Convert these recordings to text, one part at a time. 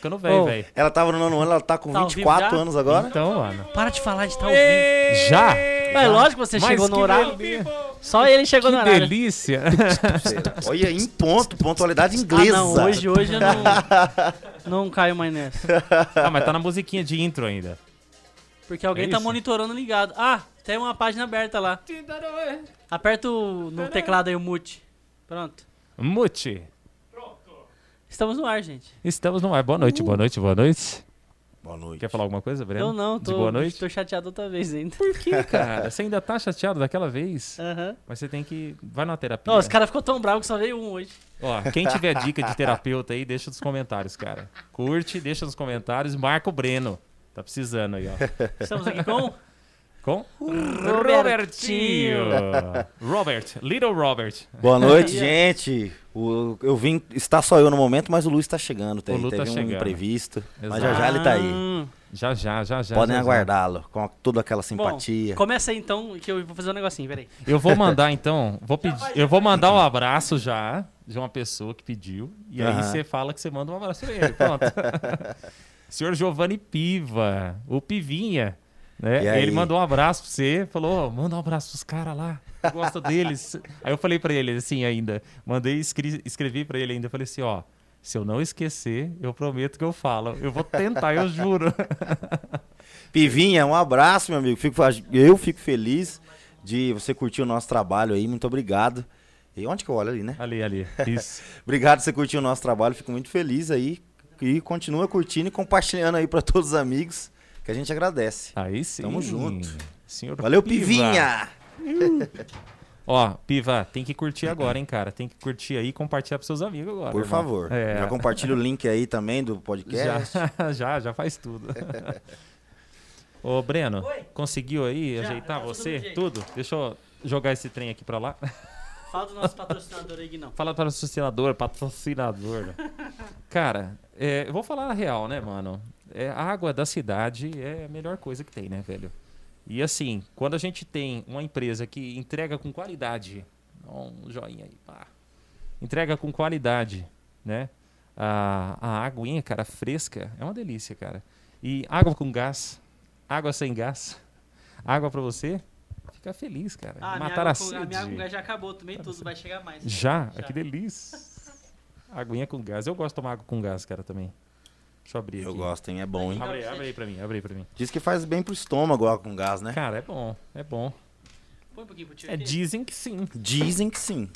ficando velho, velho. Ela tava no 9º ano, ela tá com Tá ao 24 vivo já? anos agora. Então, mano. Para de falar de estar ao vivo. Já? É lógico que você Mas chegou no que horário. delícia. Só ele chegou no Que horário. delícia. Olha, em ponto, pontualidade inglesa. Ah, não, hoje eu não caio mais nessa. Ah, mas tá na musiquinha de intro ainda. Porque alguém É tá isso? monitorando ligado. Ah, tem uma página aberta lá. Aperta no teclado aí o mute. Pronto. Mute. Estamos no ar, gente. Estamos no ar. Boa noite, boa noite, boa noite. Boa noite. Quer falar alguma coisa, Breno? Eu não, De boa noite? tô chateado outra vez ainda. Por que, cara? Você ainda tá chateado daquela vez? Aham. Mas você tem que... Vai na terapia. Ó, os caras ficou tão bravos que só veio um hoje. Ó, quem tiver dica de terapeuta aí, deixa nos comentários, cara. Curte, deixa nos comentários, marca o Breno. Tá precisando aí, ó. Estamos aqui com... Com Robertinho. Robert, Little Robert. Boa noite, gente. Eu vim... Está só eu no momento, mas o Lu está chegando. O Lu Teve tá um chegando. imprevisto. Mas Exato. já ele tá aí. Já. Podem já. aguardá-lo com toda aquela simpatia. Bom, começa aí então, que eu vou fazer um negocinho, peraí. Eu vou mandar então, eu vou mandar um abraço já de uma pessoa que pediu. E aí Aham. você fala que você manda um abraço pra ele. Pronto. Senhor Giovanni Piva, o Pivinha. Né? E aí? Ele mandou um abraço pra você, falou, manda um abraço pros caras lá, eu gosto deles. Aí eu falei pra ele assim ainda, escrevi pra ele ainda, falei assim, ó, se eu não esquecer, eu prometo que eu falo. Eu vou tentar, eu juro. Pivinha, um abraço, meu amigo. Eu fico feliz de você curtir o nosso trabalho aí. Muito obrigado. E onde que eu olho ali, né? Ali, isso. Obrigado por você curtir o nosso trabalho. Fico muito feliz aí. E continua curtindo e compartilhando aí pra todos os amigos, que a gente agradece. Aí sim. Tamo junto. Senhor Valeu, Piva. Pivinha! Ó, Piva, tem que curtir agora, hein, cara. Tem que curtir aí e compartilhar pros seus amigos agora. Por irmão. favor. É. Já compartilha o link aí também do podcast. Já faz tudo. Ô, Breno, Oi. conseguiu aí Já, ajeitar tá tudo você? no jeito. Tudo? Deixa eu jogar esse trem aqui pra lá. Fala do nosso patrocinador aí, não. Fala para o patrocinador. Cara, eu vou falar a real, né, mano? A água da cidade é a melhor coisa que tem, né, velho? E assim, quando a gente tem uma empresa que entrega com qualidade, um joinha aí, pá. Entrega com qualidade, né? A aguinha, cara, fresca, é uma delícia, cara. E água com gás, água sem gás, água pra você, fica feliz, cara. Matar a sede. A minha água já acabou, tomei tudo, vai chegar mais. Já? Que delícia. Aguinha com gás. Eu gosto de tomar água com gás, cara, também. Deixa eu abrir aqui. Eu gosto, hein? É bom, hein? Abre aí pra mim, abre aí pra mim. Diz que faz bem pro estômago água com gás, né? Cara, é bom, é bom. Põe um pouquinho pro tio É, aqui. dizem que sim. Dizem que sim.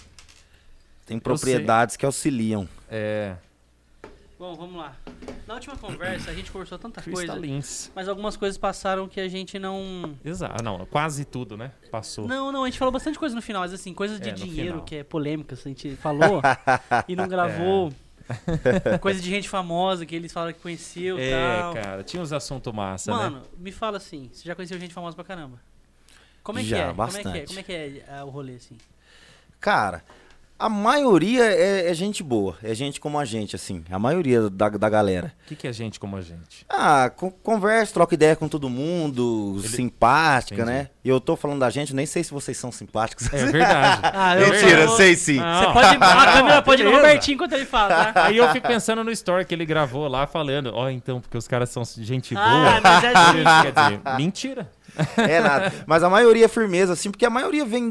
Tem propriedades que auxiliam. É, Bom, vamos lá. Na última conversa, a gente conversou tanta coisa, cristalins. mas algumas coisas passaram que a gente não... Exato, não, quase tudo, né? Passou. Não, a gente falou bastante coisa no final, mas assim, coisas de No dinheiro, final. que é polêmica, a gente falou e não gravou. Coisa de gente famosa que eles falaram que conheceu e tal. Cara, tinha uns assuntos massa, Mano, né? me fala assim, você já conheceu gente famosa pra caramba? Como é que Já, é? bastante. Como é que é o rolê, assim? Cara, a maioria é gente boa. É gente como a gente, assim. A maioria da galera. O que é gente como a gente? Conversa, troca ideia com todo mundo, simpática, Entendi. né? E eu tô falando da gente, nem sei se vocês são simpáticos. É verdade. Mentira, sei sim. Ah, Você pode, a câmera pode ir no beleza. Robertinho enquanto ele fala, tá? Aí eu fico pensando no story que ele gravou lá, falando, ó, então, porque os caras são gente boa. Mas é assim. Quer dizer, mentira. É nada. Mas a maioria é firmeza, assim, porque a maioria vem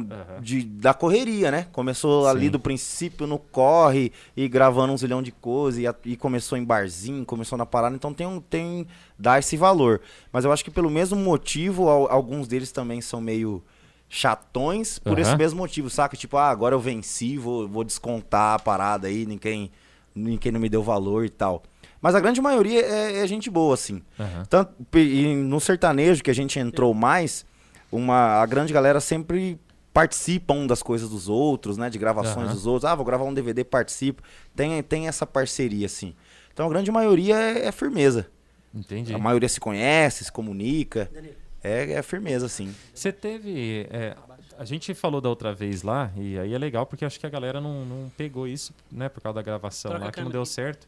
da correria, né? Começou ali Sim. do princípio no corre e gravando um zilhão de coisas e começou em barzinho, começou na parada, então tem dar esse valor. Mas eu acho que pelo mesmo motivo, alguns deles também são meio chatões por esse mesmo motivo, saca? Tipo, agora eu venci, vou descontar a parada aí, ninguém não me deu valor e tal. Mas a grande maioria é gente boa, assim. Tanto, e no sertanejo que a gente entrou mais, a grande galera sempre participa das coisas dos outros, né? De gravações dos outros. Vou gravar um DVD, participo. Tem essa parceria, assim. Então a grande maioria é firmeza. Entendi. A maioria se conhece, se comunica. É firmeza, assim. Você teve... a gente falou da outra vez lá, e aí é legal, porque acho que a galera não pegou isso, né? Por causa da gravação Troca lá, a que não câmera deu aqui. certo.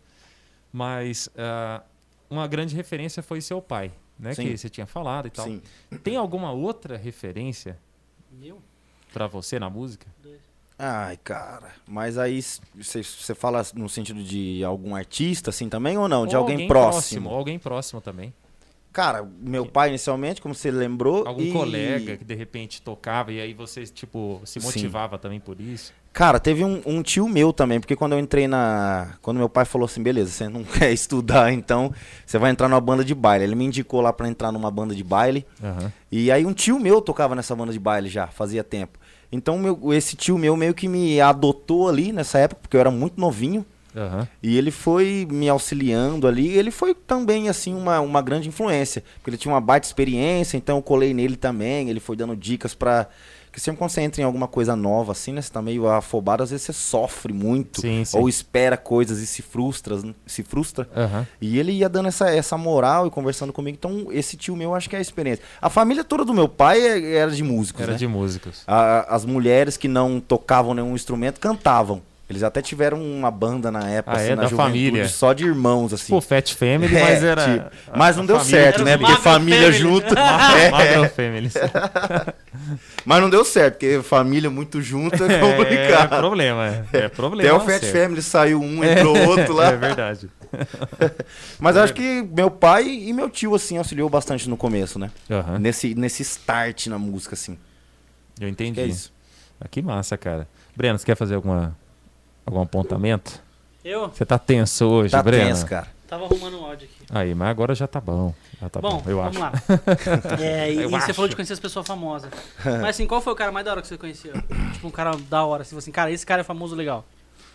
Mas uma grande referência foi seu pai, né? Sim. Que você tinha falado e tal. Sim. Tem alguma outra referência Meu? pra você na música? Ai, cara. Mas aí você fala no sentido de algum artista, assim, também, ou não? De Ou alguém próximo? Alguém próximo também. Cara, meu pai, inicialmente, como você lembrou... Algum colega que, de repente, tocava e aí você, tipo, se motivava também por isso? Cara, teve um tio meu também, porque quando eu entrei quando meu pai falou assim, beleza, você não quer estudar, então você vai entrar numa banda de baile. Ele me indicou lá pra entrar numa banda de baile. E aí um tio meu tocava nessa banda de baile já, fazia tempo. Então esse tio meu meio que me adotou ali nessa época, porque eu era muito novinho. E ele foi me auxiliando ali. Ele foi também, assim, uma grande influência. Porque ele tinha uma baita experiência, então eu colei nele também. Ele foi dando dicas pra... Porque sempre quando você entra em alguma coisa nova, assim, né? Você tá meio afobado, às vezes você sofre muito. Sim. Ou espera coisas e se frustra. E ele ia dando essa moral e conversando comigo. Então, esse tio meu, acho que é a experiência. A família toda do meu pai era de músicos, Era né? de músicos. As mulheres que não tocavam nenhum instrumento cantavam. Eles até tiveram uma banda na época, assim, na da juventude, família. Só de irmãos, assim. Pô, Fat Family, mas era... Tipo, mas não deu família certo, né? era Porque Magro família Family. junto... Magro Family. Mas não deu certo, porque família muito junto é É complicado. problema, é problema. Até o Fat certo. Family saiu um, entrou outro lá. É verdade. Mas eu acho que meu pai e meu tio, assim, auxiliou bastante no começo, né? Aham. Nesse start na música, assim. Eu entendi. Que é isso. Ah, que massa, cara. Breno, você quer fazer algum apontamento? Eu Você tá tenso hoje, Tá Breno? tenso, cara. tava arrumando um áudio aqui. Aí, mas agora já tá bom. Já tá bom, eu vamos acho. lá. E Eu você acho. falou de conhecer as pessoas famosas. Mas assim, qual foi o cara mais da hora que você conheceu? Tipo, um cara da hora. Assim, cara, esse cara é famoso legal.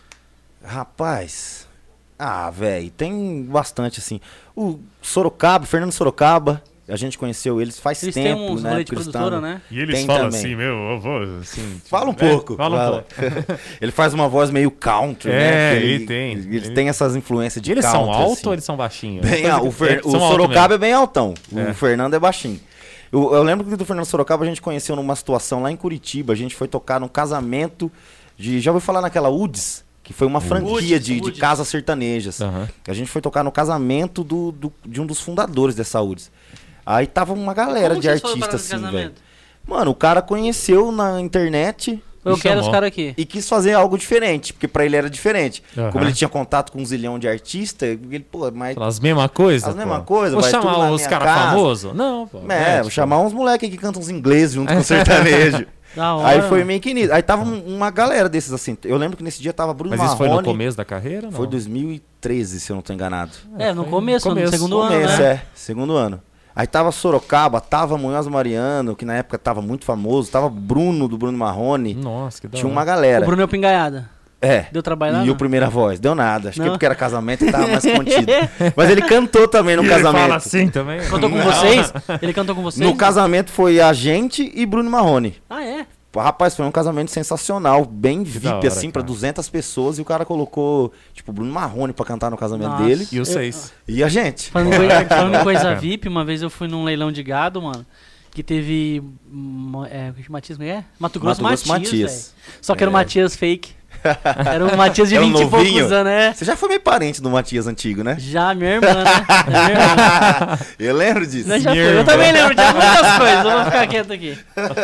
Rapaz... Ah, velho, tem bastante, assim. O Fernando Sorocaba, a gente conheceu eles faz Eles tempo, têm uns né? rolê de porque eles produtora, tavam- né? E eles Tem falam também. assim, meu avô, assim... tipo, Fala um pouco. Fala um pouco. Ele faz uma voz meio country, É, né? Porque ele tem. Eles Ele- têm essas influências de E eles country, são altos assim. ou eles são baixinhos? Bem, Uma coisa o que- o são altos Sorocaba mesmo. é bem altão. É. O Fernando é baixinho. Eu lembro que do Fernando Sorocaba a gente conheceu numa situação lá em Curitiba. A gente foi tocar num casamento de... Já ouviu falar naquela UDS? Que foi uma franquia de UDS. casas sertanejas. Aham. A gente foi tocar no casamento de um dos fundadores dessa UDS. Aí tava uma galera Como de que vocês foram parar artistas, nesse assim, velho. casamento? Mano, o cara conheceu na internet Eu Me quero chamou. os caras aqui. e quis fazer algo diferente, porque pra ele era diferente. Aham. Como ele tinha contato com um zilhão de artistas, ele, pô, mas... Falar as mesmas coisas? As mesmas pô. coisas, Vou vai tudo chamar na os minha caras casa. famosos? Não, pô. vou tipo, chamar uns moleques que cantam uns ingleses junto com o sertanejo. Da hora. Aí foi meio que nisso. Aí tava uma galera desses assim. Eu lembro que nesse dia tava Bruno Mas isso foi no Marrone. começo da carreira ou não? Foi 2013, se eu não tô enganado. É, no foi começo, no segundo ano, Começo, né? segundo ano. Aí tava Sorocaba, tava Munhoz Mariano, que na época tava muito famoso, tava Bruno, do Bruno Marrone. Nossa, que da Tinha hora. uma O galera. Bruno é pingaiada. É. Deu trabalho lá, E não? o Primeira Voz? Deu nada. Acho que Não? porque era casamento e tava mais contido. Mas ele cantou também no E casamento. Ele fala assim também? Cantou com vocês? Ele cantou com vocês? No casamento foi a gente e Bruno Marrone. Ah, é? Pô, rapaz, foi um casamento sensacional, bem da VIP, hora, assim, pra cara. 200 pessoas. E o cara colocou, tipo, Bruno Marrone pra cantar no casamento Nossa. dele. E os seis? E a gente. Falando em coisa Cara. VIP, uma vez eu fui num leilão de gado, mano, que teve... Matias, como é? Mato Grosso Matias, velho. Só que era o Matias fake. Era um Matias de É um 20 e poucos novinho? anos, né? Você já foi meio parente do Matias antigo, né? Já, minha irmã, né? É minha irmã. Eu lembro disso. Né, já Minha foi. Eu irmã. também lembro de muitas coisas, eu vou ficar quieto aqui.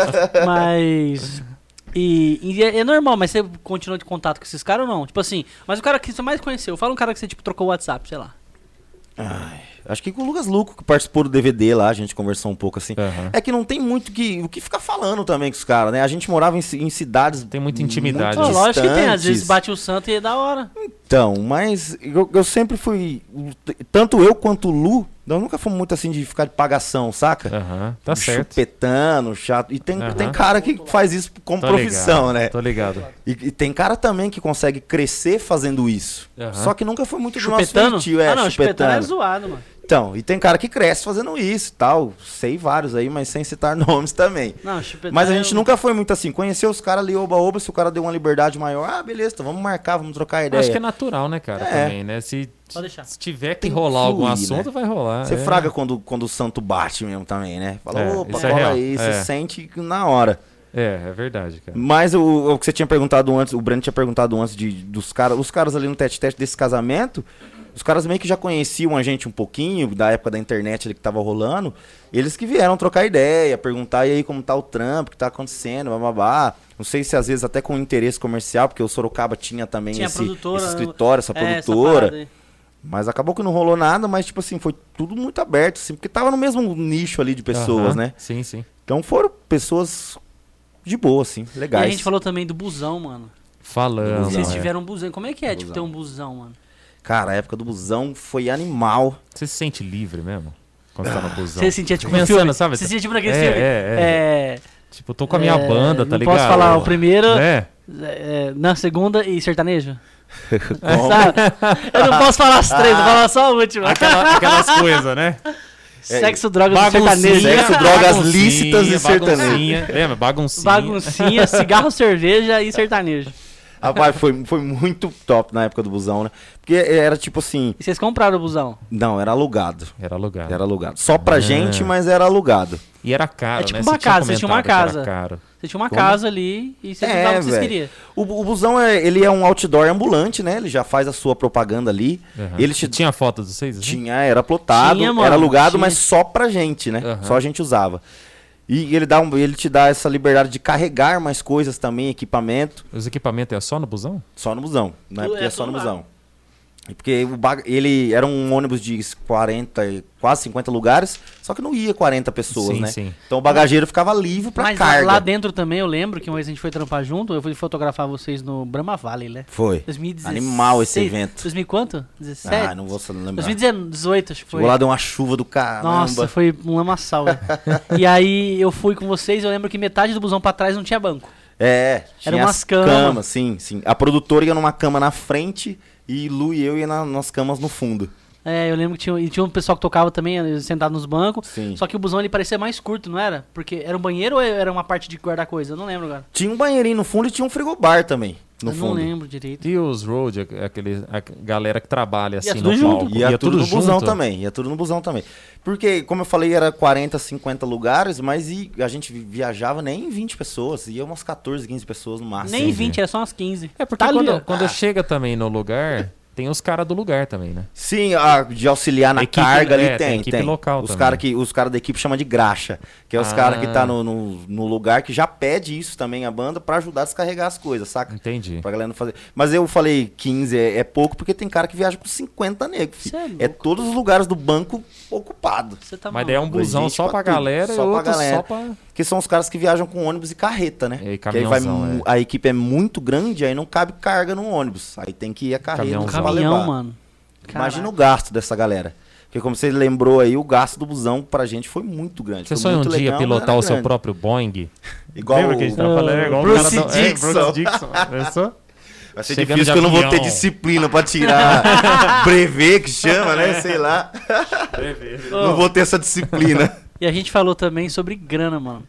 Mas... E é normal, mas você continua de contato com esses caras ou não? Tipo assim, mas o cara que você mais conheceu, fala um cara que você tipo trocou o WhatsApp, sei lá. Ai, acho que com o Lucas Luco, que participou do DVD lá, a gente conversou um pouco assim. Aham. É que não tem muito o que ficar falando também com os caras, né? A gente morava em cidades. Tem muita intimidade. Pô, Distantes. lógico que tem, às vezes bate o santo e é da hora. Então, mas eu sempre fui. Tanto eu quanto o Lu, eu nunca fui muito assim de ficar de pagação, saca? Aham, tá certo. Chupetando, chato. E tem Aham. cara que faz isso como Tô profissão, ligado, né? Tô ligado. E tem cara também que consegue crescer fazendo isso. Aham. Só que nunca foi muito do nosso Chupetando? feitio, Ah, não, chupetando chupetando. é zoado, mano. Então, e tem cara que cresce fazendo isso e tal. Sei vários aí, mas sem citar nomes também. Não, chupetando Mas a gente é- nunca foi muito assim. Conhecer os caras ali, oba-oba, se o cara deu uma liberdade maior, ah, beleza, então vamos marcar, vamos trocar ideia. Acho que é natural, né, cara, É. também, né? Se Pode deixar. tiver que Tem que rolar algum fluir, assunto, né? vai rolar. Você é. fraga quando o santo bate mesmo também, né? Fala, É, opa, isso é cola real. aí, É. você sente na hora. É verdade, cara. Mas o que você tinha perguntado antes, o Breno tinha perguntado antes dos caras, os caras ali no tete-tete desse casamento, os caras meio que já conheciam a gente um pouquinho, da época da internet ali que tava rolando, eles que vieram trocar ideia, perguntar e aí como tá o trampo, o que tá acontecendo, bababá. Não sei se às vezes até com interesse comercial, porque o Sorocaba tinha também esse escritório, essa produtora. Essa mas acabou que não rolou nada, mas tipo assim, foi tudo muito aberto, assim, porque tava no mesmo nicho ali de pessoas, né? Sim, sim. Então foram pessoas de boa, assim, legais. E a gente falou também do busão, mano. Falando. Vocês é. tiveram um busão. Como é que é, tipo, Busão. ter um busão, mano? Cara, a época do busão foi animal. Você se sente livre mesmo? Quando você tá no busão? Você sentia tipo Pensando, um filme, sabe? Você sentia tipo naquele É, filme. é. Tipo, tô com a minha banda, tá não ligado? posso falar o primeiro, É. na segunda e sertanejo? Como? Sabe? Eu não posso falar as três, eu vou falar só a última. Aquelas coisas, né? Sexo, drogas e Baguncinha, sertanejo. Sexo, drogas baguncinha, lícitas e sertanejo. baguncinha. Lembra? Baguncinha. Baguncinha, cigarro, cerveja e sertanejo. Rapaz, foi muito top na época do busão, né? Porque era tipo assim, E vocês compraram o busão? não, era alugado. Era lugar. Era alugado. Só pra gente, mas era alugado. E era caro, É tipo né? uma casa, vocês tinham uma comentado que casa. era caro. Você tinha uma Como? casa ali e vocês É, usavam o que vocês velho. queriam. O busão, ele é um outdoor ambulante, né? Ele já faz a sua propaganda ali. Uhum. Ele te Tinha foto de vocês? assim? tinha, era plotado, Tinha, mano, era alugado, tinha. mas só pra gente, né? Aham. Só a gente usava. E ele te dá essa liberdade de carregar mais coisas também, equipamento, Os equipamentos é só no busão? só no busão. Na Tudo- época é é só no tudo lá. busão. E porque ele era um ônibus de 40, quase 50 lugares, só que não ia 40 pessoas, Sim, né? sim. Então o bagageiro ficava livre pra Mas carga. lá dentro também eu lembro que uma vez a gente foi trampar junto, eu fui fotografar vocês no Brahma Valley, né? Foi. 2016. Animal esse evento. 2000 e quanto? 17? Ah, não vou lembrar. 2018, acho que foi. Chegou lá, deu uma chuva do caramba. Nossa, foi um lamaçal, velho. E aí eu fui com vocês, eu lembro que metade do busão pra trás não tinha banco. É, Era tinha umas as camas. sim. A produtora ia numa cama na frente e Lu e eu ia nas camas no fundo. É, eu lembro que tinha um pessoal que tocava também, sentado nos bancos. Sim. Só que o busão ele parecia mais curto, não era? Porque era um banheiro ou era uma parte de guardar coisa? Eu não lembro agora. Tinha um banheirinho no fundo e tinha um frigobar também no eu fundo. não lembro direito. E os road, a galera que trabalha assim tudo no junto. palco? Ia tudo no busão junto? também, ia tudo no busão também. Porque, como eu falei, era 40, 50 lugares, mas a gente viajava nem 20 pessoas, ia umas 14, 15 pessoas no máximo. Nem 20, era só umas 15. É porque Tá ali, ó. quando chega também no lugar, tem os caras do lugar também, né? Sim, de auxiliar na Equipe- carga ali tem tem. equipe local os também. Os caras da equipe chamam de graxa, que é os Ah. caras que tá no lugar que já pede isso também, a banda, pra ajudar a descarregar as coisas, saca? Entendi. Pra galera não fazer. Mas eu falei 15 é pouco, porque tem cara que viaja com 50 negros. Cê é louco. É todos os lugares do banco ocupado. Você tá Mas daí é um maluco. busão gente só pra pra tudo, galera só e pra outro galera. só pra... Que são os caras que viajam com ônibus e carreta, né? E que aí vai, caminhãozão, a equipe é muito grande, aí não cabe carga no ônibus. Aí tem que ir a carreta Caminhãozão. pra Caminhão, levar. mano. Imagina o Caraca. gasto dessa galera. Porque como você lembrou aí, o gasto do busão pra gente foi muito grande. Você foi sonha um muito dia legal, mas pilotar era o seu grande. próprio Boeing? Igual Lembra que a gente tava falando? É igual o Bruce cara do- Dixon. Bruce Dixon. Pensou? Vai ser Chegando difícil de que eu não vou ter avião. disciplina pra tirar brevet, que chama, né? Sei lá. Não vou ter essa disciplina. E a gente falou também sobre grana, mano.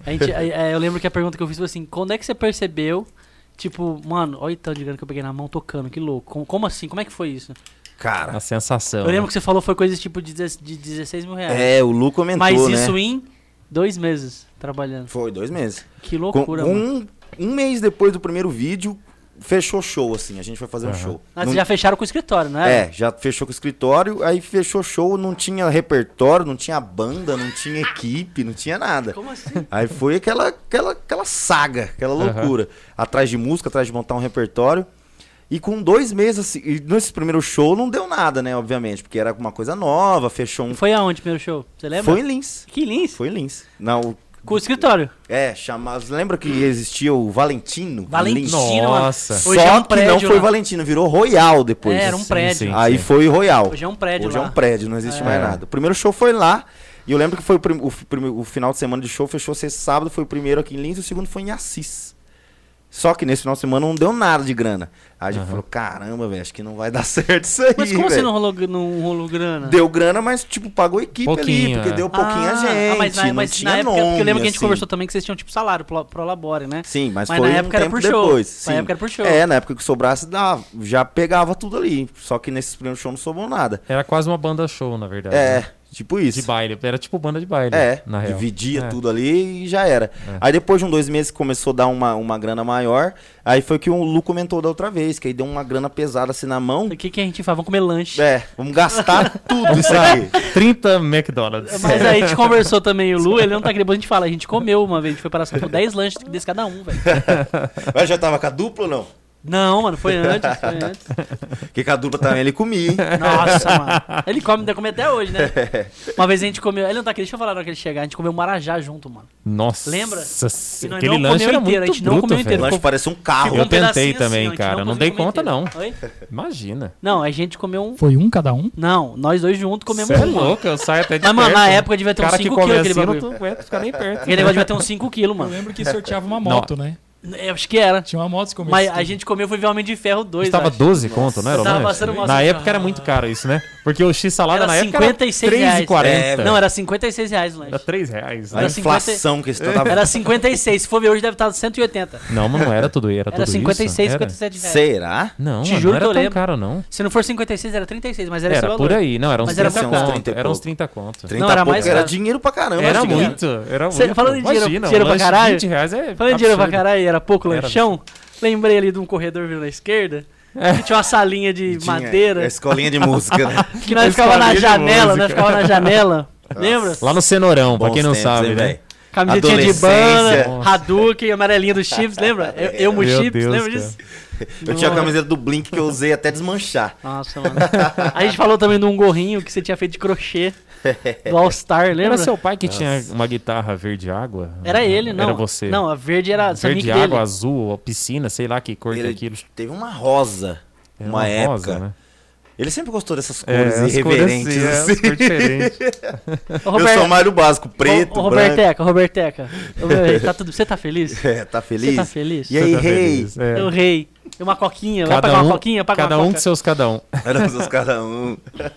Eu lembro que a pergunta que eu fiz foi assim: quando é que você percebeu, tipo, mano, olha o tanto de grana que eu peguei na mão tocando, que louco. Como assim? Como é que foi isso? Cara, A sensação. Eu lembro que você falou foi coisa tipo de 16 mil reais. o Lu comentou, Mas né? isso em 2 meses trabalhando. Foi 2 meses. Que loucura, Com mano. um mês depois do primeiro vídeo, fechou show, assim. A gente foi fazer um show. Mas Não- vocês já fecharam com o escritório, não é? já fechou com o escritório, aí fechou show, não tinha repertório, não tinha banda, não tinha equipe, não tinha nada. Como assim? Aí foi aquela saga, aquela loucura. Atrás de música, atrás de montar um repertório. E com 2 meses, assim, e nesse primeiro show não deu nada, né, obviamente, porque era uma coisa nova, fechou um... E foi aonde o primeiro show? Você lembra? Foi em Lins. Que Lins? Foi em Lins. Não, Com o escritório. chamava... Lembra que existia o Valentino? Valentino, Lins? mano. Nossa. Hoje Só é um que não prédio foi lá. Valentino, virou Royal depois. É, era um Sim, prédio. sim. Aí foi Royal. Hoje é um prédio Hoje lá. é um prédio, não existe mais É. nada. O primeiro show foi lá, e eu lembro que foi o final de semana de show, fechou ser sábado, foi o primeiro aqui em Lins, e o segundo foi em Assis. Só que nesse final de semana não deu nada de grana. Aí a gente falou, caramba, velho, acho que não vai dar certo isso aí, Mas como você velho. não rolou grana? Deu grana, mas tipo, pagou a equipe ali, Pouquinho, porque é. deu pouquinha gente, mas não na tinha época, nome, porque eu lembro que a gente assim. conversou também que vocês tinham tipo salário pro Labore, né? Sim, mas Mas foi na um época era tempo por show. depois. Na sim. época era por show. É, na época que sobrasse, já pegava tudo ali. Só que nesse primeiro show não sobrou nada. Era quase uma banda show, na verdade. É, né? Tipo isso. De baile. Era tipo banda de baile, na real. Dividia tudo ali e já era. Aí depois de 2 meses começou a dar uma grana maior. Aí foi que o Lu comentou da outra vez, que aí deu uma grana pesada assim na mão. O que a gente faz? Vamos comer lanche. Vamos gastar tudo isso aí. 30 McDonald's. Mas aí a gente conversou também, o Lu, ele não tá aqui, depois a gente fala, a gente comeu uma vez, a gente foi para por 10 lanches desse cada um, velho. Mas já tava com a dupla ou não? Não, mano, foi antes. Porque com a dupla também ele comia, hein? Nossa, mano. Ele come até hoje, né? Uma vez a gente comeu, ele não tá aqui, deixa eu falar na hora que ele chegar, a gente comeu marajá junto, mano. Nossa. Lembra? E nós aquele não lanche era comeu inteiro, muito a gente não bruto, comeu inteiro. O lanche parece um carro. Ficou Eu um tentei pedacinho também, assim, ó, cara. a gente Não dei conseguiu conta, comer não. inteiro. Oi? Imagina. Não, a gente comeu um... Foi um cada um? Não, nós dois juntos comemos Você é um. louco, eu saio até de Mas, mano, perto. na época devia ter uns Cara que 5 come quilos aquele assim, não bagulho. aguenta ficar nem perto. Aquele negócio devia ter uns 5 quilos, Eu mano. lembro que sorteava uma moto, né? Eu acho que era. Tinha uma moto que comia. Mas a gente comeu, foi ver Homem de Ferro 2, Estava acho. 12 conto, não era o Tava lanche? passando mal Na assim, época era muito caro isso, né? Porque o X-salada Era na época 56 era reais. R$3,40. Não, era R$56 o lanche. Era R$3, A né? Era inflação que você tava... Era 56, se for ver hoje deve estar 180. Não, mas não era tudo isso, era tudo Era 56, isso. Era. 57 reais. Será? Não, Te mano, juro não que era eu tão lembro. caro, não. Se não for 56, era 36, mas era esse Era valor. por aí, não, era uns Mas era 30 mais caro. conto. Era uns 30 conto. 30 Não, era pouco, mais era caro. dinheiro pra caramba. Era antigamente. muito, era Cê- muito. falando em dinheiro- Imagina, dinheiro um pra lanche caralho, de R$20 é Falando de dinheiro pra absurdo. caralho, era pouco Era lanchão. Lembrei ali de um corredor vindo na esquerda. Que tinha uma salinha de Tinha madeira. A escolinha de música, né? Que nós ficava na escolinha de janela, música. nós ficava na janela. Lembra? Lá no Cenourão, pra Bons quem não tempos, sabe, hein, né? velho? Camisetinha de Adolescência. banda, Hadouken, amarelinha dos chips, lembra? Eu Meu chips, Deus, lembra cara. disso? Eu tinha a camiseta do Blink que eu usei até desmanchar. Nossa, mano. A gente falou também de um gorrinho que você tinha feito de crochê do All Star, lembra? Era seu pai que tinha uma guitarra verde água? Era ele, não. Era você? Não, a verde era Verde amigo água, dele. azul, piscina, sei lá que cor que é Ele aquilo. teve uma rosa, Era uma época. rosa, né? Ele sempre gostou dessas cores as irreverentes. cores, assim. as cores diferentes. Ô, Eu sou mais do básico, preto, Ô, branco. Roberteca. Tá tudo... Você tá feliz? Tá feliz? Você tá feliz? E aí, Você tá rei? feliz, é. Eu rei. E uma coquinha. Vai Cada pagar uma um, coquinha? Paga cada uma um coca. com seus cada um. Éramos cada um.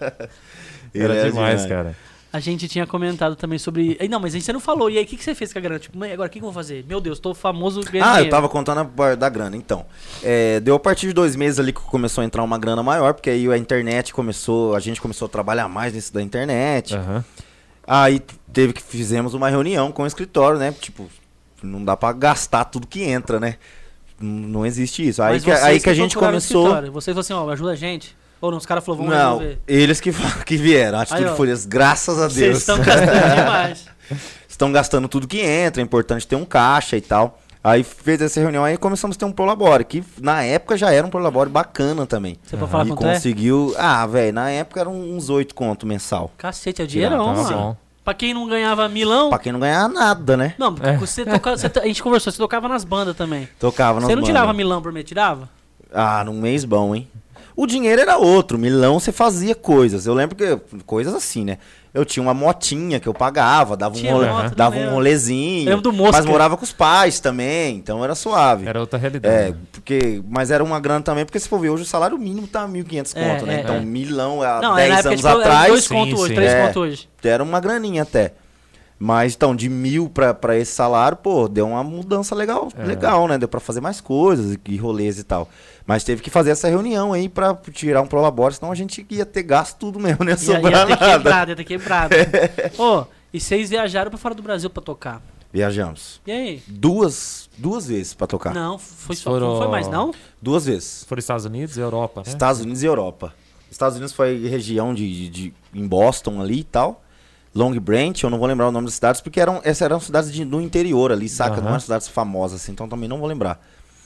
Ele Era demais, cara. A gente tinha comentado também sobre... Não, mas você não falou. E aí, o que você fez com a grana? Tipo, mãe, agora o que eu vou fazer? Meu Deus, tô famoso ganhando Ah, eu dinheiro. tava contando da grana, então. Deu a partir de 2 meses ali que começou a entrar uma grana maior, porque aí a internet a gente começou a trabalhar mais nisso da internet. Aham. Aí fizemos uma reunião com o escritório, né? Tipo, não dá pra gastar tudo que entra, né? Não existe isso. Aí Mas que, vocês aí que a gente procuraram o começou... escritório. Vocês falaram assim, ó, ajuda a gente. Ou não, os caras falaram, vamos Não, resolver. eles que vieram. A Atitude Aí, ó. Fúrias, graças a Vocês Deus. estão gastando demais. Estão gastando tudo que entra, é importante ter um caixa e tal. Aí fez essa reunião aí e começamos a ter um Prolabore, que na época já era um Prolabore bacana também. Você pode falar E quanto é? conseguiu... Ah, velho, na época eram uns 8 conto mensal. Cacete, é o dinheirão, Tá mano. bom. Pra quem não ganhava milão... Pra quem não ganhava nada, né? Não, porque você tocava... a gente conversou, você tocava nas bandas também. Tocava nas Você não bandas. tirava milão por mês, tirava? Ah, num mês bom, hein? O dinheiro era outro, milão você fazia coisas. Eu lembro que, coisas assim, né? Eu tinha uma motinha que eu pagava, dava Tinha um, role, moto dava também, um ó. rolezinho. Eu lembro do Mosca. Mas morava com os pais também, então era suave. Era outra realidade. Mas era uma grana também, porque se for ver hoje o salário mínimo tá 1.500 conto, né? Então milão há Não, 10 na época anos tipo, era atrás 2 conto sim, hoje, sim. 3 É. conto hoje. era uma graninha até. Mas então, de 1.000 pra esse salário, pô, deu uma mudança legal, né? Deu pra fazer mais coisas e rolês e tal. Mas teve que fazer essa reunião aí pra tirar um Prolabore, senão a gente ia ter gasto tudo mesmo, né? Ia Sobrar ter nada. quebrado, ia ter quebrado. Ô, e vocês viajaram pra fora do Brasil pra tocar. Viajamos. E aí? Duas vezes pra tocar. Não, foi só, Foram- não foi mais não? 2 vezes. Foram Estados Unidos e Europa, né? Estados Unidos e Europa. Estados Unidos foi região em Boston ali e tal. Long Branch, eu não vou lembrar o nome das cidades, porque essas eram cidades do interior ali, saca? Aham. Não eram cidades famosas assim, então também não vou lembrar.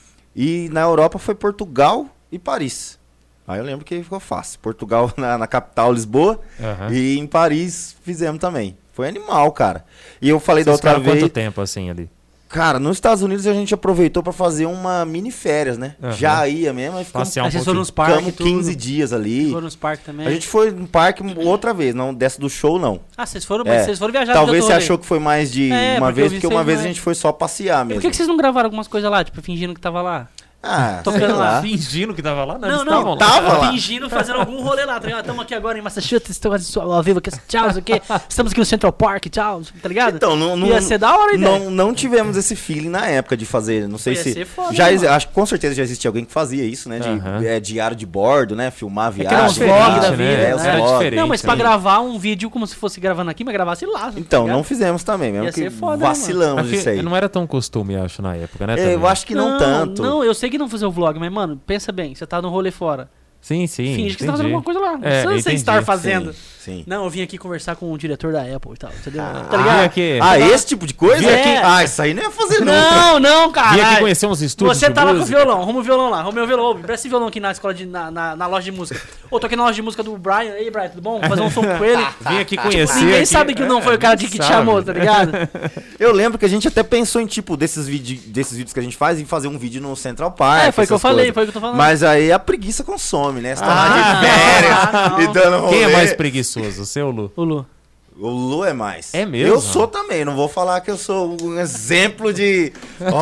E na Europa foi Portugal e Paris. Aí eu lembro que ficou fácil. Portugal na capital, Lisboa, Aham. e em Paris fizemos também. Foi animal, cara. E eu falei da Vocês outra ficaram vez... quanto tempo assim ali? Cara, nos Estados Unidos a gente aproveitou pra fazer uma mini férias, né? Aham. Já ia mesmo, aí ficamos, Passear um Aí vocês foram pouquinho. nos parques e ficamos tudo. 15 dias ali. Foram nos parques também. A gente foi no parque outra vez, não dessa do show, não. Ah, vocês foram, É. vocês foram viajar Talvez do você rolê. achou que foi mais de É, uma porque eu vez, vi porque uma vocês vez a mais- gente foi só passear E por mesmo. que vocês não gravaram algumas coisas lá, tipo, fingindo que tava lá? Ah, Tocando sei lá. lá. Fingindo que tava lá? Não, Não, eles não, estavam lá. tava lá. fingindo fazendo algum rolê lá, tá ligado? Estamos aqui agora em Massachusetts, estamos ao vivo aqui, tchau, não sei o quê. Estamos aqui no Central Park, tchau, tá ligado? Então, Ia ser da hora a ideia. não tivemos esse feeling na época de fazer, não sei Ia se... ser foda, já mano. acho que com certeza já existia alguém que fazia isso, né? De Aham. diário de bordo, né? Filmar a que era uns viagem. vlogs da né? vida, É, os né? vlogs. diferente, Não, mas pra né? gravar um vídeo como se fosse gravando aqui, mas gravasse lá. Então, tá ligado? não fizemos também, mesmo Ia que ser foda, né, vacilamos Aqui isso aí. não era tão costume, acho, na época, né? É, também. eu acho que não tanto. Não, eu sei que não fazer o vlog, mas, mano, pensa bem, você tá no rolê fora. Sim, sim. Finge que você tá fazendo entendi. alguma coisa lá. Não É, precisa você entendi, estar fazendo. Sim. Não, eu vim aqui conversar com o diretor da Apple e tal, entendeu? Tá Vim ligado? aqui, Esse tipo de coisa? É. Ah, isso aí não ia fazer nunca. Não, cara. vim aqui conhecer uns estúdios Você de tá lá com o música. violão, arruma o violão lá, arruma o meu violão. Ô, presta esse violão aqui na escola, na loja de música. Ô, tô aqui na loja de música do Brian. Ei, Brian, tudo bom? Vou fazer um som com ele. Vim aqui conhecer. Ninguém aqui. sabe que não foi o cara de que te sabe. chamou, tá ligado? Eu lembro que a gente até pensou em, tipo, desses vídeos que a gente faz, em fazer um vídeo no Central Park. É, foi o que eu essas falei, coisas. foi o que eu tô falando. Mas aí a preguiça consome, né? Você tá lá de férias não. e dando rolê. Quem é mais preguiçoso, você ou o Lu? O Lu. O Lu é mais. É mesmo? Eu sou também, não vou falar que eu sou um exemplo de...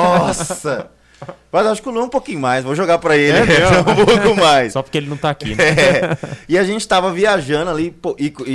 Nossa! Mas acho que o Lu é um pouquinho mais, vou jogar pra ele um pouco mais. Só porque ele não tá aqui, né? É. E a gente tava viajando ali, pô,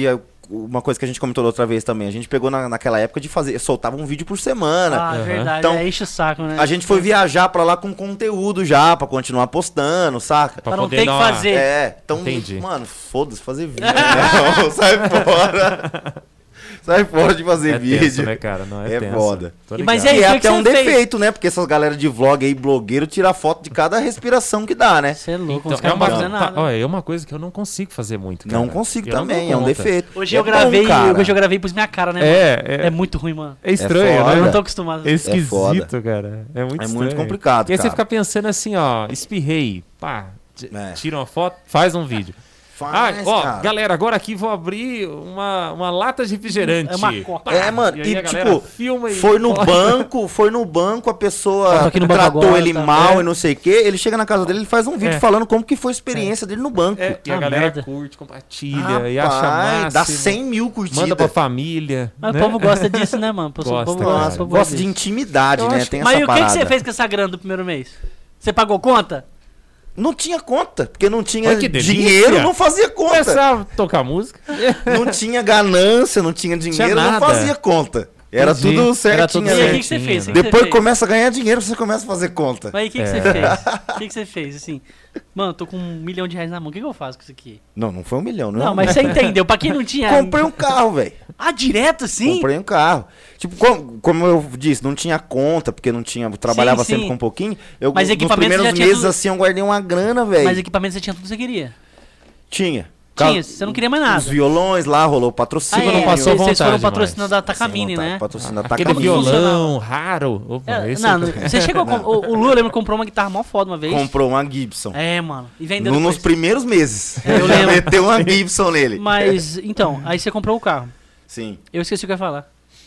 uma coisa que a gente comentou da outra vez também, a gente pegou naquela época de fazer, soltava um vídeo por semana. Ah, Aham. verdade. Então, enche o saco, né? A gente foi viajar pra lá com conteúdo já, pra continuar postando, saca? Pra não poder ter que dar uma- fazer. É, então, Entendi. mano, foda-se fazer vídeo. Não, sai fora. Sai fora de fazer É vídeo. tenso, né, cara? Não, é É tenso. foda. Tô Mas ligado. e aí, E é foi o que até um você fez? defeito, né? Porque essas galera de vlog aí, blogueiro, tira foto de cada respiração que dá, né? Você é louco, Então, os caras não podem fazer nada. olha, é uma coisa que eu não consigo fazer muito, cara. Não consigo Eu não também, dou é um conta. defeito. Hoje É eu bom, gravei, cara. hoje eu gravei e pus minha cara, né, mano? É É muito ruim, mano. estranho, foda. Eu né? não tô acostumado. É esquisito, foda. cara. É muito É estranho. muito complicado, E aí você cara. fica pensando assim, ó, espirrei, pá, É. tira uma foto, faz um vídeo. Faz, ó, cara. galera, agora aqui vou abrir uma lata de refrigerante. É uma coca. Pá, É, mano, aí e a galera tipo, filma e foi no coloca. banco, a Eu pessoa tô aqui no banco tratou agora, ele tá? mal É. e não sei o que. Ele chega na casa dele, ele faz um vídeo É. falando como que foi a experiência dele no banco. É, e a Ah, galera merda. curte, compartilha e acha Rapaz, máximo. dá 100 mil curtidas. Manda pra família. Mas né? o povo gosta disso, né, mano? O Gosta, povo cara. gosta, Nossa, o povo gosta de disso. intimidade, Eu né? acho Tem Mas essa e o que parada. você fez com essa grana do primeiro mês? Você pagou conta? Não tinha conta, porque não tinha Olha que delícia. dinheiro, não fazia conta. Começar a tocar música. Não tinha ganância, não tinha dinheiro, não nada. fazia conta. Era Entendi. tudo Era certinho. tudo E aí, o ali. que você certinho, fez? né? O que Depois você que começa a ganhar dinheiro, você começa a fazer conta. Mas aí, o que você fez? O que você fez? Assim, mano, tô com R$1 milhão na mão, o que eu faço com isso aqui? Não foi 1 milhão, não. Não, mas você entendeu, pra quem não tinha... Comprei um carro, velho. Ah, direto assim? Comprei um carro. Tipo, como eu disse, não tinha conta, porque não tinha. Eu trabalhava Sim, sempre sim. com um pouquinho. Eu, Mas nos equipamento primeiros já tinha meses, tudo- assim, eu guardei uma grana, velho. Mas equipamento você tinha tudo que você queria. Tinha. Tinha, você não queria mais Os nada. violões lá, rolou patrocínio. não passou Vocês foram vontade patrocinando da mais. Takamine, né? Patrocínio da Aquele Takamine. violão raro. Opa, É, esse não, é o que eu- você chegou com... O Lu, eu lembro, comprou uma guitarra mó foda uma vez. Comprou uma Gibson. É, mano. E vendeu Nos depois. primeiros meses. Eu Já lembro. meteu uma Gibson nele. Mas, então, aí você comprou o carro. Sim. Eu esqueci o que eu ia falar.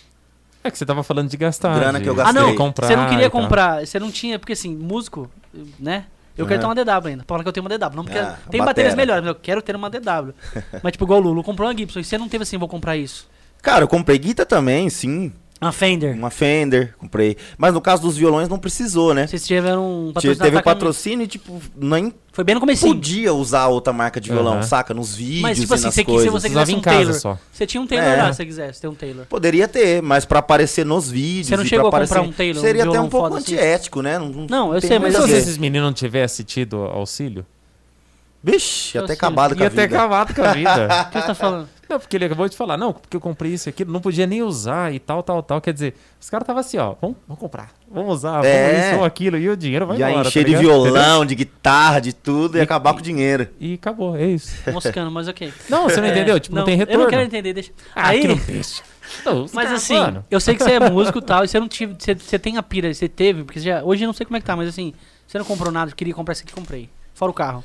É que você tava falando de gastar. Grana de- que eu Ah, gastei. não, Gastei. comprar você não queria e tal. comprar, você não tinha, porque assim, músico, né? Eu quero ter uma DW ainda, pra falar que eu tenho uma DW. Não porque Ah, tem batera. baterias melhores, mas eu quero ter uma DW. Mas tipo, igual o Lulu comprou uma Gibson, e você não teve assim, vou comprar isso. Cara, eu comprei guitarra também, sim. Uma Fender. Uma Fender, comprei. Mas no caso dos violões não precisou, né? Vocês tiveram um Teve o Takamine. patrocínio e, tipo, nem Foi bem no comecinho. podia usar outra marca de violão, Aham. saca? Nos vídeos Mas tipo e assim, nas se coisas. você Usava quisesse em um casa Taylor, só. você tinha um Taylor É. lá, se você quisesse ter um Taylor. Poderia ter, mas pra aparecer nos vídeos. Você não e chegou pra a comprar aparecer... um Taylor, um Seria até violão um pouco foda assim? antiético, né? Não, eu tem sei, muito mas a Se ver. esses meninos não tivessem tido auxílio, Vixe, ia ter Auxílio. acabado com a ia ter vida. acabado com a vida. O que você tá falando? Não, porque ele acabou de falar, não, porque eu comprei isso aqui, não podia nem usar e tal. Quer dizer, os caras estavam assim, ó, vamos comprar, vamos usar, É. vamos isso, vamos aquilo, e o dinheiro vai Ia embora. encher tá de ligado? violão, de guitarra, de tudo e E- acabar com o dinheiro. E acabou, é isso. Moscando, mas ok. Não, você não entendeu? Tipo, não tem retorno. Eu não quero entender, deixa. Ah, Aí, que não deixa. Não, os mas caras, assim, mano, eu sei que você é músico e tal, e você não tive. Você tem a pira, você teve, porque você já, hoje eu não sei como é que tá, mas assim, você não comprou nada, queria comprar isso aqui, comprei. Fora o carro.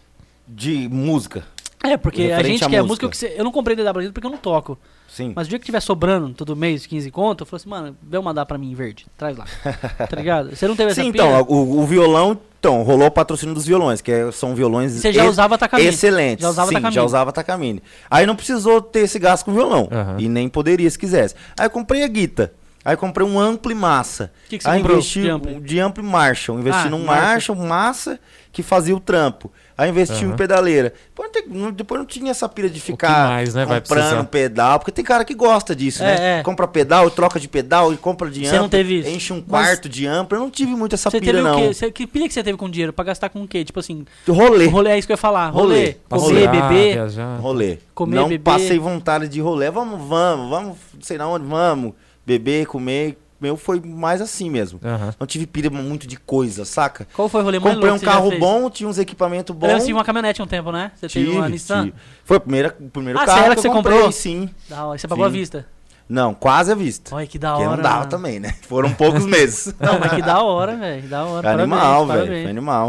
De música. É, porque a Referente gente à que é música. música, eu não comprei DW ainda porque eu não toco. Sim. Mas o dia que tiver sobrando todo mês, 15 conto, eu falo assim, mano, vê eu mandar pra mim em verde, traz lá. Tá ligado? Você não teve essa Sim, pira? então, o violão, então, rolou o patrocínio dos violões, são violões Você já usava Takamine? excelentes. Já usava Sim, Takamine? já usava Takamine. Aí não precisou ter esse gasto com violão, Aham. e nem poderia se quisesse. Aí eu comprei a guitarra. Aí comprei um ampli massa. O que você Aí comprou investi de ampli? de ampli Marshall. Investi num Marshall. Marshall massa que fazia o trampo. Aí investi em pedaleira. Depois não tinha essa pira de ficar mais, né, vai comprando precisar? pedal. Porque tem cara que gosta disso, né? Compra pedal, troca de pedal e compra de ampli. Você não teve isso? Enche um quarto de ampli. Eu não tive muito essa Você pira, teve não. o quê? Que pilha que você teve com dinheiro? Pra gastar com o quê? Tipo assim, Rolê. rolê é isso que eu ia falar. Rolê. Rolê. Comer, beber. Viajar. Rolê. Comer, não beber. passei vontade de rolê. Vamos, não sei na onde, vamos. Beber, comer. Meu foi mais assim mesmo. Aham. Não tive pira muito de coisa, saca? Qual foi o rolê mais Comprei louco um que você já carro fez? bom, tinha uns equipamentos Eu bons. lembro que você tinha uma caminhonete um tempo, né? Você teve uma Nissan? Tive. Foi o primeiro Ah, carro sério que que eu você comprei, comprou? sim. Da hora. Você pagou à Sim. vista? Não, quase à vista. Olha que da Porque hora. não dava mano. também, né? Foram poucos meses. Não, mas que da hora, velho. Da hora. Foi animal, Parabéns, velho. parabéns. Foi animal.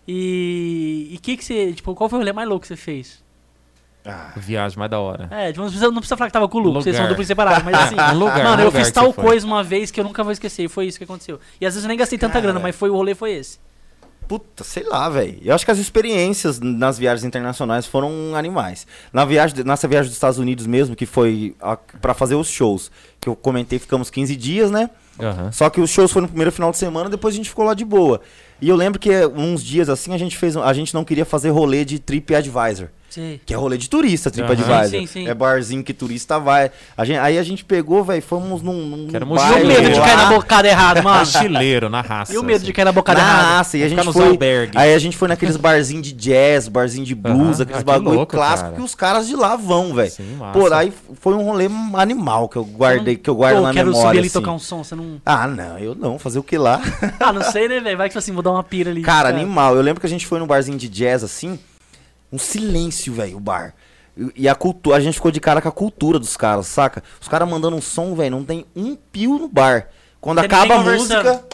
E que você, tipo, qual foi o rolê mais louco que você fez? Ah, Viagem mais da hora. É, tipo, não precisa falar que tava com o Lucas, vocês são Lugar. duplos separados, mas assim, Um lugar, mano, um eu lugar fiz que tal você foi. coisa uma vez que eu nunca vou esquecer, e foi isso que aconteceu. E às vezes eu nem gastei tanta Cara. grana, mas o rolê foi esse. puta, sei lá, velho. Eu acho que as experiências nas viagens internacionais foram animais. Nessa viagem dos Estados Unidos mesmo, que foi pra fazer os shows, que eu comentei, ficamos 15 dias, né? Aham. Só que os shows foram no primeiro final de semana, depois a gente ficou lá de boa. E eu lembro que uns dias assim a gente não queria fazer rolê de TripAdvisor. Sim. Que é rolê de turista, Aham. TripAdvisor. Sim, sim. É barzinho que turista vai. Aí a gente pegou, velho, fomos num Que era bar mochileiro. E o medo de lá, cair na bocada errado, mano. Mochileiro, na raça. E o medo assim. de cair na bocada errada. Nossa, e a Ficar gente nos foi. albergues. Aí a gente foi naqueles barzinhos de jazz, barzinho de blues, Aham. aqueles Ah, que bagulho louco, clássico cara. que os caras de lá vão, velho. Sim, massa. Pô, aí foi um rolê animal que eu guardei, que eu guardo Pô, na quero memória. subir ali e assim. tocar um som, você não... Ah, não, eu não, fazer o que lá? Ah, não sei, né, velho? Vai que tipo assim, vou dar uma pira ali. Cara, animal. Eu lembro que a gente foi num barzinho de jazz assim, um silêncio, velho, o bar. E a cultura, a gente ficou de cara com a cultura dos caras, saca? Os caras mandando um som, velho, não tem um pio no bar. Quando Não tem acaba a ninguém música. conversando.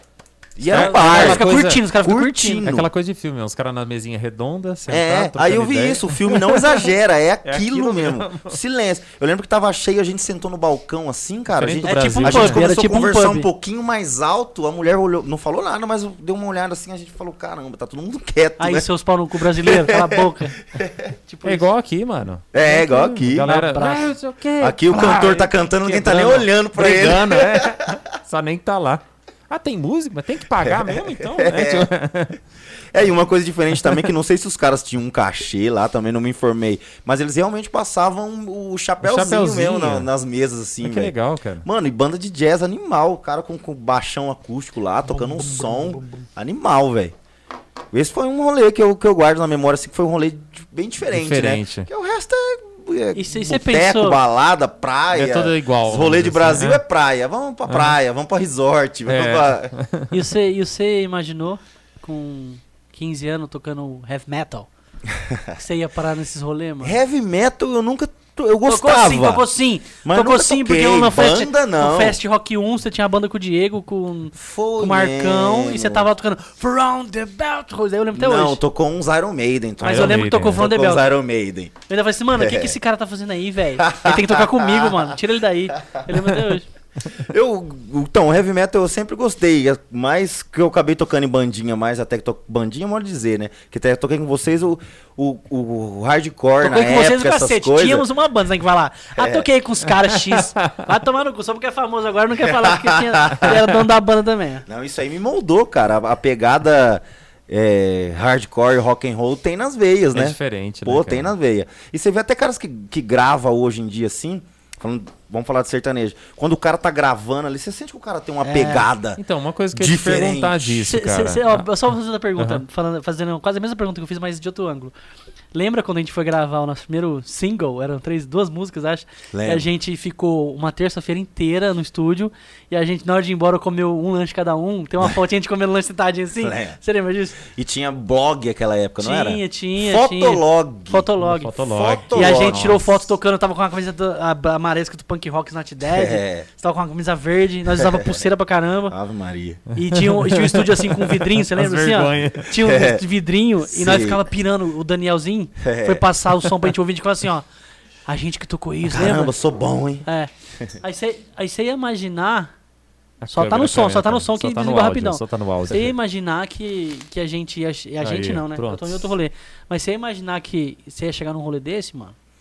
E era caras- bar. Os caras Aquela ficam coisa- curtindo, os caras ficam curtindo. curtindo. É aquela coisa de filme, os caras na mesinha redonda, É, sentado, aí eu trocando vi ideia. isso, o filme não exagera, é aquilo, aquilo mesmo. Silêncio. Eu lembro que tava cheio, a gente sentou no balcão assim, cara. A Diferente gente, do É tipo um Brasil. a gente pub, era começou tipo a um conversar pub. um pouquinho mais alto, a mulher olhou, não falou nada, mas deu uma olhada assim, a gente falou, caramba, tá todo mundo quieto, Aí, né? seus pau no cu brasileiro, cala a boca. Tipo É isso. igual aqui, mano. É, igual aqui. Galera, Abraço. não sei o quê. Aqui o cantor tá cantando, ninguém tá nem quebrando, olhando pra ele. brigando, é. Só nem tá lá. Ah, tem música? Mas tem que pagar mesmo, então, né? Tipo, É, e uma coisa diferente também, que não sei se os caras tinham um cachê lá, também não me informei, mas eles realmente passavam o chapéuzinho, chapéuzinho. mesmo nas mesas, assim, que velho. legal, cara. Mano, e banda de jazz animal, o cara com baixão acústico lá, tocando um som animal, velho. Esse foi um rolê que eu guardo na memória, assim, que foi um rolê bem diferente, né? Porque o resto é E você boteco, pensou- balada, praia. É tudo igual, Os rolês de vamos dizer Brasil assim, é praia. Vamos pra praia, vamos pra resort, vamos É. pra... E você imaginou, com 15 anos, tocando heavy metal, que você ia parar nesses rolês, mano? Heavy metal eu nunca... Eu Tocou gostava. sim, tocou sim. Mas Tocou nunca sim, toquei. porque no Fest, Banda, não. no Fest Rock 1 você tinha a banda com o Diego, com Foi o Marcão, mesmo. e você tava lá tocando From the Beltros, aí eu lembro até Não, hoje. tocou uns Iron Maiden. Mas eu lembro que tocou From the Tocou uns Beltros. Iron Maiden. Eu ainda falei assim, mano, o que esse cara tá fazendo aí, velho? Ele tem que tocar comigo, mano. Tira ele daí. Eu lembro até hoje. Então, heavy metal eu sempre gostei, mais que eu acabei tocando em bandinha, mais até que bandinha, modo de dizer, né? Que até toquei com vocês o hardcore Tocou na com vocês época, no essas cacete. coisas. Tínhamos uma banda, você tem que falar. Ah, toquei com os caras X. Vai tomar no cu, só porque é famoso agora, não quer falar porque ele era dono da banda também. Não, isso aí me moldou, cara. A pegada hardcore, rock and roll tem nas veias, É né? diferente, né, Pô, cara? tem nas veias. E você vê até caras que gravam hoje em dia assim, vamos falar de sertanejo. Quando o cara tá gravando ali, você sente que o cara tem uma pegada. Então, uma coisa que eu ia te Diferente. perguntar disso, cara. Ó, só vou fazer uma pergunta, Aham. fazendo quase a mesma pergunta que eu fiz, mas de outro ângulo. Lembra quando a gente foi gravar o nosso primeiro single? Eram duas músicas, acho. Lembro. E a gente ficou uma terça-feira inteira no estúdio. E a gente, na hora de ir embora, comeu um lanche cada um. Tem uma fotinha de comendo lanche sentadinho assim. Lembro. Você lembra disso? E tinha blog naquela época, não era? Tinha. Fotolog. Fotolog. Fotolog. E a gente Nossa. tirou foto tocando, eu tava com a camisa amarela do Punk Rock Not Dead. É. Você tava com uma camisa verde, nós usava pulseira pra caramba. Ave Maria. E tinha um estúdio assim com vidrinho, você lembra? As Assim, ó? vergonha. Tinha um vidrinho e nós Sim. ficava pirando. O Danielzinho foi passar o som pra gente ouvir e ficava assim, ó. A gente que tocou isso, Caramba, lembra? sou bom, hein? É. Aí você ia imaginar. A Só tá câmera, no som, câmera, só tá no cara. som que Só tá no desligou áudio, rapidão. Só tá no áudio. Você ia imaginar que a gente ia. A gente Aí, não, né? pronto. Eu tô em outro rolê. Mas você ia imaginar que você ia chegar num rolê desse, mano?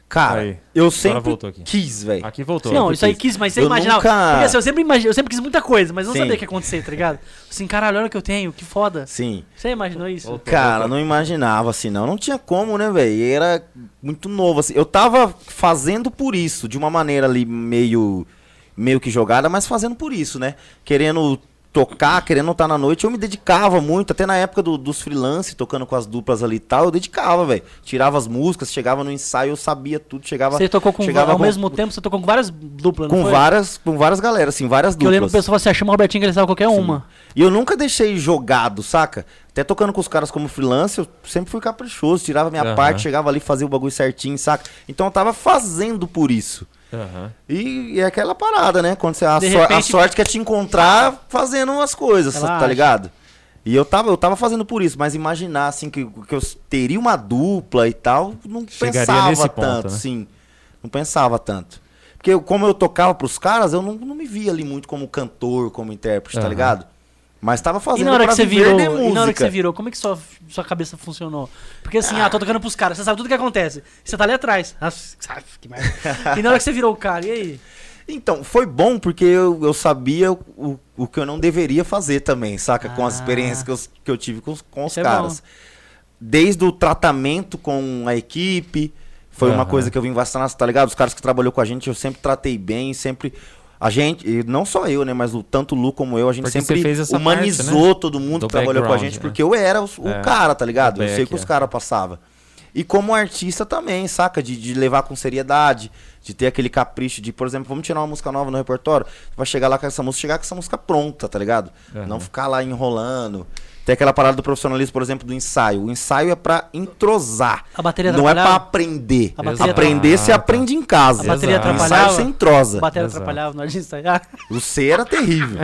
Cara, Aí, eu agora sempre voltou aqui. quis, velho. Aqui voltou. Não, Sempre isso aí quis. quis, mas você Eu imaginava. nunca- Porque assim, eu sempre quis muita coisa, mas não Sim. sabia o que ia acontecer, tá ligado? Assim, caralho, olha o que eu tenho, que foda. Sim. Você imaginou isso? Voltou. Cara, não imaginava assim, não. Não tinha como, né, velho? Era muito novo, assim. Eu tava fazendo por isso, de uma maneira ali meio que jogada, mas fazendo por isso, né? Querendo tocar, querendo estar na noite, eu me dedicava muito, até na época dos freelance, tocando com as duplas ali e tal, eu dedicava, velho. Tirava as músicas, chegava no ensaio, eu sabia tudo, chegava... Você tocou com chegava ao com- mesmo tempo, você tocou com várias duplas, não Com foi? várias galera, assim, várias Que eu lembro duplas. que o pessoal assim, chama o Robertinho que ele sabe qualquer uma. E eu nunca deixei jogado, saca? Até tocando com os caras como freelance, eu sempre fui caprichoso, tirava minha Aham. parte, chegava ali, fazia o bagulho certinho, saca? Então eu tava fazendo por isso. Aham. E é aquela parada, né? Quando você, a De a repente- sorte que é te encontrar fazendo as coisas, Relaxa. tá ligado? E eu tava fazendo por isso, mas imaginar, assim, que eu teria uma dupla e tal, não Chegaria pensava nesse ponto, tanto, né? sim. Não pensava tanto. Porque como eu tocava pros caras, eu não me via ali muito como cantor, como intérprete, tá Aham. ligado? Mas tava E fazendo na hora pra que você viver virou, de e na hora que música. você virou, como é que sua cabeça funcionou? Porque assim, tô tocando pros caras, você sabe tudo que acontece. Você tá ali atrás. Nossa, que merda. E na hora que você virou o cara, e aí? Então, foi bom porque eu sabia o que eu não deveria fazer também, saca? Com as Ah. experiências que eu tive com os Isso é caras. Desde o tratamento com a equipe, foi uma Aham. coisa que eu vim bastante, tá ligado? Os caras que trabalhou com a gente, eu sempre tratei bem, sempre... A gente, e não só eu, né, mas tanto o Lu como eu, a gente Porque sempre você fez essa humanizou parte, né? todo mundo Do que trabalhou com a background, gente, né? porque eu era o É. cara, tá ligado? O Eu sei o que back, os é. caras passavam. E como artista também, saca? De levar com seriedade, de ter aquele capricho de, por exemplo, vamos tirar uma música nova no repertório, vai chegar lá com essa música, chegar com essa música pronta, tá ligado? Aham. Não ficar lá enrolando. Tem aquela parada do profissionalismo, por exemplo, do ensaio. O ensaio é pra entrosar. A bateria Não é pra atrapalhava? aprender. A bateria Aprender você atrapalhava. aprende em casa. A bateria Exato. O ensaio atrapalhava? você entrosa. A bateria Exato. atrapalhava na hora de ensaiar. O C era terrível.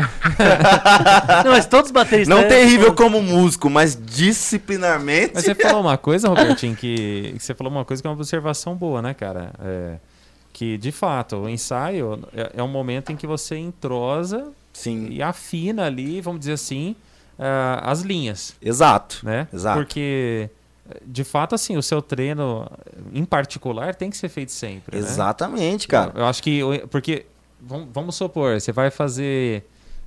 Não, mas todos os bateristas... Não né? terrível como músico, mas disciplinarmente. Mas você falou uma coisa, Robertinho, que você falou uma coisa que é uma observação boa, né, cara? Que, de fato, o ensaio é um momento em que você entrosa Sim, e afina ali, vamos dizer assim, as linhas, exato. né? Exato. Porque, de fato, assim, o seu treino, em particular, tem que ser feito sempre, né? Exatamente, cara. Eu acho que... Porque, vamos supor, você vai fazer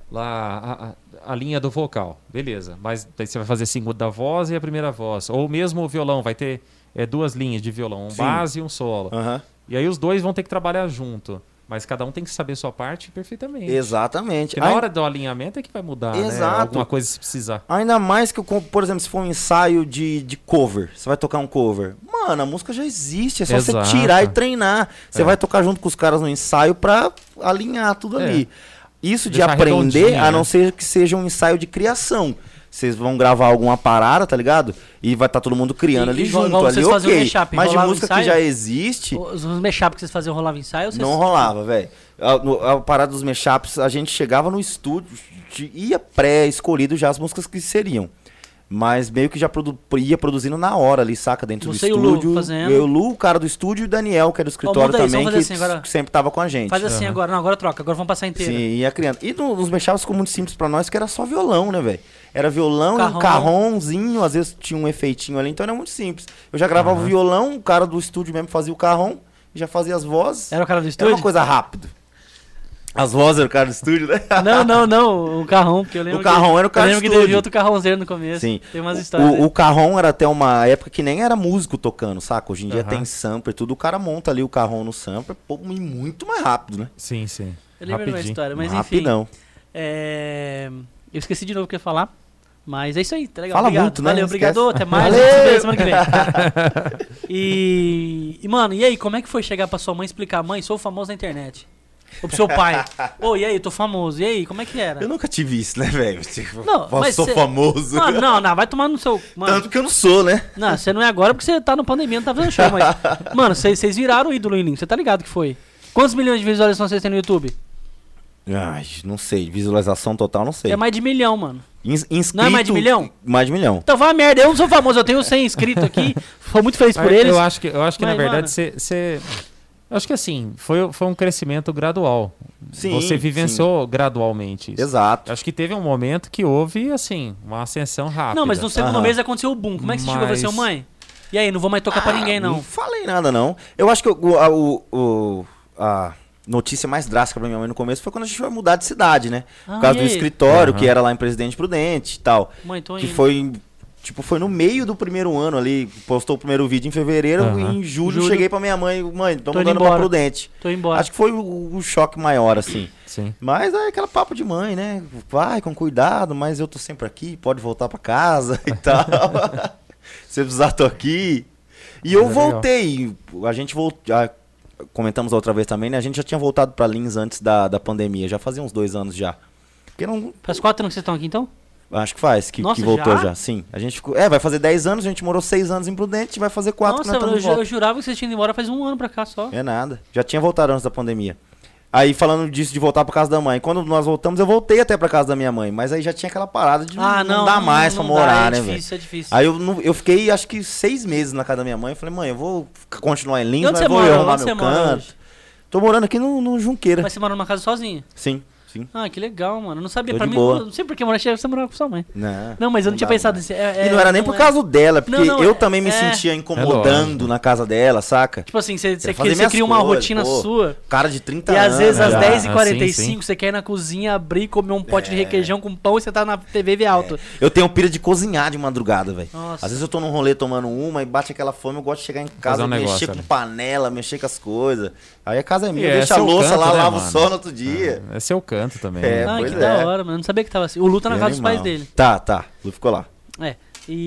lá a linha do vocal, beleza. Mas daí você vai fazer a segunda voz e a primeira voz. Ou mesmo o violão, vai ter duas linhas de violão, um Sim. base e um solo. Aham. E aí os dois vão ter que trabalhar junto. Mas cada um tem que saber sua parte perfeitamente. Exatamente. Porque na hora do alinhamento é que vai mudar, né? Exato. Alguma coisa se precisar. Ainda mais que, por exemplo, se for um ensaio de cover, você vai tocar um cover. Mano, a música já existe, é só Exato. você tirar e treinar. Você É. vai tocar junto com os caras no ensaio pra alinhar tudo É. ali. Isso de Deixar aprender, redondinho, a não né? ser que seja um ensaio de criação. Vocês vão gravar alguma parada, tá ligado? E vai estar todo mundo criando ali igual junto, ali vocês faziam ok. mashup, Mas de rolava música que ensaio? já existe, Os mashup que vocês faziam rolava ensaio? Ou vocês... não rolava, velho. A parada dos mashups, a gente chegava no estúdio, ia pré-escolhido já as músicas que seriam. Mas meio que já ia produzindo na hora ali, saca? Dentro Você e do o Lu estúdio. fazendo. Eu, o Lu, o cara do estúdio, e o Daniel, que é do escritório muda isso, também, vamos que, fazer assim agora. que sempre tava com a gente. Faz assim agora. Não, agora troca. Agora vamos passar inteira. Sim, ia criando. E nos mashups ficou muito simples pra nós, que era só violão, né, velho? Era violão e um Carrão. carrãozinho, às vezes tinha um efeitinho ali, então era muito simples. Eu já gravava o violão, o cara do estúdio mesmo fazia o carrão, já fazia as vozes. Era o cara do Era estúdio? uma coisa rápida. As vozes eram o cara do estúdio, né? Não. O carrão, porque eu lembro O carrão era o cara eu do lembro que estúdio. teve outro carrãozeiro no começo. Sim. Tem umas histórias. O carrão era até uma época que nem era músico tocando, saca? Hoje em dia Aham. tem sampler, tudo. O cara monta ali o carrão no sampler, pô, e muito mais rápido, né? Sim, sim. Eu lembro de uma Rapidinho. história, mas enfim. Rapidão. Eu esqueci de novo o que eu ia falar. Mas é isso aí, tá legal. Fala obrigado. muito, né? Valeu, Não obrigado. esquece. Até mais. Valeu. A gente se vê semana que vem. E, mano, e aí, como é que foi chegar pra sua mãe e explicar? Mãe, sou famoso na internet. Ou pro seu pai. Ô, e aí, tô famoso. E aí, como é que era? Eu nunca tive isso, né, velho? Tipo, Não, mas sou cê- famoso. Não, vai tomar no seu... Mano, Tanto que eu não sou, né? não, você não é agora porque você tá no pandemia, não tá fazendo show, mas... Mano, vocês viraram o ídolo em Link, você tá ligado que foi? Quantos milhões de visualizações vocês têm no YouTube? Ai, não sei. Visualização total, não sei. É mais de 1 milhão, mano. Inscrito, Não é mais de 1 milhão? Mais de 1 milhão. Então vai a merda, eu não sou famoso, eu tenho 100 inscritos aqui, sou muito feliz por Mas eles. Eu acho que na Mas, verdade, mano- você... Eu acho que assim, foi um crescimento gradual. Sim, Você vivenciou gradualmente isso. Exato. Eu acho que teve um momento que houve, assim, uma ascensão rápida. Não, mas no segundo Aham. mês aconteceu o boom. Como é que você chegou a ver Mas- seu mãe? E aí, não vou mais tocar pra ninguém, não. Não falei nada, não. Eu acho que a notícia mais drástica pra minha mãe no começo foi quando a gente foi mudar de cidade, né? Por causa e do aí? escritório, que era lá em Presidente Prudente e tal. Mãe, tô Que indo. foi, tipo, foi no meio do primeiro ano ali. Postou o primeiro vídeo em fevereiro e em julho Julho. cheguei pra minha mãe, tô Tô indo mudando pra embora. Prudente. Tô embora. Acho que foi o choque maior, assim. Sim. Mas é aquela papo de mãe, né? Vai com cuidado, mas eu tô sempre aqui, pode voltar pra casa e tal. Se precisar, tô aqui. E eu Mas é legal. voltei. A gente voltou. Já comentamos outra vez também, né? A gente já tinha voltado pra Lins antes da pandemia. Já fazia uns 2 anos já. Porque não. Faz 4 anos que vocês estão aqui, então? Acho que faz, que Nossa, voltou já? já? Sim. A gente ficou. Vai fazer 10 anos, a gente morou 6 anos em Prudente, vai fazer 4 que Nossa, nós estamos de volta. eu jurava que vocês tinham ido embora faz 1 ano pra cá só. É nada. Já tinha voltado antes da pandemia. Aí, falando disso de voltar pra casa da mãe. Quando nós voltamos, eu voltei até pra casa da minha mãe. Mas aí já tinha aquela parada de não dá mais pra morar, né, velho? É difícil, é difícil. Aí eu fiquei, acho que 6 meses na casa da minha mãe. Eu falei, mãe, eu vou continuar em Lins, E onde mas você vou mora? arrumar Onde meu você mora canto. hoje? Tô morando aqui no Junqueira. Mas você mora numa casa sozinha? Sim, sim. Ah, que legal, mano. Eu não sabia. Tô Pra de mim, boa. não sei porque eu achei que você morava com sua mãe. Não, Não, mas eu não tinha dá pensado mais. nisso. E não era nem por causa dela, porque Não, eu também me é. sentia É incomodando lógico. na casa dela, saca? Tipo assim, você Quero fazer minhas cria uma coisas, rotina pô. sua. Cara de 30 E anos. às vezes às já. 10h45 sim. você quer ir na cozinha, abrir, comer um pote de É. requeijão com pão e você tá na TV e vê alto. Eu tenho pira de cozinhar de madrugada, velho. Nossa. Às vezes eu tô num rolê tomando uma e bate aquela fome, eu gosto de chegar em casa, um mexer negócio, com né? panela, mexer com as coisas. Aí a casa é minha, E deixa a seu louça canto, lá, né, lavo mano? só no outro dia. É seu canto também. É, né? Ah, pois que é. da hora, mano. Eu não sabia que tava assim. O Lu tá na Bem casa dos pais animal. dele. Tá. Lu ficou lá. É.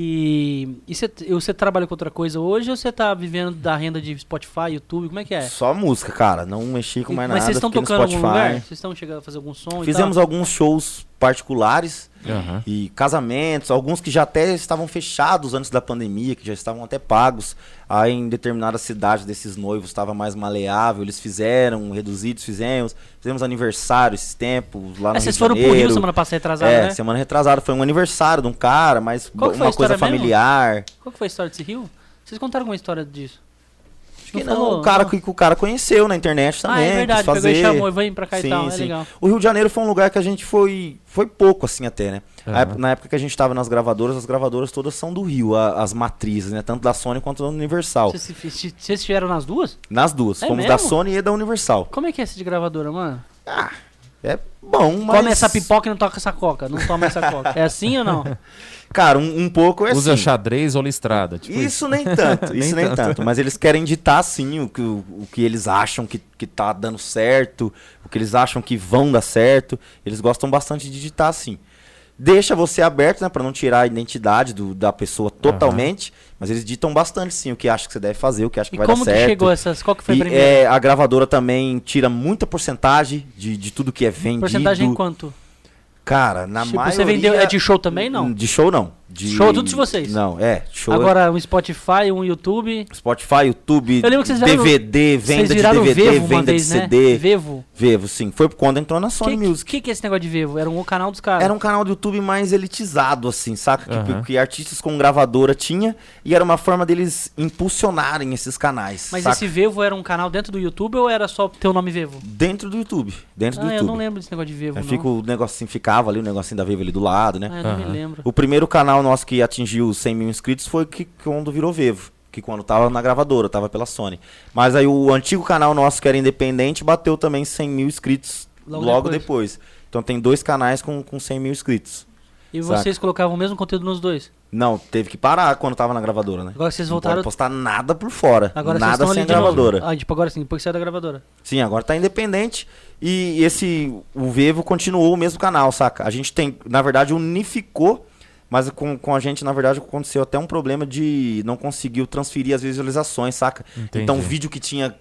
E você trabalha com outra coisa hoje ou você tá vivendo da renda de Spotify, YouTube? Como é que é? Só música, cara. Não mexi com mais Mas nada. vocês estão fiquei no tocando em algum Spotify. lugar? Vocês estão chegando a fazer algum som Fizemos e tal? alguns shows particulares Aham. e casamentos, alguns que já até estavam fechados antes da pandemia, que já estavam até pagos. Aí em determinadas cidades desses noivos estava mais maleável, eles fizeram, reduzidos fizemos aniversário esses tempos lá no Rio Vocês de foram pro Janeiro. Rio semana passada retrasada, É, né? semana retrasada foi um aniversário de um cara, mas Qual que foi uma a história coisa mesmo? familiar. Qual que foi a história desse Rio? Vocês contaram alguma história disso? Acho que não, o cara que o cara conheceu na internet também, é verdade, quis fazer. pegou e chamou, vem pra cá e tal, é legal. O Rio de Janeiro foi um lugar que a gente foi pouco assim até, né? Aham. Na época que a gente tava nas gravadoras, as gravadoras todas são do Rio, as matrizes, né? Tanto da Sony quanto da Universal. Vocês estiveram nas duas? Nas duas, É fomos mesmo? da Sony e da Universal. Como é que é esse de gravadora, mano? É bom, mas... Come essa pipoca e não toca essa coca. Não toma essa coca. É assim ou não? Cara, um pouco é Usa assim. xadrez ou listrada. Tipo Isso nem tanto, isso nem tanto. Mas eles querem ditar, sim, o que eles acham que tá dando certo, o que eles acham que vão dar certo. Eles gostam bastante de ditar, sim. Deixa você aberto, né, pra não tirar a identidade da pessoa totalmente, mas eles ditam bastante, sim, o que acha que você deve fazer, o que acha que E vai dar como que certo. chegou essas? Qual que foi a E, primeira? a gravadora também tira muita porcentagem de tudo que é vendido. Porcentagem em quanto? Cara, na Tipo, maioria... você vendeu. É de show também, não? De show não. Show tudo de vocês? Não, show. Agora um Spotify, um YouTube. Spotify, YouTube, Eu lembro que vocês viraram- DVD, venda Vocês de viraram DVD, Vevo uma venda vez, de né? CD. Vevo. Vevo, sim. Foi quando entrou na Sony Music. O que é esse negócio de Vevo? Era um canal dos caras. Era um canal do YouTube mais elitizado, assim, saca? Aham. Que artistas com gravadora tinha. E era uma forma deles impulsionarem esses canais, Mas saca? esse Vevo era um canal dentro do YouTube ou era só ter o nome Vevo? Dentro do YouTube. Dentro do Ah, eu YouTube. não lembro desse negócio de Vevo, Aí não. fica o negocinho, ficava ali, o negocinho da Vevo ali do lado, né? Ah, eu não me Aham. lembro. O primeiro canal nosso que atingiu os 100 mil inscritos foi quando virou Vevo. Que quando tava na gravadora, tava pela Sony. Mas aí o antigo canal nosso, que era independente, bateu também 100 mil inscritos logo depois. Então tem 2 canais com 100 mil inscritos. E Saca. vocês colocavam o mesmo conteúdo nos dois? Não, teve que parar quando tava na gravadora, né? Agora vocês Não voltaram. pode postar nada por fora. Agora vocês nada estão sem ali a de novo. gravadora. Ah, tipo, agora sim, depois que saiu da gravadora. Sim, agora tá independente. E o Vevo continuou o mesmo canal, saca? A gente tem, na verdade, unificou. Mas com a gente, na verdade, aconteceu até um problema de não conseguir transferir as visualizações, saca? Entendi. Então, vídeo que tinha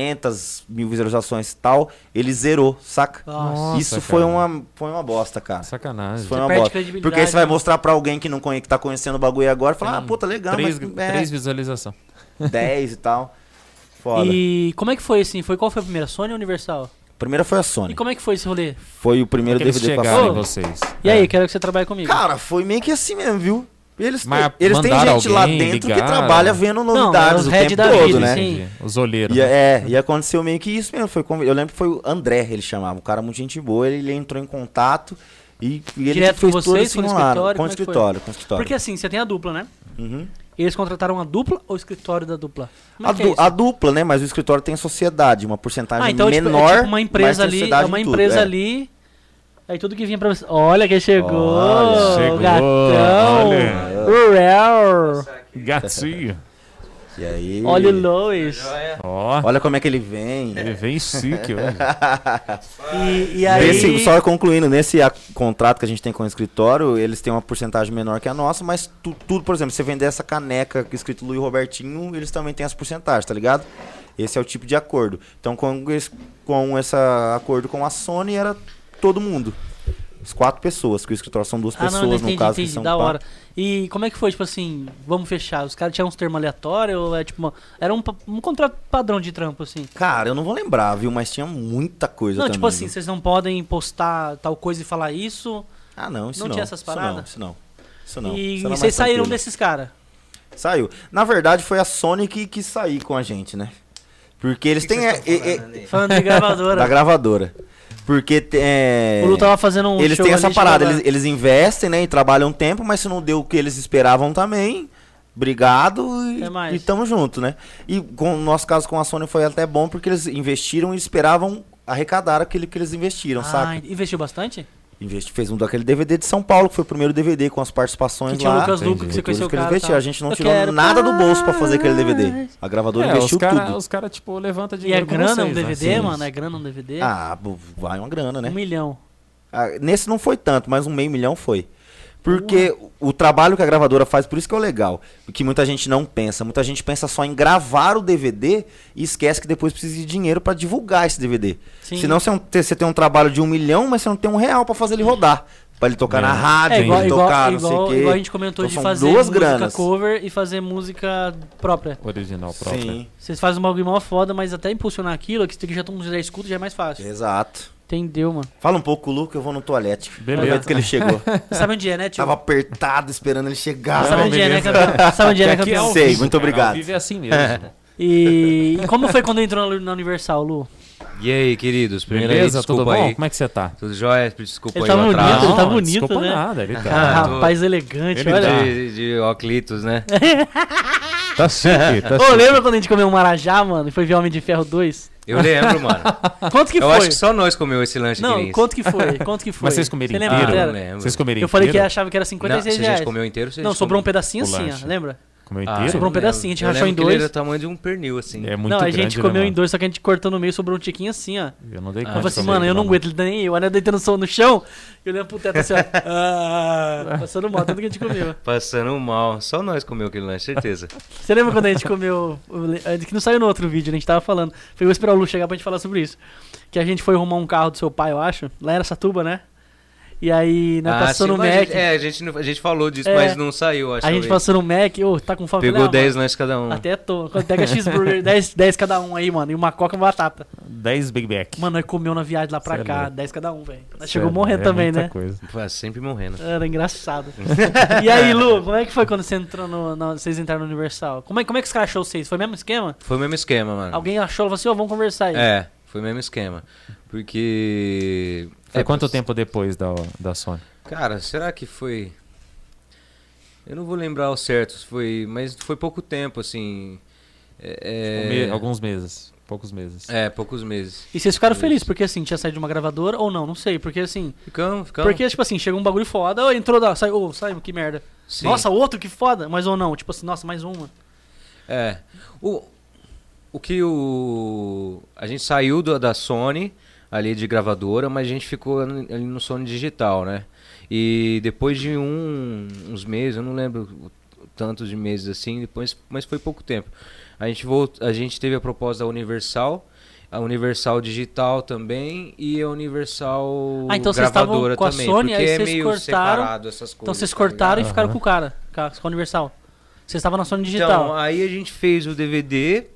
500 mil visualizações e tal, ele zerou, saca? Nossa, Isso cara. foi uma bosta, cara. Sacanagem. Isso foi Você uma perde bosta. credibilidade, Porque aí você vai né? mostrar pra alguém que que tá conhecendo o bagulho agora e falar, Tem pô, tá legal, três mas 3 visualizações. 10 e tal. Foda. E como é que foi assim? Qual foi a primeira? Sony ou Universal? A primeira foi a E Sony. como é que foi esse rolê? Foi o primeiro Que eles DVD com a chegaram em Sony. vocês. E aí, quero que você trabalhe comigo. Cara, foi meio que assim mesmo, viu? Eles Mas têm mandaram gente lá alguém, dentro que ligaram? trabalha vendo novidades os o head tempo da todo, vida, né? sim. Entendi. Os olheiros. né? E aconteceu meio que isso mesmo. Eu lembro que foi o André, ele chamava. Um cara muito gente boa, ele entrou em contato e ele Direto fez com todo vocês, esse com o enrolado. escritório, Com o como é que foi? escritório, com o escritório. Porque assim, você tem a dupla, né? Uhum. Eles contrataram a dupla ou o escritório da dupla? Como é que é isso? A dupla, né? Mas o escritório tem sociedade, uma porcentagem Então menor. é tipo uma empresa mas tem ali, sociedade é uma em tudo, empresa é. ali. Aí tudo que vinha pra você. Olha quem chegou! Olha, chegou, Gatão! Uau. Gatinho. E aí? Olha o Lois! Ó, Olha como é que ele vem. ele vem chique hoje. E aí. Só concluindo, nesse contrato que a gente tem com o escritório, eles têm uma porcentagem menor que a nossa, mas tudo, por exemplo, se você vender essa caneca escrito Luiz Robertinho, eles também têm as porcentagens, tá ligado? Esse é o tipo de acordo. Então, com esse acordo com a Sony, era todo mundo. As 4 pessoas, porque o escritório são 2 pessoas, no caso, que são da 4. hora. E como é que foi, tipo assim, vamos fechar? Os caras tinham uns termos aleatórios ou é tipo era um contrato padrão de trampo, assim? Cara, eu não vou lembrar, viu? Mas tinha muita coisa Não, também. tipo assim, viu? vocês não podem postar tal coisa e falar isso. Ah, não, isso não não. tinha essas paradas? Isso não. Isso não. E Isso era mais vocês saíram tranquilo. desses caras. Saiu. Na verdade, foi a Sony que quis sair com a gente, né? Porque eles têm... Falando de gravadora. da gravadora. Porque O Lu tava fazendo um eles show têm essa ali, parada, chegou lá. eles investem, né? E trabalham um tempo, mas se não deu o que eles esperavam também, obrigado Até mais. e tamo junto, né? E com o nosso caso com a Sony foi até bom, porque eles investiram e esperavam arrecadar aquilo que eles investiram, saca? Investiu bastante? Fez um daquele DVD de São Paulo, que foi o primeiro DVD com as participações Que tinha o lá. Lucas Luco, entendi. que você conheceu o Que eles cara. investiram. Tá. A gente não Eu tirou quero nada do bolso pra paz. fazer aquele DVD. A gravadora investiu tudo. Os caras, tipo, levantam E dinheiro é com grana vocês, um né? DVD, Sim. mano? É grana um DVD? Ah, vai uma grana, né? 1 milhão. Ah, nesse não foi tanto, mas $500 mil foi. Porque o trabalho que a gravadora faz, por isso que é o legal, que muita gente não pensa. Muita gente pensa só em gravar o DVD e esquece que depois precisa de dinheiro pra divulgar esse DVD. Sim. Senão você tem um trabalho de $1 milhão, mas você não tem R$1 pra fazer ele rodar. Pra ele tocar na rádio, É igual, pra ele igual, tocar, não sei o igual, quê. igual a gente comentou Então de são fazer duas música granas. cover e fazer música própria. Original próprio. Sim, Vocês fazem um bagulho mó foda, mas até impulsionar aquilo, que já todo mundo já escuta, já é mais fácil. exato. Entendeu, mano? Fala um pouco com o Lu que eu vou no toalete. Beleza. Aproveita que ele chegou. Você sabe onde é, né, tio? Tava apertado esperando ele chegar. Sabe onde é, né, campeão? Sabe onde é, né, Que aqui é campeão? ao Sei, vivo, muito cara. obrigado. Ao vivo é assim mesmo. E como foi quando entrou na Universal, Lu? E aí, queridos? Primeiro Beleza, aí, tudo desculpa bom? aí. Como é que você tá? Tudo jóia? Desculpa Ele aí tá o bonito, atraso. ele tá Não, bonito, desculpa né? nada, ele Ah, tá... rapaz elegante, Ele olha. tá. De óculos, né? Tá chique, tá Ô, chique. lembra quando a gente comeu um Marajá, mano, e foi ver Homem de Ferro 2? Eu lembro, mano. Quanto que Eu foi? acho que só nós comeu esse lanche Não, aqui. quanto que foi? Quanto que foi? Mas vocês comeram Você lembra inteiro? quanto Ah, era? não lembro. Vocês comeram Eu falei que inteiro? achava que era Não, 56 se a reais. gente comeu inteiro, se a Não, gente sobrou um comeu... pedacinho o assim, ó, lanche. lembra? Comeu Ah, inteiro? Sobrou um eu pedacinho, a gente lembro. rachou Eu em lembro que ele dois. era o tamanho de um pernil, assim. É muito Não, a grande, gente né, comeu mano? em dois, só que a gente cortou no meio, sobrou um tiquinho assim, ó. Eu não dei Eu conta. falei assim, de mano, comer, eu não mano. aguento, nem eu. Olha, deitando som no chão, e olhando pro teto assim, ó. Passando mal, tanto que a gente comeu. Passando mal. Só nós comeu aquele lanche, certeza. Você lembra quando a gente comeu. Que não saiu no outro vídeo, né? A gente tava falando. Foi eu esperar o Lu chegar pra gente falar sobre isso. Que a gente foi arrumar um carro do seu pai, eu acho. Lá era Satuba, né? E aí, nós passou no sim, mas Mac. a gente falou disso, É. mas não saiu, acho. A gente passou no Mac, ô, tá com fome? Pegou Falei, 10 mano, lanches cada um. Até tô. Pega cheeseburger, 10 cada um aí, mano. E uma coca e uma batata. 10 Big Mac. Mano, nós comeu na viagem lá pra Cê é cá, louco. 10 cada um, velho. Nós Cê chegou é- morrendo é também, muita né? coisa. Pô, sempre morrendo. Era engraçado. E aí, Lu, como é que foi quando você entrou vocês entraram no Universal? Como é que os caras achou vocês? Foi o mesmo esquema? Foi o mesmo esquema, mano. Alguém achou e falou assim, ó, vamos conversar aí. É, foi o mesmo esquema. Porque... Foi quanto tempo depois da Sony? Cara, será que foi... Eu não vou lembrar ao certo, mas foi pouco tempo, assim. Alguns meses. Poucos meses. Poucos meses. E vocês ficaram Isso. felizes porque assim, tinha saído de uma gravadora ou não? Não sei, porque assim. Ficamos. Porque, tipo assim, chegou um bagulho foda, entrou da. Saiu, que merda. Sim. Nossa, outro que foda, mas ou não. Tipo assim, nossa, mais uma. É. A gente saiu da Sony, ali de gravadora, mas a gente ficou ali no Sony Digital, né? E depois de uns meses, eu não lembro tantos de meses assim, depois, mas foi pouco tempo. A gente teve a proposta da Universal, a Universal Digital também e a Universal Então vocês estavam gravadora com a também, Sony, porque aí é vocês meio cortaram. separado essas coisas. Então vocês tá cortaram e ligado? ficaram com o cara, com a Universal. Vocês estavam na Sony Digital. Então, aí a gente fez o DVD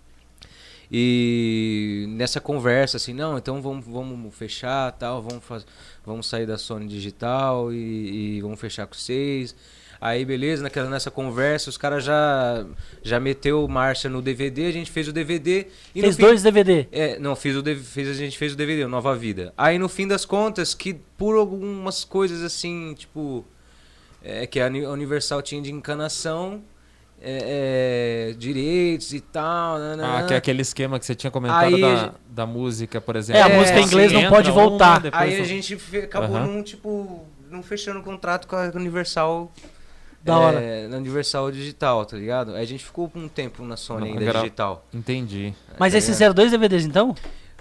e nessa conversa assim, não, então vamos fechar, tal, vamos sair da Sony Digital e vamos fechar com vocês. Aí beleza, nessa conversa os caras já meteu marcha no DVD, a gente fez o DVD e Fez no fim, 2 DVD. não, a gente fez o DVD, o Nova Vida. Aí no fim das contas, que por algumas coisas assim, tipo, que a Universal tinha de encanação, direitos e tal. Que é aquele esquema que você tinha comentado Aí da música, por exemplo. a música em inglês não pode voltar. Aí a gente acabou não fechando o contrato com a Universal. Da hora. Na Universal Digital, tá ligado? Aí a gente ficou por um tempo na Sony ainda digital. Entendi. Mas esses eram 2 DVDs então?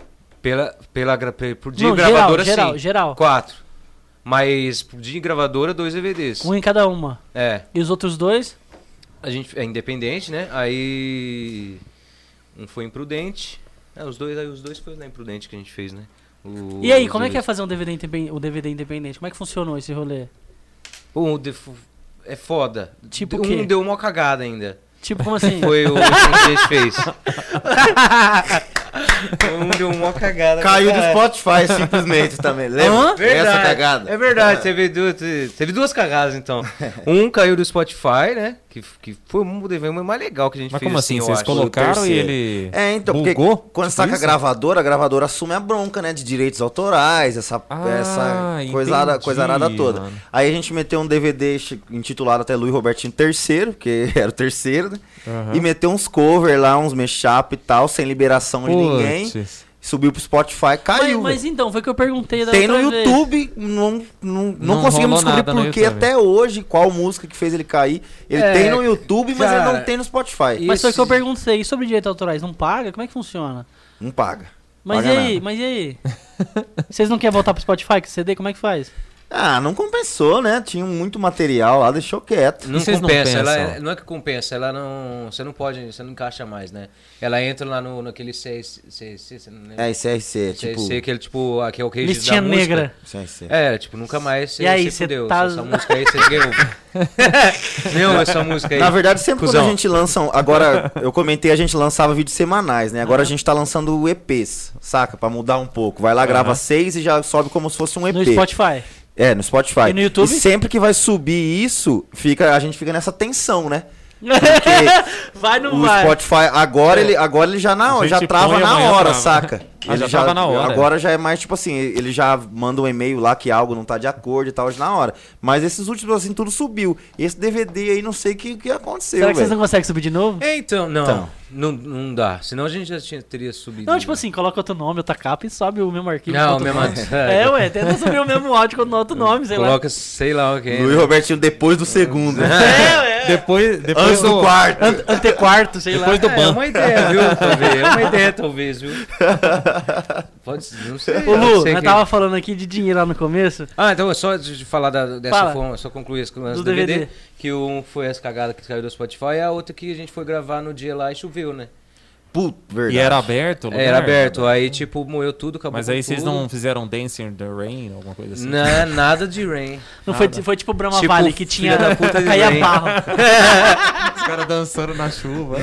Por dia gravadora, geral. 4. Mas por dia gravadora, 2 DVDs. Um em cada uma. É. E os outros 2? A gente é independente, né? Aí um foi Imprudente. Os dois foi na Imprudente que a gente fez, né? E aí, como é que é fazer um DVD independente? Como é que funcionou esse rolê? Bom, é foda. Tipo o quê? Deu uma cagada ainda. Tipo, como assim? Foi o que a gente fez. Deu uma cagada. Caiu do Spotify simplesmente também. Lembra? Essa cagada. É verdade, teve 2 cagadas então. Um caiu do Spotify, né? Que foi um DVD mais legal que a gente Mas fez. como assim? Vocês acho. colocaram e ele. Então, bugou? porque quando Tipo saca isso? a gravadora assume a bronca, né? De direitos autorais, essa coisarada toda. Mano. Aí a gente meteu um DVD intitulado até Luiz Robertinho III, que era o terceiro, né? Aham. E meteu uns cover lá, uns mashup e tal, sem liberação de ninguém. Puts. Subiu pro Spotify, caiu. Mas então, foi o que eu perguntei da Tem no outra vez. YouTube, não conseguimos rolou descobrir nada no por que YouTube. até hoje, qual música que fez ele cair. Ele tem no YouTube, mas ele não tem no Spotify. Mas foi o que eu perguntei. E sobre direitos autorais, não paga? Como é que funciona? Não paga. Mas Paga e aí? nada. Mas e aí? Vocês não querem voltar pro Spotify com CD? Como é que faz? Não compensou, né? Tinha muito material lá, deixou quieto. Não Vocês não compensa, pensam? não é que compensa, ela não. Você não pode, você não encaixa mais, né? Ela entra lá naquele CRC, você não lembra? CRC, tipo... CRC, aquele tipo, que é o registro Listinha da música. negra. CRC. Tipo, nunca mais E aí, você cê fudeu. tá- Essa música aí, você ganhou. Não, essa música aí. Na verdade, sempre Cusão. quando a gente lança... Agora, eu comentei, a gente lançava vídeos semanais, né? Agora a gente tá lançando EPs, saca? Pra mudar um pouco. Vai lá, grava 6 e já sobe como se fosse um EP. No Spotify. No Spotify. E no YouTube? E sempre que vai subir isso, a gente fica nessa tensão, né? Vai no O vai. Spotify, agora ele já A já gente trava põe, na amanhã hora, trava. saca? Já trava na hora. Agora já é mais tipo assim, ele já manda um e-mail lá que algo não tá de acordo e tal, na hora. Mas esses últimos, assim, tudo subiu. Esse DVD aí, não sei o que aconteceu, Será que vocês velho. não conseguem subir de novo? Então, não. Então. Não dá. Senão a gente já teria subido. Não, tipo assim, coloca outro nome, outra capa e sobe o mesmo arquivo. com Não, outro mesmo. nome. Tenta subir o mesmo áudio com outro nome, sei lá. Coloca, sei lá o que. Luiz Robertinho depois do segundo. Depois Antes do quarto. Antequarto, sei lá. Depois do É ban. uma ideia, viu? Talvez. É uma ideia, talvez, viu? Pode ser, não sei. Ô não Lu, sei nós que- tava falando aqui de dinheiro lá no começo. Então, só de falar dessa Fala. forma, só concluir esse lance Do do DVD, DVD. que um foi essa cagada que caiu do Spotify, e a outra que a gente foi gravar no dia lá e choveu, né? Puta, verdade. E era aberto? o lugar? Era aberto, aí tipo, moeu tudo, acabou Mas com aí vocês tudo. não fizeram Dancing in the Rain, alguma coisa assim? Não, nada de rain. Não foi tipo o Brahma Tipo, Valley que tinha. filha da puta de caía Rain. barro. Os caras dançando na chuva.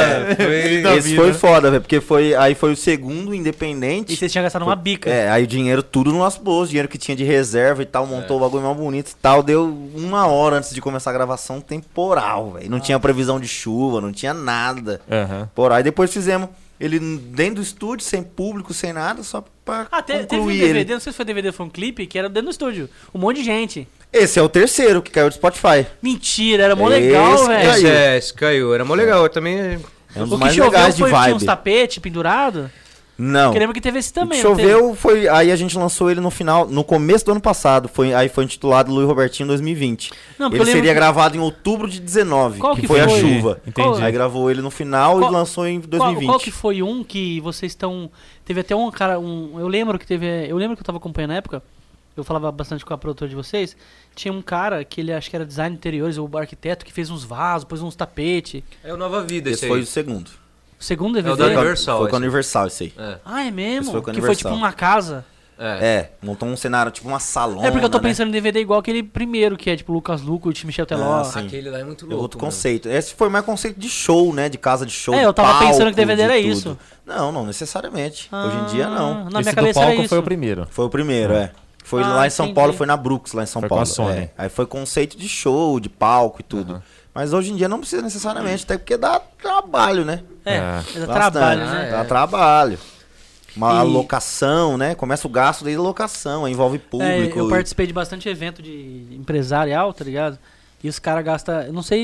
Esse foi foda, velho, porque aí foi o segundo independente. E vocês tinham gastado uma bica. Aí o dinheiro tudo no nosso bolso, dinheiro que tinha de reserva e tal, montou o bagulho mais bonito e tal. Deu 1 hora antes de começar a gravação temporal, velho. Não tinha previsão de chuva, não tinha nada. Aham. Por aí depois fizemos ele dentro do estúdio, sem público, sem nada, só pra Teve um concluir DVD, ele. não sei se foi DVD ou foi um clipe, que era dentro do estúdio. Um monte de gente. Esse é o terceiro que caiu do Spotify. Mentira, era mó legal, Esse velho. caiu. Esse caiu, era mó legal, eu também... É um dos O que mais choveu legais de foi tinha uns vibe. tapetes pendurados. Não. Porque lembra que teve esse O também. que não teve? choveu foi. Aí a gente lançou ele no começo do ano passado. Aí foi intitulado Luiz Robertinho 2020. Não, porque Ele eu lembro seria que- gravado em outubro de 19, Qual que que foi a foi? chuva. Entendi. Aí gravou ele no final Qual- e lançou em 2020. Qual que foi um que vocês estão... Teve até um cara... eu lembro que teve... Eu lembro que eu tava acompanhando na época. Eu falava bastante com a produtora de vocês. Tinha um cara que ele acho que era design de interiores, ou arquiteto, que fez uns vasos, pôs uns tapetes. É o Nova Vida, Esse foi o segundo. O segundo É DVD... o da Universal. Foi com a esse. Universal esse aí. Ah, é mesmo? Esse foi com a Que foi tipo Universal. uma casa. Montou um cenário, tipo uma salona. É porque eu tô né? pensando em DVD igual aquele primeiro, que é tipo Lucas Luco, Michel Teló. Ah, sim. Aquele lá é muito É louco. outro mano. conceito. Esse foi mais conceito de show, né? De casa de show. É, de eu tava palco, pensando que DVD era de tudo. isso. Não necessariamente. Hoje em dia, não. Na Esse minha do cabeça era palco isso. foi o primeiro. Foi o primeiro, Foi Ah, lá em São entendi. Paulo, foi na Brooks, lá em São Foi com Paulo. a Sony. É. Aí foi conceito de show, de palco e tudo. Mas hoje em dia não precisa necessariamente, até porque dá trabalho, né? É, É. dá Bastante. trabalho, né? Dá trabalho. Uma E- alocação, né? Começa o gasto desde a locação, aí envolve É, público. eu participei de bastante evento de empresarial, tá ligado? E os caras gastam, eu não sei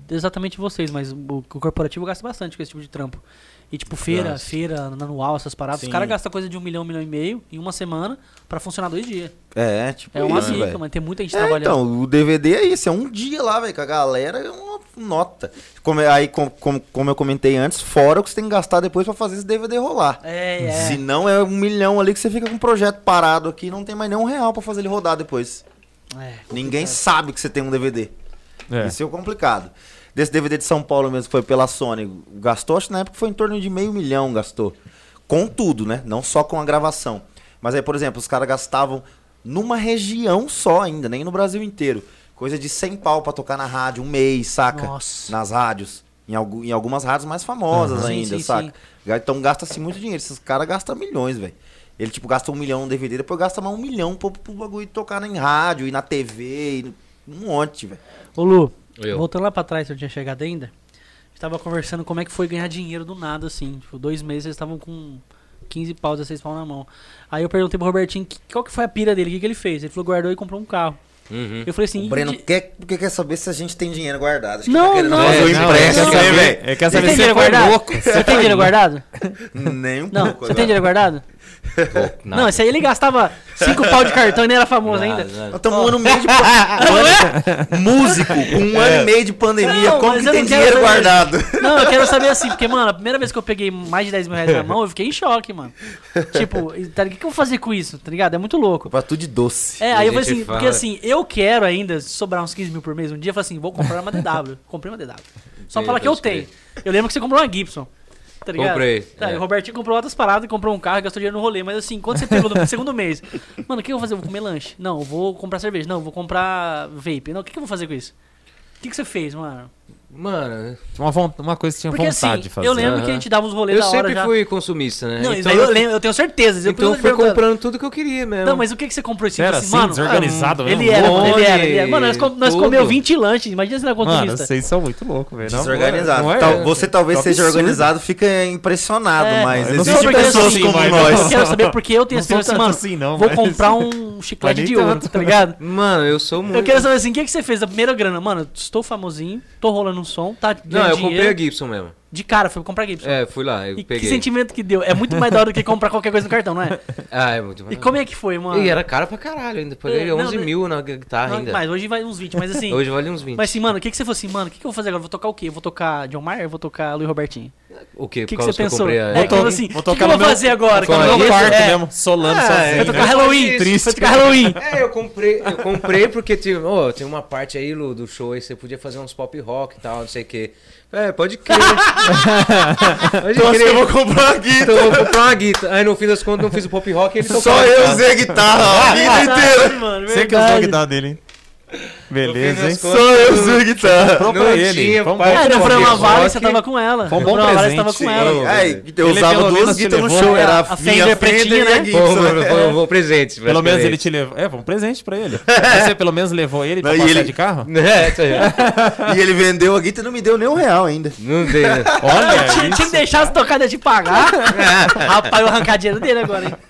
exatamente vocês, mas o corporativo gasta bastante com esse tipo de trampo. E tipo, feira anual, essas paradas, Sim. os caras gastam coisa de 1 milhão, 1,5 milhão em uma semana pra funcionar 2 dias. Tipo É uma isso, zica, velho. mano. Tem muita gente trabalhando. Então, o DVD é isso, é um dia lá, velho, com a galera, é uma nota. Como eu comentei antes, fora o que você tem que gastar depois pra fazer esse DVD rolar. Se não, é 1 milhão ali que você fica com um projeto parado aqui e não tem mais nem R$1 pra fazer ele rodar depois. Ninguém sabe que você tem um DVD. Isso é o complicado. Desse DVD de São Paulo mesmo, que foi pela Sony, gastou, acho que na época foi em torno de R$500 mil, gastou. Com tudo, né? Não só com a gravação. Mas aí, por exemplo, os caras gastavam numa região só ainda, nem no Brasil inteiro. Coisa de 100 pau pra tocar na rádio, um mês, saca? Nossa. Nas rádios. Em algumas rádios mais famosas ainda, Sim, saca? sim. Então gasta-se muito dinheiro. Esses caras gastam milhões, velho. Ele, tipo, gasta 1 milhão no DVD, depois gasta mais 1 milhão pro bagulho tocar em rádio, e na TV, e um monte, velho. Ô Lu, Eu. voltando lá pra trás, se eu tinha chegado ainda, a gente tava conversando como é que foi ganhar dinheiro do nada, assim. Tipo, 2 meses eles estavam com 15 pau, 16 pau na mão. Aí eu perguntei pro Robertinho qual que foi a pira dele, o que ele fez. Ele falou, guardou e comprou um carro. Uhum. Eu falei assim... O Breno quer saber se a gente tem dinheiro guardado. Acho que Não, tá querendo não. fazer o Não, empréstimo, quer saber, velho. Quer Você saber tem se dinheiro você foi guardado? louco. Você tem dinheiro guardado? Nem um Não, pouco. você tem dinheiro guardado? Não, esse aí ele gastava 5 pau de cartão e nem era famoso ainda. Nós estamos um ano e meio de músico, com 1 ano e meio de pandemia, Não, como mas que eu tem não quero dinheiro saber. guardado? Não, eu quero saber assim, porque, mano, a primeira vez que eu peguei mais de 10 mil reais na mão, eu fiquei em choque, mano. Tipo, o que eu vou fazer com isso, tá ligado? É muito louco. Pra tudo de doce. Aí eu a falei gente assim, fala- porque assim, eu quero ainda sobrar uns 15 mil por mês. Um dia eu falei assim, vou comprar uma DW. Comprei uma DW. Só Sim, falar que eu pode tenho. crer. Eu lembro que você comprou uma Gibson. Tá ligado? Comprei, Tá, é. e o Robertinho comprou outras paradas e comprou um carro e gastou dinheiro no rolê. Mas assim, quando você pegou no segundo mês, mano, o que eu vou fazer? Eu vou comer lanche. Não, eu vou comprar cerveja. Não, eu vou comprar vape. Não, o que eu vou fazer com isso? O que você fez, mano? Mano, Uma coisa que tinha Porque vontade assim, de fazer. eu lembro Aham. que a gente dava uns rolês eu da hora sempre já. fui consumista, né? Não, isso então daí eu lembro, eu tenho certeza. então eu fui comprando tudo que eu queria mesmo. Não, mas o que você comprou esse Você era assim, assim, mano? desorganizado mesmo? Ele era, mano, ele era. Fone, Mano, nós tudo. comeu 20 lanches. Imagina se não é Mano, consumista. vocês são muito loucos, velho. Não, Desorganizado. não é- Você talvez é seja absurdo. organizado, fica impressionado, mas eu não existem sou pessoas assim, como mas nós. Eu quero saber porque eu tenho Não sou esse assim, tanto mano. assim, não, vou mas- comprar um chiclete Mas de nem ouro, tanto. tá ligado? Mano, eu sou muito... Eu quero saber assim, o que você fez a primeira grana? Mano, estou famosinho, tô rolando um som, tá Não, ganhando eu comprei dinheiro. a Gibson mesmo. De cara, fui comprar Gibson. É, fui lá, eu E peguei. que sentimento que deu? É muito mais da hora do que comprar qualquer coisa no cartão, não é? Ah, é muito E como é que foi, mano? E era caro pra caralho ainda. Paguei Não, 11 mil na guitarra Não, ainda. mais, hoje vai uns 20, mas assim... Hoje vale uns 20. Mas assim, mano, o que você falou assim, mano, o que eu vou fazer agora? Vou tocar o quê? Eu vou tocar John Mayer? Eu vou tocar Luiz Robertinho? O quê? O que Por você causa eu pensou? comprei a- É, que eu assim, vou o que tocar eu no vou meu- fazer agora? com Que a eu No vou- meu quarto é, mesmo, solando Ah, sozinho. Vai tocar né? Halloween, Triste. vai tocar Halloween. É, eu comprei porque tinha uma parte aí, Lu, do show aí, você podia fazer uns pop rock e tal, não sei o quê. É, pode crer. Pode Então acho que crer. eu vou comprar aqui. Então eu vou comprar uma guitarra. Aí no fim das contas não fiz o pop rock e ele tocou. Só eu usei a guitarra a vida inteira. Mano, Você que usou a verdade. guitarra dele, hein? Beleza, hein? Só eu usei a guitarra. Comprou pra Não ele. tinha Vamos parte É, Pop no programa rock. Vale você tava com ela. Foi um No bom programa Vale você presente. tava com ela. É, eu Ele usava pelo duas menos te guitarras no levou show. Era a a Fender minha pretinha, Fender e a né? Gibson. Vou presente. Pelo menos ele te levou. É, foi um presente pra ele. Você pelo menos levou ele pra Não, e passear ele- de carro? É, isso aí. E ele vendeu a guitarra e não me deu nem R$1 ainda. Não dei, né? Olha Tinha que isso. deixar as tocadas de pagar. Rapaz, eu vou arrancar dinheiro dele agora, hein?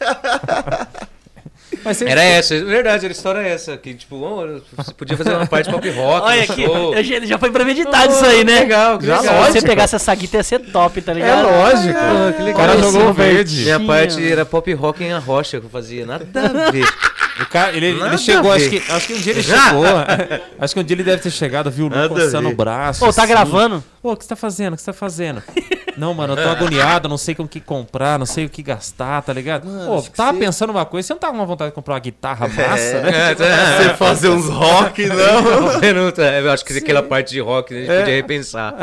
Mas você... Era essa, verdade, a história é essa. Que tipo, você podia fazer uma parte pop rock. Olha no aqui, show. já foi premeditado isso aí, né? Legal, que Já legal. lógico. Se você Lógico. pegasse essa guitarra ia ser top, tá É ligado? lógico. Ah, que O legal. cara Esse jogou Robertinho. verde. Minha parte era pop rock em arrocha que eu fazia. Nada a ver. O cara, ele Nada chegou, a acho ver. que um dia ele chegou. Acho que um dia ele deve ter chegado, viu o Lu Nada a coçando ver. o braço. Pô, tá assim. gravando? Pô, o que você tá fazendo? O que você tá fazendo? Não, mano, eu tô agoniado, não sei com o que comprar, não sei o que gastar, tá ligado? Mano, Pô, acho que tava você- pensando uma coisa, você não tava com uma vontade de comprar uma guitarra massa, né? Você fazer uns rock, não. Eu acho que aquela parte de rock a gente podia repensar.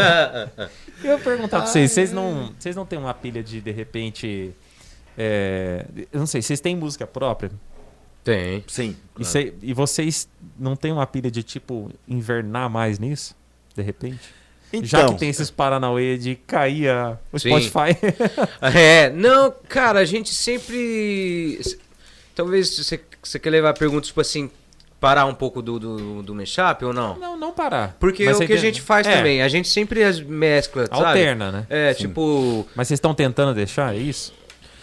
Eu ia perguntar pra vocês não têm uma pilha de repente... eu não sei, vocês têm música própria? Tem. Sim. E vocês não têm uma pilha de, tipo, invernar mais nisso? De repente? Já Então, que tem esses paranauê de cair o Sim. Spotify. É, não, cara, a gente sempre. Talvez você quer levar perguntas, tipo assim, parar um pouco do mashup ou não? Não parar. Porque Mas é o você que a entende? gente faz também. A gente sempre mescla, sabe? Alterna, né? É, Sim. tipo. Mas vocês estão tentando deixar, é isso?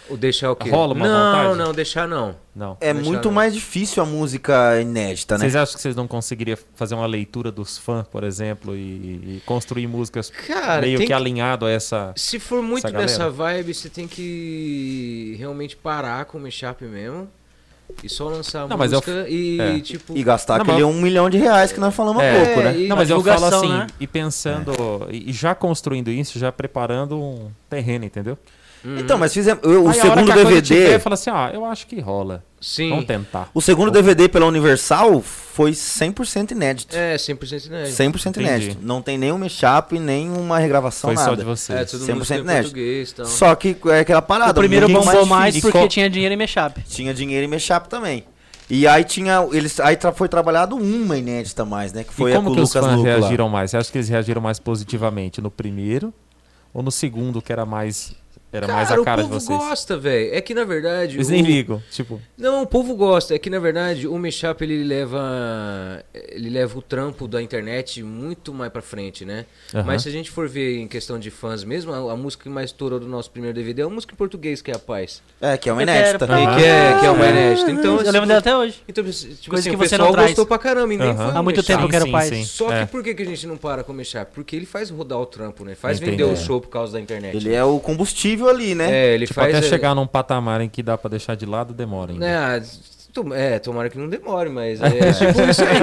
O deixar o quê? Rola uma não, vontade? não, deixar não. Não. É Deixa muito eu- mais difícil a música inédita, né? Vocês acham que vocês não conseguiriam fazer uma leitura dos fãs, por exemplo, e construir músicas Cara, meio tem que alinhado a essa... Se for muito essa galera? nessa vibe, você tem que realmente parar com o mashup mesmo. E só lançar a Não, mas eu- música e, é. tipo... E gastar Não, aquele mas- R$1 milhão que nós falamos há É, pouco, né? e- Não, mas eu falo divulgação, assim, né? e pensando, e já construindo isso, já preparando um terreno, entendeu? Então, mas fizemos. O Aí a hora segundo que a coisa DVD. tiver, fala assim, eu acho que rola. Sim. Vamos tentar. O segundo DVD pela Universal foi 100% inédito. É, 100% inédito. 100% Entendi. inédito. Não tem nenhum mashup, nem uma regravação, Foi nada. só de vocês. É, tudo 100% música em inédito. português, então. Só que é aquela parada. O primeiro muito bombou mais difícil. porque tinha dinheiro em mashup. Tinha dinheiro em mashup também. E aí tinha. Foi trabalhado uma inédita mais, né? Que foi E a como com o que os Lucas fãs Luco lá. reagiram mais? Você acha que eles reagiram mais positivamente no primeiro ou no segundo, que era mais a cara o de povo vocês? gosta, velho. É que na verdade... Eles nem ligam, tipo... Não, o povo gosta. É que na verdade o mashup ele leva o trampo da internet muito mais pra frente, né? Aham. Mas se a gente for ver em questão de fãs mesmo, a música que mais estourou do nosso primeiro DVD é a música em português, que é a Paz. É, que é uma Eu inédita. quero- E que é uma inédita. Então, Eu lembro dela até hoje. Então, tipo Coisa assim, que o você pessoal não traz. gostou pra caramba e nem Aham. foi um Há muito mashup. tempo eu quero Sim, paz. sim. Só É. que por que a gente não para com o mashup? Porque ele faz rodar o trampo, né? Faz Entendi. vender o show por causa da internet. Ele é o combustível ali, né? É, ele Tipo, faz... até chegar num patamar em que dá pra deixar de lado, demora ainda. Tomara que não demore, mas é tipo isso aí.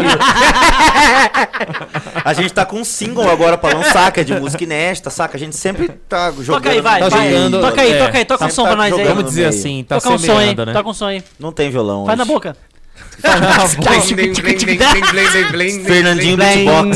A gente tá com um single agora pra lançar, que é de música inédita, saca? A gente sempre tá jogando. Toca aí, vai, Tá vai. jogando- Toca aí, é, toca aí, toca um sempre som tá pra nós aí. jogando Vamos dizer meio. assim, tá Toca um som aí, semeando, né? toca um som aí. Não tem violão. Faz na hoje. boca. Fernandinho Beatbox.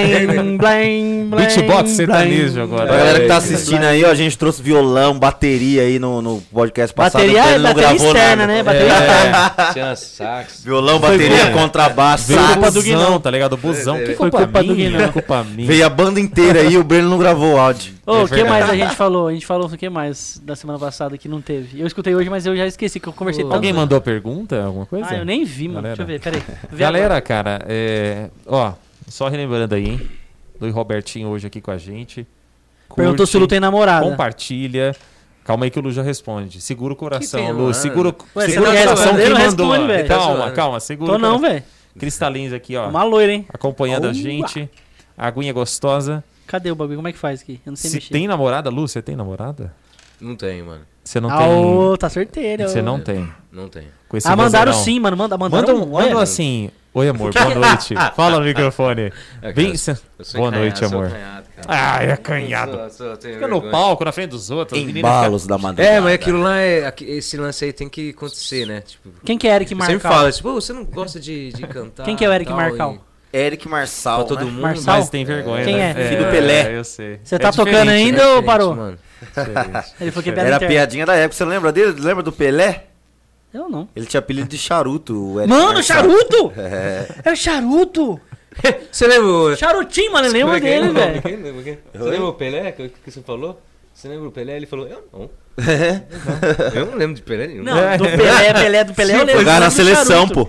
Beatbox sertanejo agora. Pra galera que tá É, assistindo aí, ó, a gente trouxe violão, bateria aí no podcast passado. Bateria, então ele não bateria gravou externa, nada. né? Bateria Tinha sax. Violão, bateria, contrabaixo, Veio sax. o busão, tá ligado? O busão. Que Foi culpa culpa do minha? Guinão. Culpa minha. Veio a banda inteira aí, o Breno não gravou o áudio. Ô, o que verdade. mais a gente falou? A gente falou o que mais da semana passada que não teve? Eu escutei hoje, mas eu já esqueci que eu conversei tanto. Alguém mandou pergunta? Alguma coisa? Ah, eu nem vi, mano. Galera. Deixa eu ver, peraí. Vê Galera, agora. cara, ó, só relembrando aí, hein? Luiz Robertinho hoje aqui com a gente. Perguntou Curte, se o Lu tem namorada. compartilha. Calma aí que o Lu já responde. Segura o coração, Que tem, Lu. mano? Segura, Ué, segura o você não coração respondeu, que não mandou. responde, velho. Tá Calma, zoando. calma. Segura Tô o não, coração. velho. Cristalins aqui, ó. Uma loira, hein? Acompanhando a Ua. gente. Aguinha gostosa. Cadê o bagulho? Como é que faz aqui? Eu não sei Se mexer. tem namorada, Lu, você tem namorada? Não tem, mano. Você não Ô, tá sorteiro. tem. Você não tem. Não tem. Com esse Mandaram vozeirão. sim, mano. Mandaram Manda olha. assim. Oi, amor, boa noite. Fala no microfone. Bem, Eu sou boa acanhado, noite, sou amor. acanhado, cara. Ah, é acanhado. Tenho Fica no vergonha. palco, na frente dos outros. as meninas Embalos da madrugada. É, mas aquilo lá esse lance aí tem que acontecer, né? Tipo, Quem que é Eric eu sempre Marcal? fala, tipo, "Pô, você não gosta de cantar. Quem que é o Eric tal, Marcal? e Eric Marçal, Pra todo né? mundo. Marçal? Mas tem vergonha, Quem né? é? Filho do Pelé. Eu sei. Você tá tocando diferente, ainda né? ou diferente, parou? mano. Diferente. Ele falou que é piada Era a interna. piadinha da época. Você lembra dele? Lembra do Pelé? Eu não. Ele tinha apelido de charuto. O Eric Mano, Marçal. charuto! É o charuto! Você lembra? Charutinho, mano. Eu lembro dele, velho. Você lembra o Pelé que você falou? Você lembra o Pelé? Ele falou, eu não. É. Eu não lembro de Pelé nenhum. Não, do Pelé, do Pelé eu lembro. Jogar na do seleção, charuto. pô.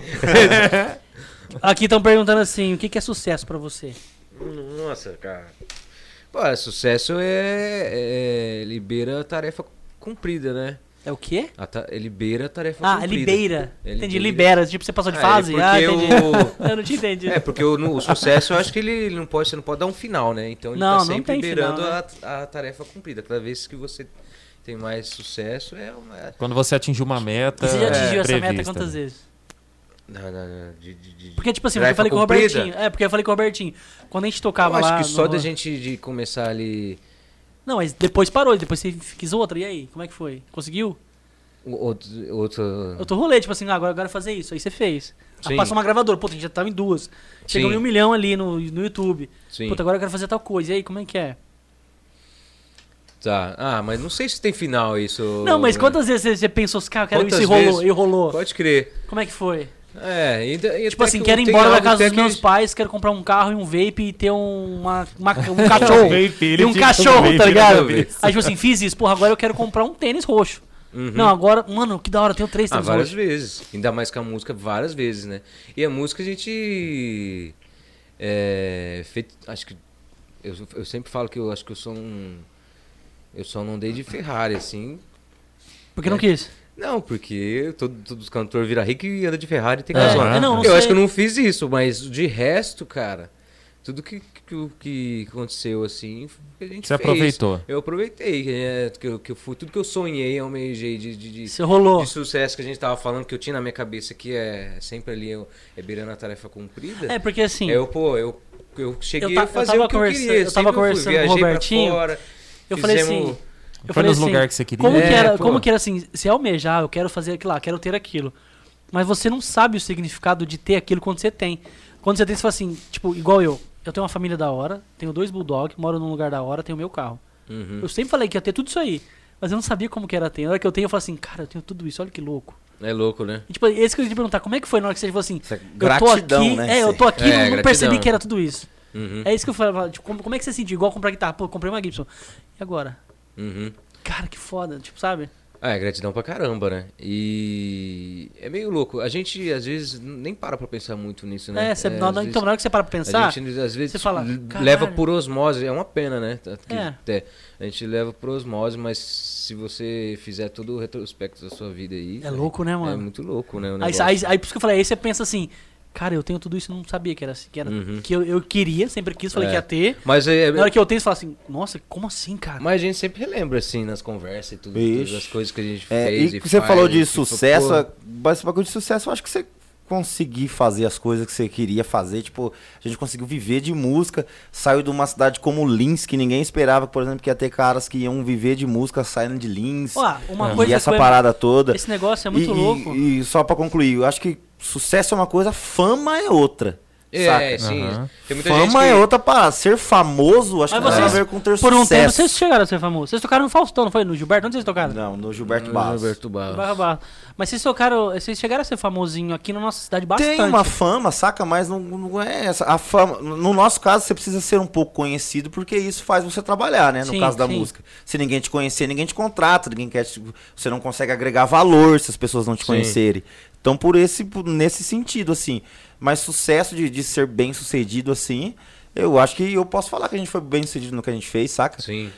Aqui estão perguntando assim, o que que é sucesso pra você? Nossa, cara. Pô, sucesso libera a tarefa cumprida, né? É o quê? Libera a tarefa Ah, cumprida. libera. É, Entendi, libera. libera. Tipo, você passou de Ah, fase? porque Ah, entendi. o- Eu não tinha entendido. É, porque o sucesso eu acho que ele não pode, você não pode dar um final, né? Então ele Não, tá não sempre tem liberando final, né? a tarefa cumprida. Cada vez que você tem mais sucesso Quando você atingiu uma meta. E você já atingiu essa meta prevista. quantas vezes? de Porque, tipo assim, eu tarefa falei com o cumprida? Robertinho. É, porque eu falei com o Robertinho. Quando a gente Eu tocava acho lá. que só no- da gente de começar ali Não, mas depois parou, depois você quis outra. E aí? Como é que foi? Conseguiu? outro Outro rolê, tipo assim, agora fazer isso. Aí você fez. Aí Sim. passou uma gravadora, puta, a gente já tava em duas. Chegou Sim. em 1 milhão ali no YouTube. sim. Puta, agora eu quero fazer tal coisa. E aí, como é que é? Tá. Ah, mas não sei se tem final isso. Não, mas quantas vezes você pensou, cara, eu quero Quantas isso e rolou, vezes? e rolou? Pode crer. Como é que foi? E Tipo até assim, que quero ir tem embora da algo casa até dos meus que- pais, quero comprar um carro e um vape e ter um cachorro. Vape, ele E um tinha cachorro, vape tá na ligado? cabeça. Aí, tipo assim, fiz isso, porra, agora eu quero comprar um tênis roxo. Uhum. Não, agora, mano, que da hora, eu tenho 3 tênis várias roxos. vezes. Ainda mais com a música, várias vezes, né? E a música a gente. Acho que. Eu sempre falo que eu acho que eu sou um. Eu só não dei de Ferrari, assim. Porque não quis. Não, porque todos os cantores viram rico e anda de Ferrari e tem É, casona. não Eu sei. acho que eu não fiz isso, mas de resto, cara, tudo que aconteceu assim, a gente Você fez. aproveitou. Eu aproveitei, que eu fui, tudo que eu sonhei, almejei Você rolou. de sucesso que a gente tava falando, que eu tinha na minha cabeça, que é sempre ali, é beirando a tarefa cumprida. É, porque assim, Eu cheguei Eu a fazer tava o que eu conversando- queria. eu tava sempre conversando com o viajei pra Robertinho, fora, eu falei fizemos- assim... Eu Foi falei nos assim, lugares que você queria? Como, É, como pô. que era assim, se almejar, eu quero fazer aquilo lá, quero ter aquilo. Mas você não sabe o significado de ter aquilo quando você tem. Quando você tem, você fala assim, tipo, igual eu. Eu tenho uma família da hora, tenho 2 bulldog, moro num lugar da hora, tenho meu carro. Uhum. Eu sempre falei que ia ter tudo isso aí. Mas eu não sabia como que era ter. Na hora que eu tenho, eu falo assim, cara, eu tenho tudo isso, olha que louco. É louco, né? E, tipo, esse que eu ia te perguntar, como é que foi na hora que você falou assim, Isso é eu tô gratidão, aqui, né? eu tô aqui, É, não gratidão. percebi que era tudo isso. Uhum. É isso que eu falava, tipo, como é que você sentiu? Igual comprar guitarra, pô, comprei uma Gibson. E agora? Uhum. Cara, que foda, tipo, sabe? É, gratidão pra caramba, né? E é meio louco. A gente, às vezes, nem para pra pensar muito nisso, né? Então, às na vezes, hora que você para pra pensar, a gente, às vezes, você fala, leva "Caralho." por osmose. É uma pena, né? É. A gente leva por osmose, mas se você fizer todo o retrospecto da sua vida aí... é louco, né, É mano? muito louco, né? O Aí, negócio. aí por isso que eu falei, aí você pensa assim, cara, eu tenho tudo isso e não sabia que era assim, Uhum. que eu queria, sempre quis, falei É. que ia ter. Mas, Na hora que eu tenho, você fala assim, nossa, como assim, cara? mas a gente sempre relembra, assim, nas conversas e tudo, Ixi. todas as coisas que a gente É, fez. e você faz, falou de e sucesso, pô, esse bagulho de sucesso, eu acho que você conseguir fazer as coisas que você queria fazer, tipo, a gente conseguiu viver de música, saiu de uma cidade como Lins, que ninguém esperava, por exemplo, que ia ter caras que iam viver de música saindo de Lins, Ó, uma e coisa essa que eu- parada toda. Esse negócio é muito e, louco. E só pra concluir, eu acho que sucesso é uma coisa, fama é outra. Saca? É, sim. Aham. Tem muita gente Fama que... é outra parada. Ser famoso, acho Mas que não tem a vocês, ver com ter por um tempo, sucesso. vocês chegaram a ser famosos. Vocês tocaram no Faustão, não foi? No Gilberto? Onde vocês tocaram? Não, no Gilberto Barros. Roberto Barros. Barra Barra. Mas vocês tocaram, vocês chegaram a ser famosinho aqui na nossa cidade bastante. Tem uma fama, saca? Mas não é essa. A fama, no nosso caso, você precisa ser um pouco conhecido, porque isso faz você trabalhar, né? No Sim, caso da sim. música. Se ninguém te conhecer, ninguém te contrata, ninguém quer você não consegue agregar valor se as pessoas não te Sim. conhecerem. Então, nesse sentido, assim. Mas sucesso de ser bem sucedido, assim, eu acho que eu posso falar que a gente foi bem sucedido no que a gente fez, saca? Sim.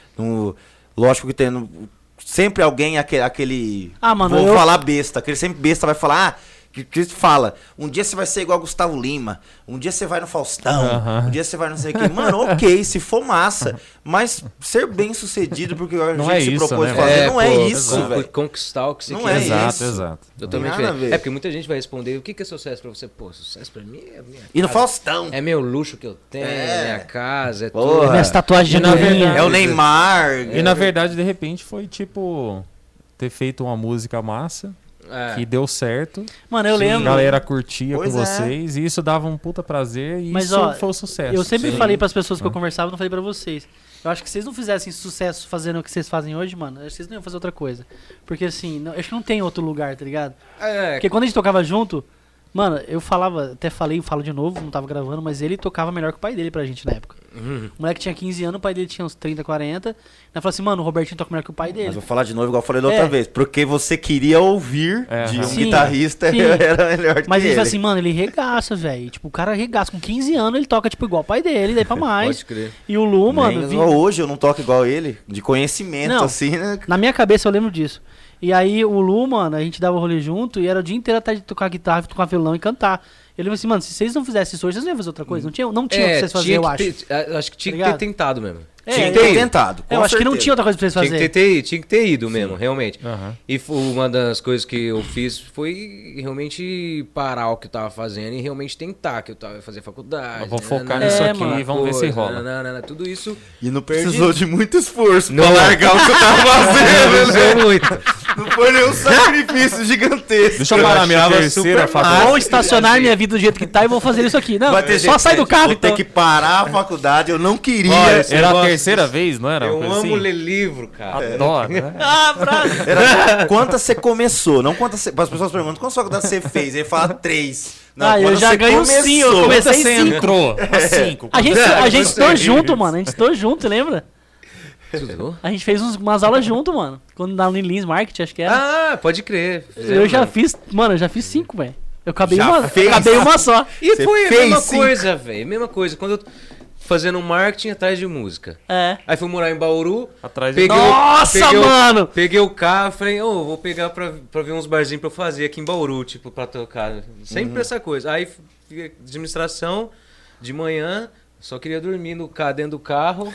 Lógico que tem sempre alguém, aquele Ah, mano, vou eu- falar besta, aquele sempre besta vai falar, que fala, um dia você vai ser igual a Gustavo Lima, um dia você vai no Faustão, Aham. um dia você vai não sei o que. Mano, ok, se for massa, mas ser bem sucedido porque a Não gente é se isso, propôs né, fazer, velho? não é pô, isso, exato. velho. Conquistar o que você Não quer. é Exato, isso. exato. Totalmente Tem nada a diferente. ver. É porque muita gente vai responder, o que é sucesso pra você? Pô, sucesso pra mim é minha E no casa. Faustão, É meu luxo que eu tenho, É. minha casa, é Porra. tudo. Minhas tatuagens de E na andorinha. verdade- é o Neymar. E na verdade, de repente, foi tipo ter feito uma música massa, É. que deu certo, Mano, eu a lembro. galera curtia Pois com é. vocês, e isso dava um puta prazer, e Mas, isso ó, foi o sucesso. Eu sempre Sim. falei pras pessoas que eu Ah. conversava, não falei pra vocês. Eu acho que se vocês não fizessem sucesso fazendo o que vocês fazem hoje, mano, acho que vocês não iam fazer outra coisa. Porque assim, acho que não tem outro lugar, tá ligado? É, Porque quando a gente tocava junto, mano, eu falava, até falei, falo de novo, não tava gravando, mas ele tocava melhor que o pai dele pra gente na época. Uhum. O moleque tinha 15 anos, o pai dele tinha uns 30, 40. Nós falamos assim, mano, o Robertinho toca melhor que o pai Mas dele. vou falar de novo, igual eu falei da É. outra vez. Porque você queria ouvir É, de um sim, guitarrista, sim. era melhor Mas que ele ele. fala assim, mano, ele regaça, velho. Tipo, o cara regaça. Com 15 anos ele toca, tipo, igual o pai dele, daí pra mais. Pode crer. E o Lu, mano, Nem hoje eu não toco igual ele, de conhecimento, Não. assim, né? na minha cabeça eu lembro disso. E aí o Lu, mano, a gente dava rolê junto e era o dia inteiro até de tocar guitarra, tocar violão e cantar. Ele falou assim, mano, se vocês não fizessem isso hoje, vocês não iam fazer outra coisa. Não tinha o que vocês fazerem, eu acho. Acho que tinha que Ligado? ter tentado mesmo. É, Tinha é, que ter tentado. eu com acho que não certeza. tinha outra coisa pra vocês Tinha fazerem. que ter ido mesmo, realmente. Aham. E uma das coisas que eu fiz foi realmente parar o que eu tava fazendo e realmente tentar, que eu tava fazendo faculdade. Eu vou focar nanana, nisso aqui aquela e vamos ver se coisa, rola. nanana, tudo isso E não precisou de muito esforço Não. pra largar o que eu tava fazendo, né? usou muito. Não foi nenhum sacrifício gigantesco. Deixa eu parar minha achava terceira super faculdade. Vou estacionar minha vida do jeito que tá e vou fazer isso aqui. Não, Vai ter só jeito, sai do carro, vou então. ter que parar a faculdade, eu não queria. Olha, você Era a gosta terceira vez, não era? Eu Uma coisa amo assim? ler livro, cara. Adoro, né? Ah, brother. Era quantas você começou, não quantas você... As pessoas perguntam, quantas faculdades você fez? Ele fala 3. Não, Ah, eu quantas já você ganho começou? 5, eu comecei Quantas você 5. entrou? A 5. A gente Você- estudou junto, mano. A gente estudou junto, lembra? Estudou? A gente fez umas aulas junto, mano. Quando na Lins Market, acho que era. Ah, pode crer. Eu já fiz, mano, eu já fiz 5, velho. Eu acabei Já uma, fez? acabei uma só. E Você foi a fez mesma cinco. coisa, velho. Mesma coisa. Quando eu fazendo marketing atrás de música. É. Aí fui morar em Bauru. Atrás Peguei o- Nossa, peguei o- mano! Peguei o carro e falei, vou pegar pra ver uns barzinhos pra eu fazer aqui em Bauru, tipo, pra tocar. Sempre essa coisa. Aí fiquei administração de manhã, só queria dormir dentro do carro.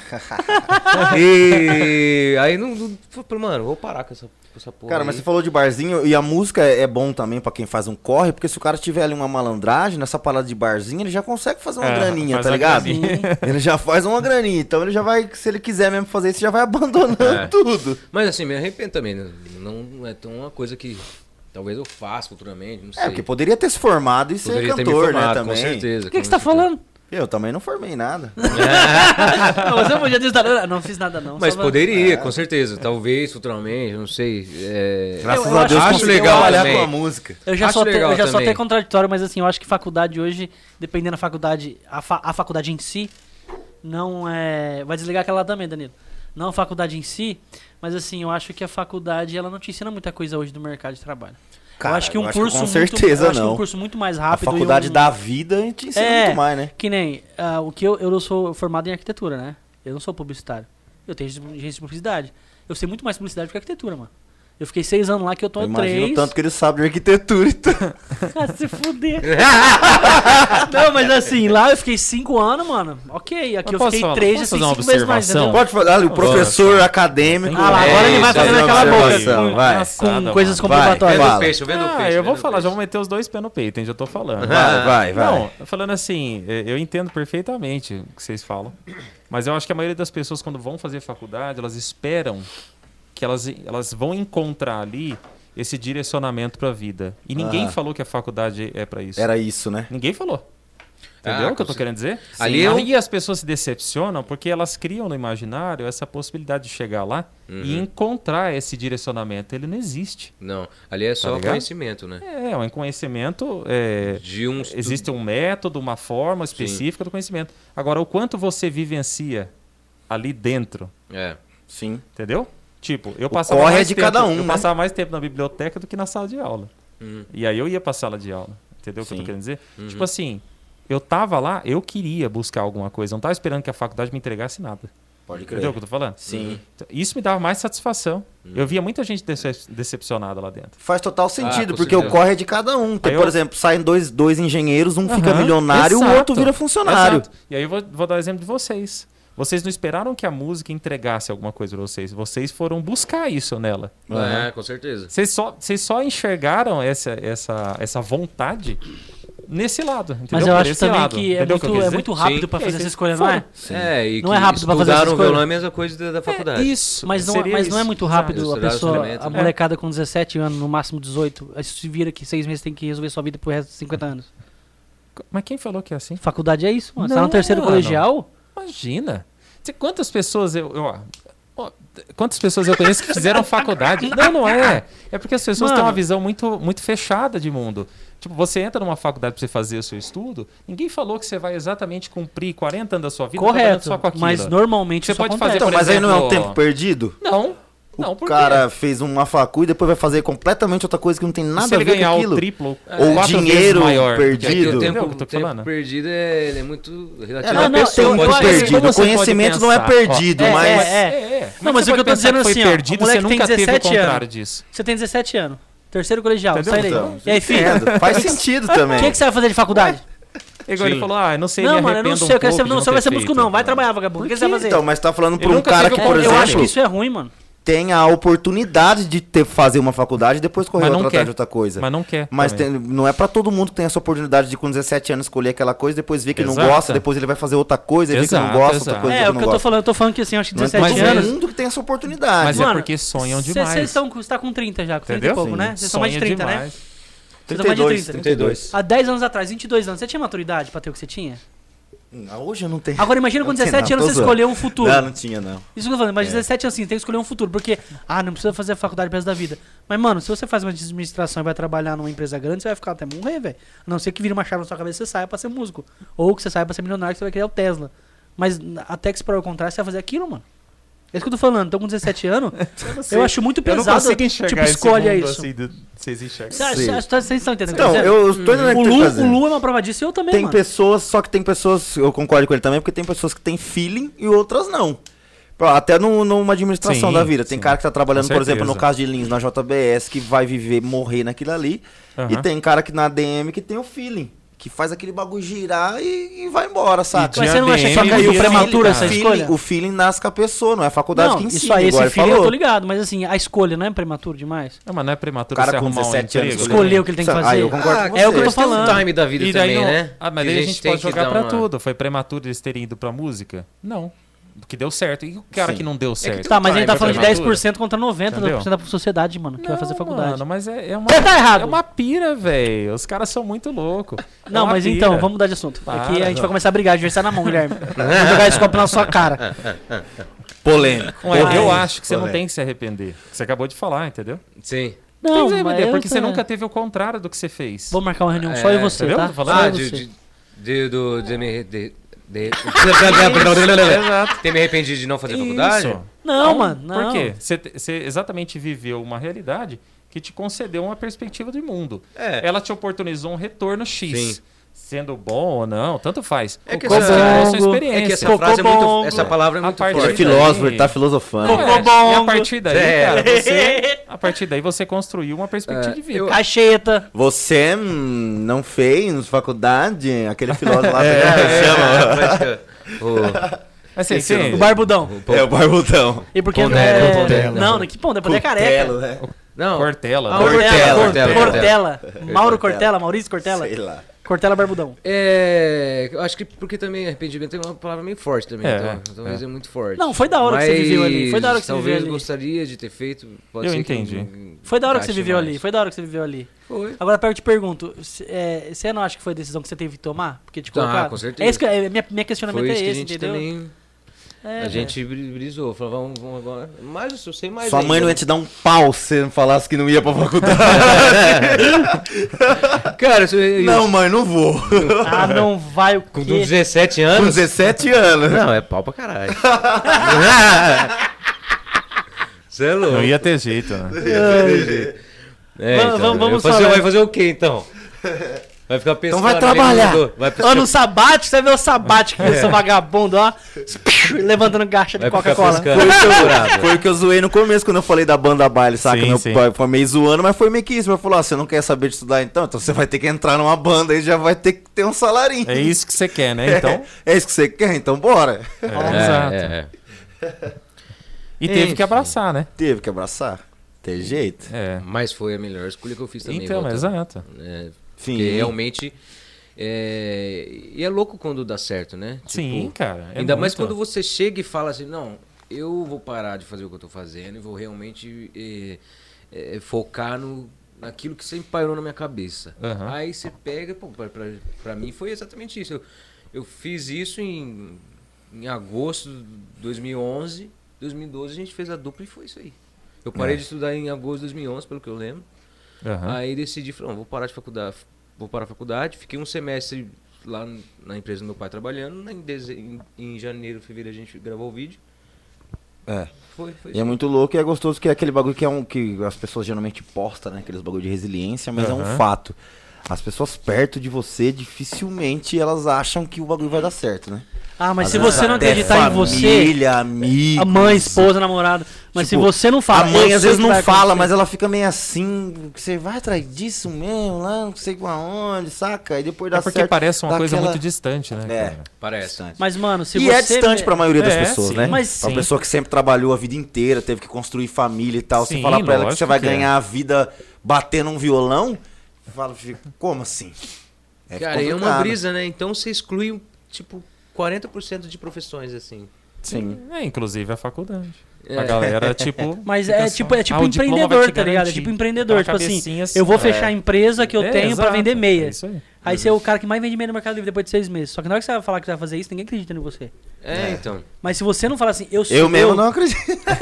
E aí falei, mano, vou parar com essa porra. Cara, aí. mas você falou de barzinho e a música é bom também pra quem faz um corre, porque se o cara tiver ali uma malandragem, nessa parada de barzinho, ele já consegue fazer uma graninha, faz tá uma ligado? graninha. Ele já faz uma graninha, então ele já vai, se ele quiser mesmo fazer isso, já vai abandonando tudo. Mas assim, me arrependo também, né? Não é tão uma coisa que talvez eu faça futuramente, não sei. É, porque poderia ter se formado e ser Poderia ter me cantor, né, formado, também. com certeza. O que você tá falando? Eu também não formei nada. Não, você podia ter estudado. Não fiz nada, não. Mas só poderia, com certeza. Talvez futuramente, não sei. Graças eu a Deus acho consegui legal trabalhar também. com a música. Eu já Acho sou legal até também. contraditório, mas assim, eu acho que faculdade hoje, dependendo da faculdade, a faculdade em si, não é... Vai desligar aquela lá também, Danilo. Não a faculdade em si, mas assim, eu acho que a faculdade, ela não te ensina muita coisa hoje do mercado de trabalho. Cara, eu acho que um eu acho que curso com muito, certeza eu acho que não. um curso muito mais A rápido. faculdade e um... da vida te ensina muito mais, né? Que nem, o que eu sou formado em arquitetura, né? Eu não sou publicitário. Eu tenho agência de publicidade. Eu sei muito mais publicidade do que arquitetura, mano. Eu fiquei 6 anos lá que eu tô Eu imagino 3. o tanto que ele sabe de arquitetura. Então. Ah, se fuder. Não, mas assim, lá eu fiquei 5 anos, mano. Ok, aqui Mas eu posso fiquei falar- 3, já posso sei fazer uma 5 vezes mais, observação? entendeu? Pode falar, o professor acadêmico. Ah lá, agora ele vai isso, fazendo é aquela boca observação, com, vai. com Engraçado, coisas mano. comprobatórias. Fala. Vendo o peixe. Eu vou vendo falar, o já vou meter os dois pés no peito, hein? Já tô falando. Vai. Não, falando assim, eu entendo perfeitamente o que vocês falam, mas eu acho que a maioria das pessoas, quando vão fazer faculdade, elas esperam que elas vão encontrar ali esse direcionamento pra vida. E ninguém falou que a faculdade é pra isso. Era isso, né? Ninguém falou. Entendeu o que eu tô querendo dizer? Ali Sim. eu- Aí as pessoas se decepcionam porque elas criam no imaginário essa possibilidade de chegar lá e encontrar esse direcionamento. Ele não existe. Não, ali é só ligado? conhecimento, né? É um conhecimento... De um Existe um método, uma forma específica do conhecimento. Agora, o quanto você vivencia ali dentro, Sim. entendeu? Tipo, eu passava corre é mais de tempo, cada um, eu né? passava mais tempo na biblioteca do que na sala de aula. Uhum. E aí eu ia pra sala de aula. Entendeu o que eu tô Sim. querendo dizer? Tipo assim, eu tava lá, eu queria buscar alguma coisa. Eu não tava esperando que a faculdade me entregasse nada. Pode Entendeu o que eu tô falando? Sim. Isso me dava mais satisfação. Eu via muita gente decepcionada lá dentro. Faz total sentido, com porque certeza. o corre é de cada um. Tem, Aí por eu- exemplo, saem dois engenheiros, um fica Aham, milionário e o exato, outro vira funcionário. exato. E aí eu vou dar o exemplo de vocês. Vocês não esperaram que a música entregasse alguma coisa pra vocês. Vocês foram buscar isso nela. É, com certeza. Vocês só enxergaram essa vontade nesse lado. Entendeu? Mas eu Por acho esse também lado. que é Entendeu o que eu quis dizer? muito rápido Sim. pra fazer É, essa escolha, não é? E Não que é rápido pra fazer essa estudaram escolha? violão é a mesma coisa da faculdade. Isso. Mas não, seria mas não é isso. muito rápido a Estudar pessoa, instrumento, a né? molecada com 17 anos, no máximo 18, aí se vira que 6 meses tem que resolver sua vida pro resto de 50 anos. Mas quem falou que é assim? Faculdade é isso, mano. Você tá Não, no terceiro mano. colegial? Imagina. Quantas pessoas quantas pessoas eu conheço que fizeram faculdade? Não é. É porque as pessoas Mano. têm uma visão muito, muito fechada de mundo. Tipo, você entra numa faculdade pra você fazer o seu estudo, ninguém falou que você vai exatamente cumprir 40 anos da sua vida trabalhando Correto. só com aquilo. Mas normalmente Você isso pode acontece. fazer, Então, por mas aí não é um exemplo, tempo perdido? Não. O Não, por quê? cara fez uma facu e depois vai fazer completamente outra coisa que não tem nada Se a ele ver com ganhar o aquilo. triplo, Ou 4 dinheiro vezes maior. perdido. É que o Entendeu tempo, o que eu tô o tempo falando? perdido ele é muito relativo não, à não, pessoa. eu Muito acho que perdido. como O você pode conhecimento não é pensar? perdido, Ó, mas. Não, mas o que eu tô dizendo assim, ó, perdido, o moleque você tem nunca teve o 17 anos. contrário disso. Você tem 17 anos. Terceiro colegial, Entendeu? sai daí. Então, E aí, filho? entendo. Faz sentido também. O que você vai fazer de faculdade? Igual ele falou, eu não sei, Não, me mano, eu não arrependo sei, eu quero um ser, pouco não, de você vai ser ter músico feito. não, vai trabalhar, vagabundo. O que você vai fazer? Então, mas você tá falando pra Ele um nunca cara teve que, o por eu acho exemplo, que isso é ruim, mano. tem a oportunidade de fazer uma faculdade e depois correr Mas não outra quer. atrás de outra coisa. Mas não quer. Mas também. não é pra todo mundo que tem essa oportunidade de com 17 anos escolher aquela coisa, depois ver que não Exato. gosta, depois ele vai fazer outra coisa, e ver que não Exato, gosta, outra exato. coisa É, que o não que eu tô gosta. falando, eu tô falando que assim, eu acho que Não é 17 todo anos. mundo que tem essa oportunidade. Mas Mano, é porque sonham demais. Você tá com 30 já, com 30 e Entendeu? pouco, né? Vocês são mais de Sonha 30, né? demais. Vocês são mais de 30. 32. Há 10 anos atrás, 22 anos, você tinha maturidade pra ter o que você tinha? Hoje eu não tenho. Agora imagina com Não tem 17 não, anos tô você zoando. escolheu um futuro. Não tinha, não. Isso que eu tô falando, mas 17 anos assim, tem que escolher um futuro, porque, não precisa fazer a faculdade pro resto da vida. Mas, mano, se você faz uma administração e vai trabalhar numa empresa grande, você vai ficar até morrer, velho. A não ser que vire uma chave na sua cabeça e você saia pra ser músico. Ou que você saia pra ser milionário, que você vai criar o Tesla. Mas até que se provar o contrário, você vai fazer aquilo, mano. É isso que eu tô falando. Tô com 17 anos. Eu acho muito Eu não pesado. consigo enxergar Tipo, esse escolha mundo isso. assim, vocês enxergam. Vocês estão entendendo? o que Então, tô dizendo? eu tô entendendo o que o tu tá Lu, dizendo. o Lu é uma prova disso e eu também, Tem mano. pessoas, só que tem pessoas, eu concordo com ele também, porque tem pessoas que têm feeling e outras não. Pô, até numa administração Sim, da vida. Tem sim. cara que tá trabalhando, Com por exemplo, no certeza. caso de Lins, na JBS, que vai viver, morrer naquilo ali. Aham. E tem cara que na DM que tem o feeling. Que faz aquele bagulho girar e vai embora, saca? Mas você não acha que Só é que aí meio o prematuro essa feeling- escolha? O feeling nasce com a pessoa, não é a faculdade Não, que ensina. isso aí, igual esse ele filho eu falou. tô ligado, mas assim, a escolha não é prematuro demais? Não, mas não é prematuro Cara você com arrumar 17 um anos emprego. Escolher o que ele tem que fazer. Ah, eu concordo com é o que eu tô você. Tem um falando. time da vida E daí também, não- né? Ah, mas Que daí a gente tem pode que jogar dar pra uma- tudo. Foi prematuro eles terem ido pra música? Não. Porque deu certo. E o cara Sim. que não deu certo? Tá, mas a gente tá Foi falando de prematuro? 10% contra 90% da sociedade, mano, que vai fazer Não, faculdade. Mano, mas é uma, Você tá errado. é uma pira, velho. Os caras são muito loucos. Não, É uma mas pira. então, vamos mudar de assunto. Para, Aqui a gente não. vai começar a brigar, a gente vai estar na mão, Guilherme. Vou jogar esse copo na sua cara. Polêmico. Ué, eu Ai, acho que você não tem que se arrepender. Você acabou de falar, entendeu? Sim. Tem Não, que se mas arrepender, eu porque você tô- nunca teve o contrário do que você fez. Vou marcar uma reunião só eu e você, entendeu? tá? Tô falando. Só Ah, eu e você. Ter me arrependido de não fazer faculdade? Isso. Não, mano, não. Por quê? Você exatamente viveu uma realidade que te concedeu uma perspectiva de mundo. É. Ela te oportunizou um retorno X. Sim. Sendo bom ou não, tanto faz. É que Você essa- quebrou sua Bongo. experiência. É que essa frase é muito. Essa palavra é A muito partir Ele é forte. filósofo, ele tá filosofando. Não, Cocô e a bongo. partir daí, É. cara, você, a partir daí você construiu uma perspectiva de vida. eu- Cacheta. Você não fez faculdade? Aquele filósofo lá chama. Mas você Esse O entende? barbudão. É o barbudão. E porque Pondé, Pondé, Não, que Pondé, Pondé é careca. né? Não. Cortella. Ah, né? Cortella. Mauro Cortella, Maurício Cortella. Sei lá. Cortella Barbudão. Eu acho que porque também arrependimento é uma palavra meio forte também. É, Então, talvez é muito forte. Não, foi da hora que você viveu ali. Foi da hora que você viveu talvez ali. gostaria de ter feito. Pode Eu ser entendi. Foi da hora que você encaixe viveu mais. ali. Foi da hora que você viveu ali. Foi. Agora eu te pergunto, você não acha que foi a decisão que você teve que tomar? Porque te colocar. com certeza. É isso que minha questionamento Foi é isso que a esse, gente entendeu? também. É, A velho. gente brisou. Falou, vamos agora. Mas eu sei mais. Sua mãe ainda. não ia te dar um pau se você não falasse que não ia pra faculdade. Cara, Não, mãe, não vou. Ah, não vai o com quê? 17 Com anos. 17 anos. Não, é pau pra caralho. Você é louco. Não ia ter jeito, né? É, Vamos- então, vamos vai fazer, falar. vai fazer o quê então? Vai ficar pensando. vai trabalhar. Vai Ano sabático, você vê o sabático, É. seu vagabundo, ó. Levantando gacha de Vai ficar Coca-Cola. pescando. Foi o que eu zoei no começo, quando eu falei da banda baile, saca? Sim, Meu sim. pai foi meio zoando, mas foi meio que isso. Meu falou, você não quer saber de estudar então? Então você vai ter que entrar numa banda e já vai ter que ter um salarinho. É isso que você quer, né? Então. É isso que você quer? Então bora. Exato. E teve Enfim. que abraçar, né? Teve que abraçar. Tem jeito. É. Mas foi a melhor escolha que eu fiz também. Então, voltando. exato. É, Sim. porque realmente. E é louco quando dá certo, né? Sim, Tipo, cara. é ainda mais muito. quando você chega e fala assim, não, eu vou parar de fazer o que eu tô fazendo e vou realmente focar naquilo que sempre pairou na minha cabeça. Aham. Aí você pega, pô, pra mim foi exatamente isso. Eu fiz isso em agosto de 2011, 2012 a gente fez a dupla e foi isso aí. Eu parei de estudar em agosto de 2011, pelo que eu lembro. Aham. Aí decidi, falei, não, vou parar a faculdade, fiquei um semestre lá na empresa do meu pai trabalhando, em janeiro, fevereiro a gente gravou o vídeo. É. Foi E é isso. muito louco e é gostoso que é aquele bagulho que as pessoas geralmente postam, né? Aqueles bagulho de resiliência, mas é um Aham. fato. As pessoas perto de você, dificilmente elas acham que o bagulho vai dar certo, né? Ah, mas Às se vezes você não até acreditar em você, família, amigos, a mãe, esposa, namorado, mas Tipo, se você não fala, a mãe eu às sei vezes que não vai fala, acontecer. mas ela fica meio assim, você vai atrás disso mesmo, lá não sei aonde, saca? E depois dá É porque certo. parece uma dá coisa aquela- muito distante, né? É. cara? Parece. Distante. Mas, mano, se E você... é distante pra maioria das É, pessoas, sim. né? Mas Uma sim. pessoa que sempre trabalhou a vida inteira, teve que construir família e tal. Você Sim, fala pra ela que lógico você vai que é. ganhar a vida batendo um violão, fala, como assim? Cara, é uma complicado. brisa, né? Então você exclui, tipo, 40% de profissões, assim. Sim. É, inclusive a faculdade. A galera, tipo... Mas fica é só, tipo o diploma vai empreendedor, te tá ligado? É garantir. tipo empreendedor. Aquela Tipo assim, cabecinha assim, eu vou fechar a empresa que eu tenho pra exato, vender meia. é isso aí. Aí você é o cara que mais vende meia no Mercado Livre depois de 6 meses. Só que na hora que você vai falar que você vai fazer isso, ninguém acredita em você. Então. Mas se você não falar assim, eu sou Eu mesmo não acredito.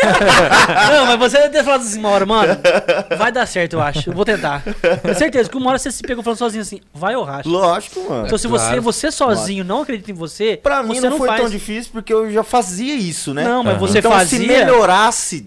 Não, mas você deve ter falado assim uma hora, mano, vai dar certo, eu acho. Eu vou tentar. Tenho certeza que uma hora você se pegou falando sozinho assim, vai ou racha. Lógico, mano. Então se claro. você sozinho não acredita em você, Pra mim você não foi faz. tão difícil porque eu já fazia isso, né? Não, mas você então, fazia. se melhorasse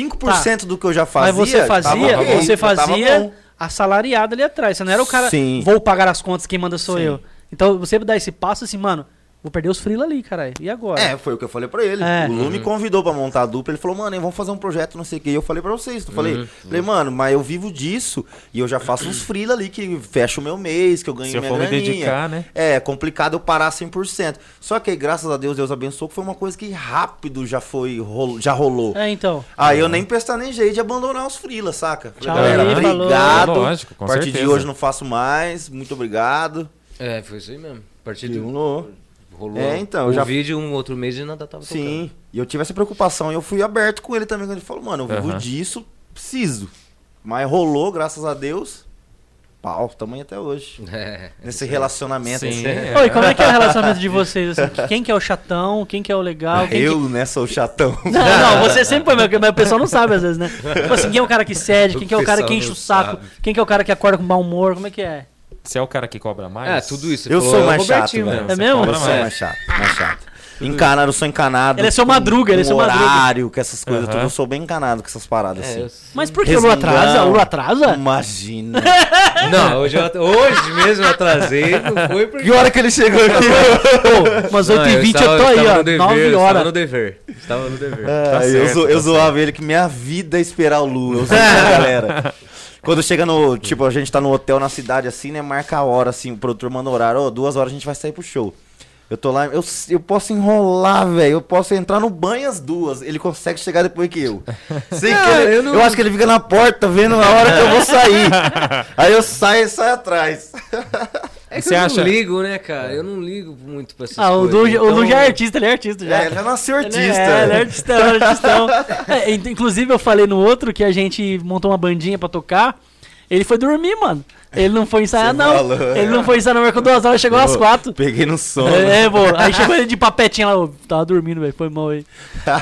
5% do que eu já fazia... Mas você fazia, tava ok, você tava fazia bom. assalariado ali atrás. Você não era o cara, Sim. vou pagar as contas, quem manda sou Sim. eu. Então você dá esse passo assim, mano, vou perder os freela ali, caralho. E agora? É, foi o que eu falei pra ele. É. O Lu me convidou pra montar a dupla. Ele falou, mano, vamos fazer um projeto, não sei o que. E eu falei pra vocês. Falei, mano, mas eu vivo disso. E eu já faço uns freela ali que fecha o meu mês, que eu ganho Se eu minha for me graninha. dedicar, né? É complicado eu parar 100%. Só que aí, graças a Deus, Deus abençoou, que foi uma coisa que rápido já rolou. É, então. Aí eu nem pestanejei de abandonar os freela, saca? Falei, Tchau galera, aí, falou. obrigado. Lógico, com a partir de certeza. hoje não faço mais. Muito obrigado. Foi isso aí mesmo. A partir de Rolou. rolou É, então, o já- vídeo, um outro mês e nada tava Sim, e eu tive essa preocupação e eu fui aberto com ele também, quando ele falou, mano, eu vivo Aham. disso, preciso. Mas rolou, graças a Deus, pau, tamo aí até hoje. tocando. É. Nesse relacionamento. Sim, assim. é. Oi, como é que é o relacionamento de vocês? Assim? Quem que é o chatão? Quem que é o legal? Quem Eu, né, sou o chatão. Não, você sempre foi, mas o pessoal não sabe às vezes, né? Tipo assim, quem é o cara que cede, quem que é o cara que pessoal enche o não saco, sabe. quem que é o cara que acorda com mau humor, como é que é? Você é o cara que cobra mais? Tudo isso. Eu Você sou falou, mais o Robertinho chato, mesmo. É mesmo? Eu sou mais chato, mais chato. Encanado, eu sou encanado. Ele é seu com- Madruga, ele é com seu Madruga. horário, com essas coisas, Aham. tudo, eu sou bem encanado com essas paradas, assim. Mas por que o Lu atrasa? O Lu atrasa? Imagina. Não, hoje mesmo eu atrasei, não foi porque... Que hora que ele chegou aqui? Pô, umas 8h20 eu tô aí, ó, 9 Estava horas. no dever. Estava no dever. Ah, eu zoava ele que minha vida é esperar o Lu. Eu zoava a galera. Quando chega no. Tipo, a gente tá no hotel na cidade assim, né? Marca a hora, assim, o produtor manda o horário. Ô, 2 horas a gente vai sair pro show. Eu tô lá, eu posso enrolar, velho. Eu posso entrar no banho às 2. Ele consegue chegar depois que eu. Sem querer, eu acho que ele fica na porta vendo a hora que eu vou sair. Aí eu saio e saio atrás. É que Você eu acha- não ligo, né, cara? Eu não ligo muito pra essas Ah, o coisas. Lu já é artista, ele é artista já. É, ele já nasceu artista. Ele é artistão. Inclusive eu falei no outro que a gente montou uma bandinha pra tocar. Ele foi dormir, mano. Ele não foi ensaiar, Você não. falou. Ele não foi ensaiar, não. Marcou 2 horas, chegou às 4. Peguei no sono. Pô. Aí chegou ele de papetinha lá. Tava dormindo, velho. Foi mal aí.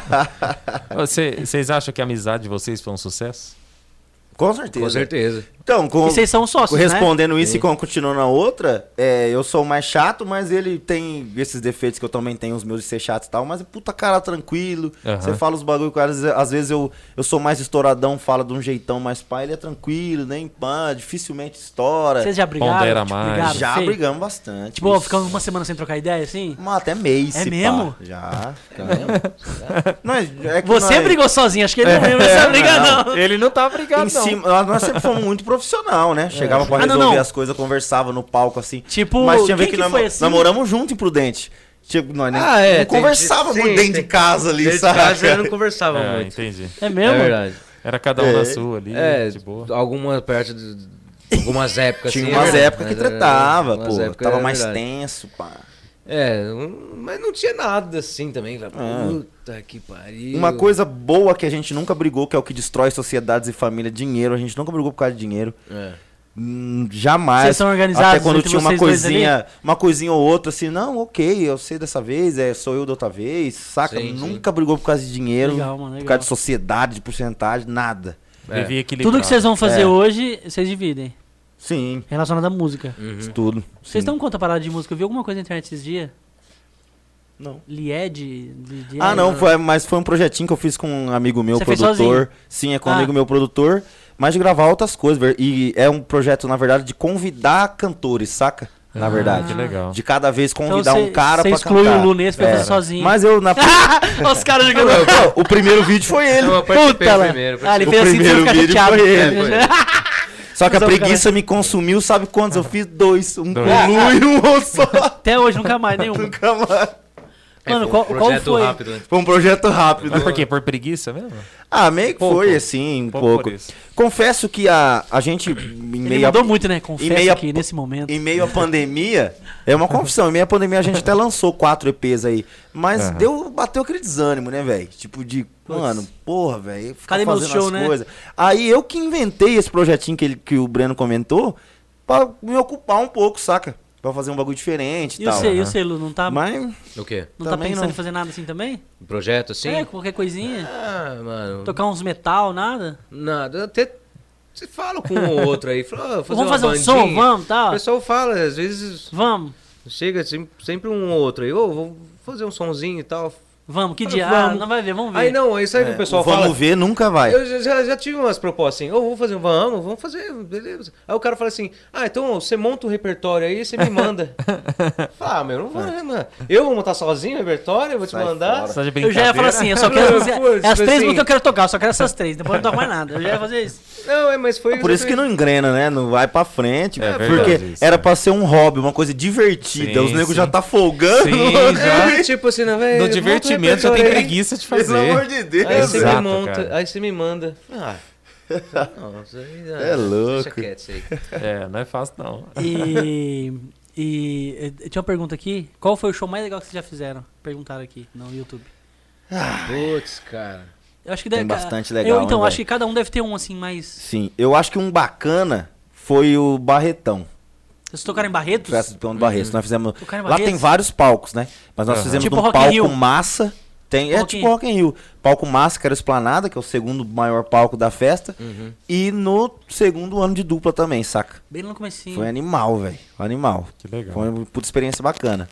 Vocês acham que a amizade de vocês foi um sucesso? Com certeza. Com certeza. Então, E vocês são sócios, né? respondendo isso e continuando na outra, eu sou o mais chato, mas ele tem esses defeitos que eu também tenho, os meus de ser chato e tal, mas é puta cara tranquilo. Aham. Você fala os bagulho com ele, às vezes eu sou mais estouradão, fala de um jeitão mais pá, ele é tranquilo, nem pá, dificilmente estoura. Vocês já brigaram? Pondera mais. brigaram, Já feio? brigamos bastante. Tipo, ó, Ixi, ficamos uma semana sem trocar ideia, assim? até mês, É se pá. mesmo? Já. Nós, é que Você nós- brigou sozinho, acho que ele não lembra dessa briga, não. Ele não tá brigado, Em cima, nós sempre fomos muito profissional, né? Chegava pra Ah, não, resolver não. as coisas, conversava no palco assim. Tipo, Mas tinha quem ver que que nós foi assim? namoramos junto, Imprudente. Tipo, nós nem Ah, é, não tem- conversava sim, muito dentro de casa ali, Desde sabe? casa eu não conversava É, muito. entendi. É mesmo? É verdade. Era cada um na sua ali, de boa. Alguma perto de algumas épocas Tinha assim, umas é verdade, épocas que mas tretava, umas pô. épocas Tava é mais verdade. tenso, pá. Mas não tinha nada assim também, velho. Puta que pariu. Uma coisa boa que a gente nunca brigou, que é o que destrói sociedades e família, dinheiro. A gente nunca brigou por causa de dinheiro. Jamais. Vocês são organizados Até quando entre tinha uma vocês dois coisinha ou outra, assim, não, ok, eu sei dessa vez, sou eu da outra vez, saca? Sim, sim. Nunca brigou por causa de dinheiro, Legal, mano, por legal. causa de sociedade, de porcentagem, nada. Devia equilibrar. Tudo que vocês vão fazer É. hoje, vocês dividem. Sim, Relacionado à música. tudo. Vocês sim. dão conta parada de música? Eu vi alguma coisa na internet esses dias? Não. Lied? Ah, não, mas foi um projetinho que eu fiz com um amigo meu, Você fez produtor. sozinho? Sim, é com um Ah. amigo meu, produtor, mas de gravar outras coisas. E é um projeto, na verdade, de convidar cantores, saca? Na verdade. Que legal. De cada vez Então convidar um cara Você pra exclui cantar. o Lu nesse pra fazer sozinho. Mas eu, na... Os caras jogando. o primeiro vídeo foi ele. Eu participei Puta lá. primeiro. Ah, ele O fez assim pra primeiro ficar vídeo chateado. foi ele. Só que a Mas é o preguiça me consumiu, sabe quantos? Eu fiz 2. Um com o Dois. Lu e um só. Até hoje, nunca mais, nenhum. Nunca mais. Mano, foi um qual projeto foi? rápido, né? Foi um projeto rápido. Mas por quê? Por preguiça mesmo? Ah, meio que Pouco. foi, assim, um Pouco pouco. por isso. Confesso que a gente, em Ele meio, mudou muito, né? Confesso meio a- que nesse momento. em meio à pandemia, é uma confissão, em meio à pandemia a gente até lançou 4 EPs aí, mas Aham. bateu aquele desânimo, né, velho? Tipo de, mano, porra, velho, ficar Cadê meu fazendo show, as né? coisas. Aí eu que inventei esse projetinho que o Breno comentou, pra me ocupar um pouco, saca? Pra fazer um bagulho diferente e E o tal. C, e o Celu, não tá, Mas, O quê? não tá também pensando não. em fazer nada assim também? Um projeto assim? É, qualquer coisinha. Ah, mano. Tocar uns metal, nada? Nada. Até você fala com um ou outro aí. Fala, fazer Vamos uma fazer um bandinha. som, vamos, O tá? pessoal fala, às vezes Vamos, chega sempre um ou outro aí. Ô, vamos fazer um sonzinho e tal. vamos, que Fala, dia? vamos. Ah, não vai ver, vamos ver. Aí não, aí sabe o que o pessoal vamos fala? ver, nunca vai. Eu já tive umas propostas assim, vamos fazer, vamos fazer, beleza. Aí o cara fala assim, então você monta o repertório aí e você me manda. Fala, meu, não vou, né, mano? Eu vou montar sozinho o repertório, eu vou te Sai mandar. fora. Só de Eu já ia falar assim, eu só quero Não, fazer. pô, É as tipo 3 assim- músicas que eu quero tocar, eu só quero essas 3, depois eu não toco mais nada. Eu já ia fazer isso. Não, mas foi... Por isso que não engrena, né? Não vai pra frente. É porque verdade isso, era é. pra ser um hobby, uma coisa divertida. Sim, Os negros sim. já tá folgando. Sim, já. Tipo assim, não, velho... No divertimento já tem preguiça de Pelo amor fazer. de Deus. Aí você Exato, me monta, cara. aí você me manda. Não, isso aí... É louco. Deixa quieto isso aí. É, não é fácil não. E tinha uma pergunta aqui. Qual foi o show mais legal que vocês já fizeram? Perguntaram aqui no YouTube. Putz, cara. Eu acho que Tem deve, bastante legal, Então, né, acho que cada um deve ter um assim mais. Sim, eu acho que um bacana foi o Barretão. Vocês tocaram em Barretos? Festa do Peão do Barretos. Nós fizemos. Tocaram em Lá Barretos? tem vários palcos, né? Mas nós Aham. fizemos Tipo num Rock in Rio. palco massa. É Rock in tipo Rock in Rio. Palco massa, que era o Esplanada, que é o segundo maior palco da festa. E no segundo ano de dupla também, saca? Bem no comecinho. Foi animal, velho. Animal. Que legal. Foi uma puta experiência bacana.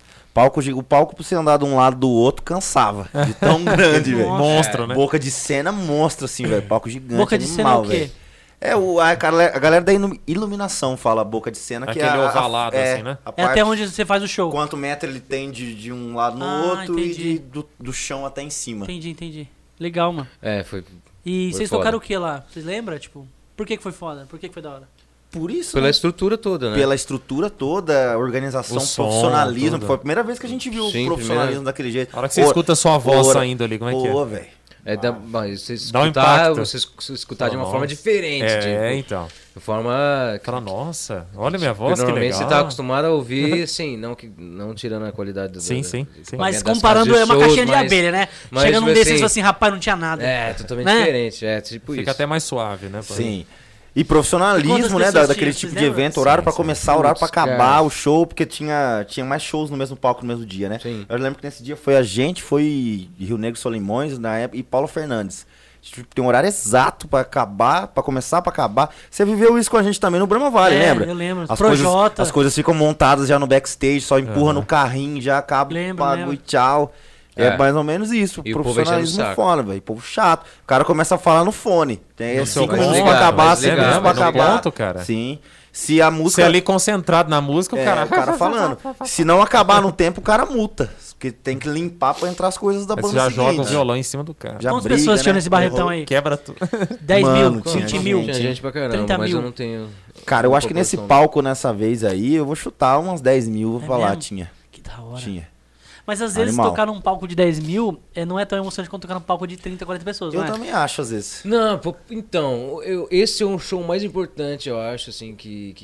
O palco, pra você andar de um lado do outro, cansava. De tão grande, velho. Nossa. Monstro, né? Boca de cena monstro, assim, velho. Palco gigante, Boca de cena é animal, o quê? velho. É, a galera da iluminação fala boca de cena, que é Aquele ovalado, assim, né? a É parte, até onde você faz o show. quanto metro ele tem de um lado no Ah, outro entendi. e do chão até em cima. Entendi. Legal, mano. É, foi E Foi vocês foda. tocaram o que lá? Vocês lembram? Tipo, por que foi foda? Por que foi da hora? Por isso, pela né? estrutura toda, né? Pela estrutura toda, organização, O som, profissionalismo. tudo. Foi a primeira vez que a gente viu Sim, o profissionalismo primeira- daquele jeito. A hora que você escuta a sua voz ora- saindo ali, como é que é? Pô, velho. É, mas você Dá um escutar, impacto. você escutar de uma Nossa. forma diferente. É, tipo, então. de forma... Fala, nossa, olha minha Porque voz, que normalmente legal. você tá acostumado a ouvir, assim, não tirando a qualidade do... Sim, do- sim, do sim. equipamento Mas das comparando, casas é uma shows, caixinha de mas- abelha, né? mas, Chega num tipo desses e assim, fala assim, rapaz, não tinha nada. É, totalmente Né? diferente, é tipo Fica isso. até mais suave, né? pô? Sim. E E profissionalismo, quantas né? pessoas Daquele tinha? tipo Vocês de lembram? evento, horário Sim, pra sim. começar, horário pra Putz, acabar cara. o show, porque tinha mais shows no mesmo palco no mesmo dia, né? Sim. Eu lembro que nesse dia foi a gente, foi Rio Negro Solimões na época, e Paulo Fernandes. Tipo, tem um horário exato pra acabar, pra começar, pra acabar. Você viveu isso com a gente também no Brahma Vale, lembra? Eu lembro. As coisas ficam montadas já no backstage, só empurra Aham. no carrinho, já acaba Lembro, o bagulho lembro. e tchau. É. É. mais ou menos isso. E o povo enchendo o Profissionalismo saco. foda, velho. Povo chato. O cara começa a falar no fone. Tem No seu 5 minutos ponto, pra acabar, mas 5 legal, minutos pra mas no acabar. ponto, cara. Sim. Se a Você música. ali concentrado na música, É, o cara... o cara falando. Se não acabar no tempo, o cara multa. Porque tem que limpar pra entrar as coisas da Aí banda você já seguinte. joga o violão em cima do cara. Já Quantas briga, pessoas tinham né? nesse barretão aí? Quebra tudo. 10 Mano, mil, tinha 20 mil. gente. Tinha gente pra caramba, 30 mas mil. eu não tenho... Cara, eu acho que nesse proporção. palco, nessa vez aí, eu vou chutar umas 10 mil, vou É falar. mesmo? Tinha. Que da hora. Tinha. Mas às vezes Animal. tocar num palco de 10 mil não é tão emocionante quanto tocar num palco de 30, 40 pessoas, Eu não é? também acho, às vezes. Não, pô, então, esse é um show mais importante, eu acho, assim,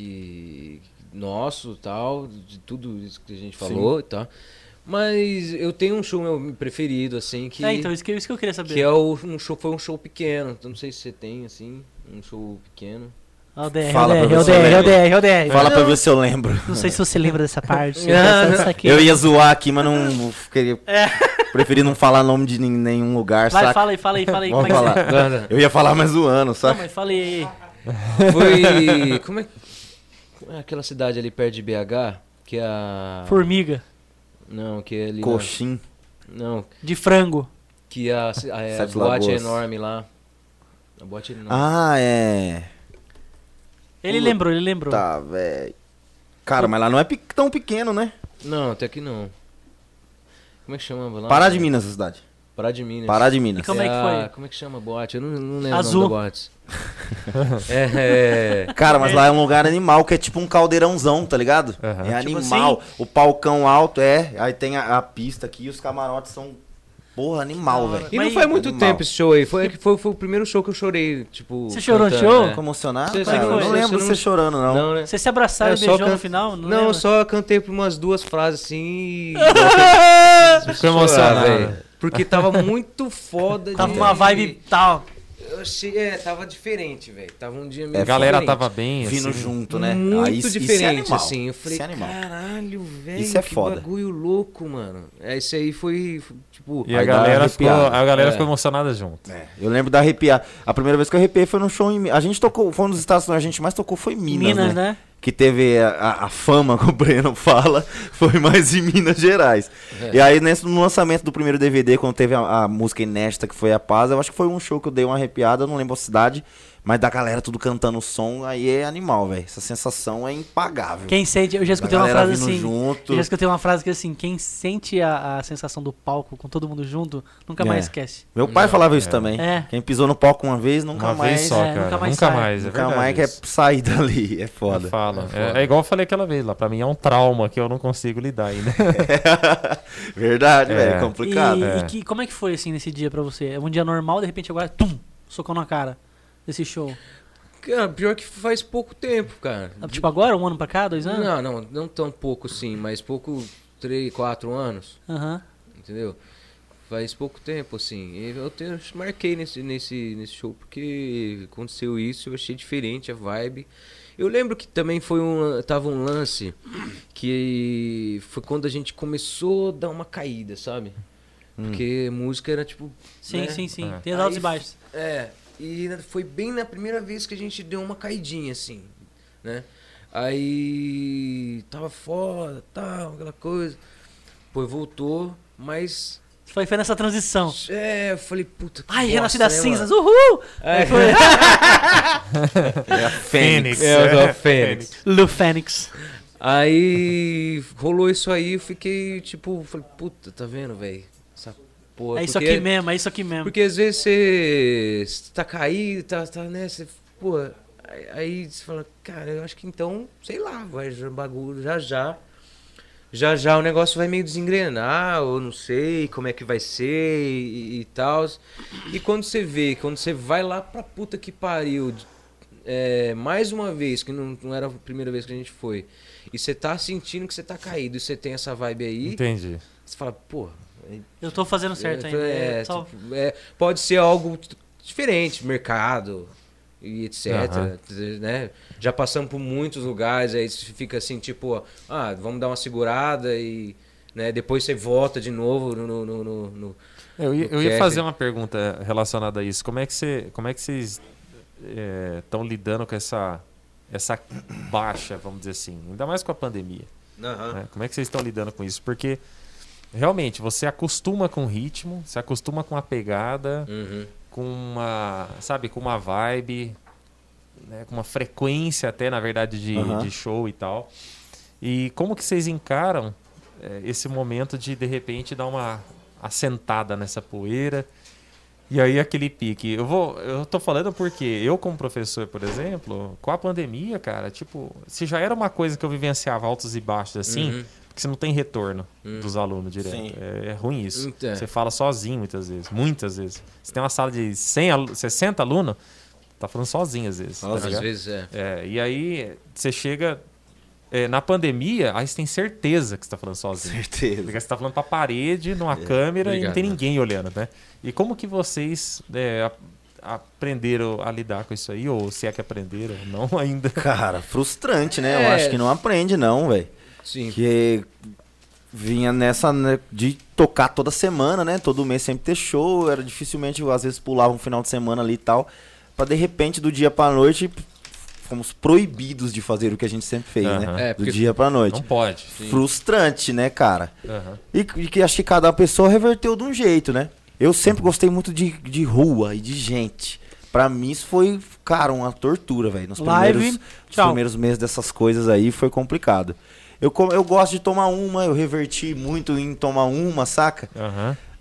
que nosso, tal, de tudo isso que a gente falou e tal. Mas eu tenho um show meu preferido, assim, que, Então, isso que eu queria saber. que é foi um show pequeno. Então, não sei se você tem, assim, um show pequeno. É o DR, Fala é o pra DR, você, é o né? DR, é o DR. Fala pra ver se eu lembro. Não sei se você lembra dessa parte. Não, Isso aqui. Eu ia zoar aqui, mas não queria. Preferi não falar nome de nenhum lugar, Vai, saca? fala aí. Vamos Como é que falar. Eu ia falar mais zoando, Não, saca? mas fala aí. Foi. Como é aquela cidade ali perto de BH? Que é a. Formiga, Não, que é ali. Coxim. Não, de frango. que a Sete boate Lagoas. enorme lá. A boate enorme. Ah, é. Ele lembrou. Tá, velho. Cara, mas lá não é tão pequeno, né? Não, até que não. Como é que chamava lá? Pará de Minas, a cidade. Pará de Minas. Pará de Minas. E como é que foi? Como é que chama a boate? Eu não lembro Azul. o nome da boate. é. Cara, mas lá é um lugar animal, que é tipo um caldeirãozão, tá ligado? Aham. É Tipo animal. O palcão alto, aí tem a pista aqui e os camarotes são, porra, animal, velho. E não Mas- faz muito Animal. tempo esse show aí. Foi o primeiro show que eu chorei, tipo... Você chorou no cantando, show? né? Ficou emocionado? Você- Cara, você eu foi? não lembro Você de não- você chorando, não. Não, né? Vocês se abraçaram e só beijou no can- final? Não, lembra? eu só cantei por umas 2 frases assim e... Ficou emocionado. velho. Porque tava muito foda. Tava uma vibe tal. Eu achei, tava diferente, velho. Tava um dia meio A galera diferente. tava bem, Vindo assim. junto, né? Muito Isso é diferente, animal. assim. Eu falei, Isso é animal. caralho, velho, Isso é que foda. bagulho louco, mano. Isso aí foi, tipo... E a Aí dá galera, ficou, arrepiado. a galera É. ficou emocionada junto. Eu lembro da arrepiar. A primeira vez que eu arrepiei foi num show em... A gente tocou, foi um dos estados onde a gente mais tocou, foi Minas, né? Que teve a fama, como o Breno fala, foi mais em Minas Gerais. E aí, no lançamento do primeiro DVD, quando teve a música inédita, que foi A Paz, eu acho que foi um show que eu dei uma arrepiada, eu não lembro a cidade, mas da galera tudo cantando o som, aí é animal, velho. Essa sensação é impagável. Quem sente, eu já escutei Da uma galera frase vindo assim. junto. Eu já escutei uma frase que assim, quem sente a sensação do palco com todo mundo junto, nunca mais esquece. Meu pai falava isso também. É. Quem pisou no palco uma vez, nunca Uma mais... vez só, é, cara. nunca mais Nunca sai. mais, é Nunca verdade mais quer isso. sair dali, é foda. Fala. É foda. É igual eu falei aquela vez lá. Pra mim é um trauma que eu não consigo lidar ainda. Verdade, É. velho, é complicado. Como é que foi assim nesse dia pra você? É um dia normal, de repente agora, tum, socão na cara desse show. Cara, pior que faz pouco tempo, cara. Tipo agora, 1 ano pra cá, 2 anos? Não tão pouco assim, mas pouco 3, 4 anos, Aham. entendeu? Faz pouco tempo, assim. E eu marquei nesse show porque aconteceu isso, eu achei diferente a vibe. Eu lembro que também tava um lance que foi quando a gente começou a dar uma caída, sabe? Porque música era tipo... Sim, né? sim, sim. É. Tem os altos Aí e baixos. E foi bem na primeira vez que a gente deu uma caidinha, assim, né? Aí tava foda, tal, aquela coisa. Depois voltou, mas... Foi nessa transição. eu falei, puta que Ai, bosta, renasci das né, cinzas, mano? uhul! É. Foi É a Fênix. É, o Fênix. Lu Fênix. Aí rolou isso aí, eu fiquei, tipo, falei, puta, tá vendo, velho? Essa porra. É isso porque- aqui mesmo, é isso aqui mesmo. Porque às vezes você tá caído, tá né? Você, pô, aí você fala, cara, eu acho que então, sei lá, vai bagulho já o negócio vai meio desengrenar, ou não sei como é que vai ser e tal. E quando você vai lá pra puta que pariu, mais uma vez, que não era a primeira vez que a gente foi, e você tá sentindo que você tá caído, e você tem essa vibe aí, Entendi. você fala, pô, Eu tô fazendo certo ainda. Só- pode ser algo diferente, mercado e etc, né? Já passamos por muitos lugares, aí você fica assim, tipo, vamos dar uma segurada e, né, depois você volta de novo no Eu ia Kevin. fazer uma pergunta relacionada a isso. Como é que vocês estão lidando com essa baixa, vamos dizer assim, ainda mais com a pandemia? Né? Como é que vocês estão lidando com isso? Porque realmente você acostuma com o ritmo, se acostuma com a pegada, com uma vibe, né, com uma frequência até, na verdade, de show e tal. E como que vocês encaram esse momento de repente, dar uma assentada nessa poeira? E aí aquele pique. Eu tô falando porque eu, como professor, por exemplo, com a pandemia, cara, tipo, se já era uma coisa que eu vivenciava altos e baixos assim, porque você não tem retorno dos alunos direto. Sim. É ruim isso. Então. Você fala sozinho muitas vezes. Você tem uma sala de 60 alunos, tá falando sozinho às vezes. tá Às ligado? vezes E aí você chega na pandemia, aí você tem certeza que você tá falando sozinho. Certeza. Porque você tá falando pra parede, numa câmera e não Obrigado, tem mano. ninguém olhando, né? E como que vocês aprenderam a lidar com isso aí? Ou se é que aprenderam, não ainda? Cara, frustrante, né? Eu acho que não aprende não, velho. sim. Que vinha nessa, né, de tocar toda semana, né? Todo mês sempre ter show. Era dificilmente, às vezes pulava um final de semana ali e tal. Pra de repente, do dia pra noite, fomos proibidos de fazer o que a gente sempre fez, Aham. né? Porque Do dia pra noite. Não pode. Frustrante, né, cara? Aham. E que acho que cada pessoa reverteu de um jeito, né? Eu sempre gostei muito de rua e de gente. Pra mim isso foi, cara, uma tortura, velho. Nos Live, tchau. primeiros meses dessas coisas aí foi complicado. Eu gosto de tomar uma, eu reverti muito em tomar uma, saca? Aham.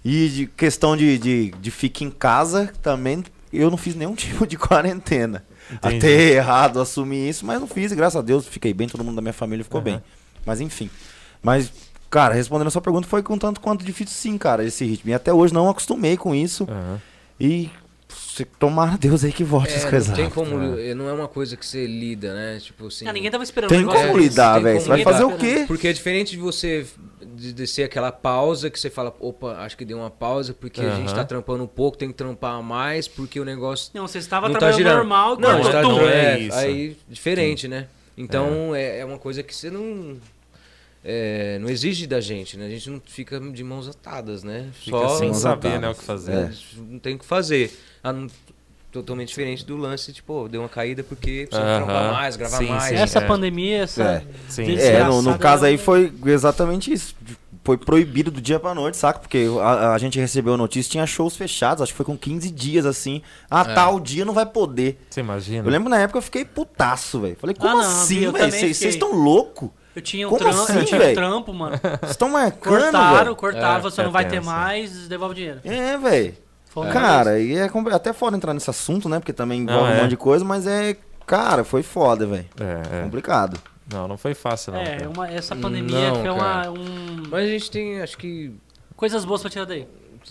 E de questão de ficar em casa, também eu não fiz nenhum tipo de quarentena. Entendi. Até errado assumir isso, mas não fiz. E graças a Deus fiquei bem, todo mundo da minha família ficou bem. Mas enfim. Mas, cara, respondendo a sua pergunta, foi com tanto quanto difícil sim, cara, esse ritmo. E até hoje não acostumei com isso. Aham. E tomara a Deus aí que volte as coisas. Não tem rápido. como, não é uma coisa que você lida, né? Tipo assim. Ah, ninguém tava esperando Tem um negócio como desse. lidar, tem velho. como Você vai lidar. fazer o quê? Porque é diferente de você descer aquela pausa que você fala, opa, acho que deu uma pausa porque a gente Aham. tá trampando um pouco, tem que trampar mais porque o negócio Não, você estava não tá trabalhando girando. normal, Não, cortou tá, tudo. É isso. aí diferente, né? Então é uma coisa que você não não exige da gente, né? A gente não fica de mãos atadas, né? Fica sem mãos saber, atadas. né, o que fazer. É. Não tem o que fazer. Totalmente diferente do lance, tipo, deu uma caída porque precisa Aham. trampar mais, gravar Sim, mais. sim. Essa É. pandemia, essa... Sim. desgraçada, No caso aí ela- foi exatamente isso. Foi proibido do dia pra noite, saca? Porque a gente recebeu a notícia, tinha shows fechados, acho que foi com 15 dias assim. Tal dia não vai poder. Você imagina? Eu lembro na época eu fiquei putaço, velho. Falei, como não, assim, eu velho? também Vocês fiquei. estão loucos? Eu tinha um Como trampo, assim, eu tinha um velho? trampo, mano. Vocês estão marcando, Cortaram, velho? cortava, você não vai ter tenso. mais, devolve o dinheiro. É, velho. Foi Cara, e é até foda entrar nesse assunto, né? Porque também envolve Não, um é. monte de coisa, mas cara, foi foda, velho. É. Complicado. Não foi fácil, não. cara. essa pandemia Não, foi cara. um... Mas a gente tem, acho que. Coisas boas pra tirar daí.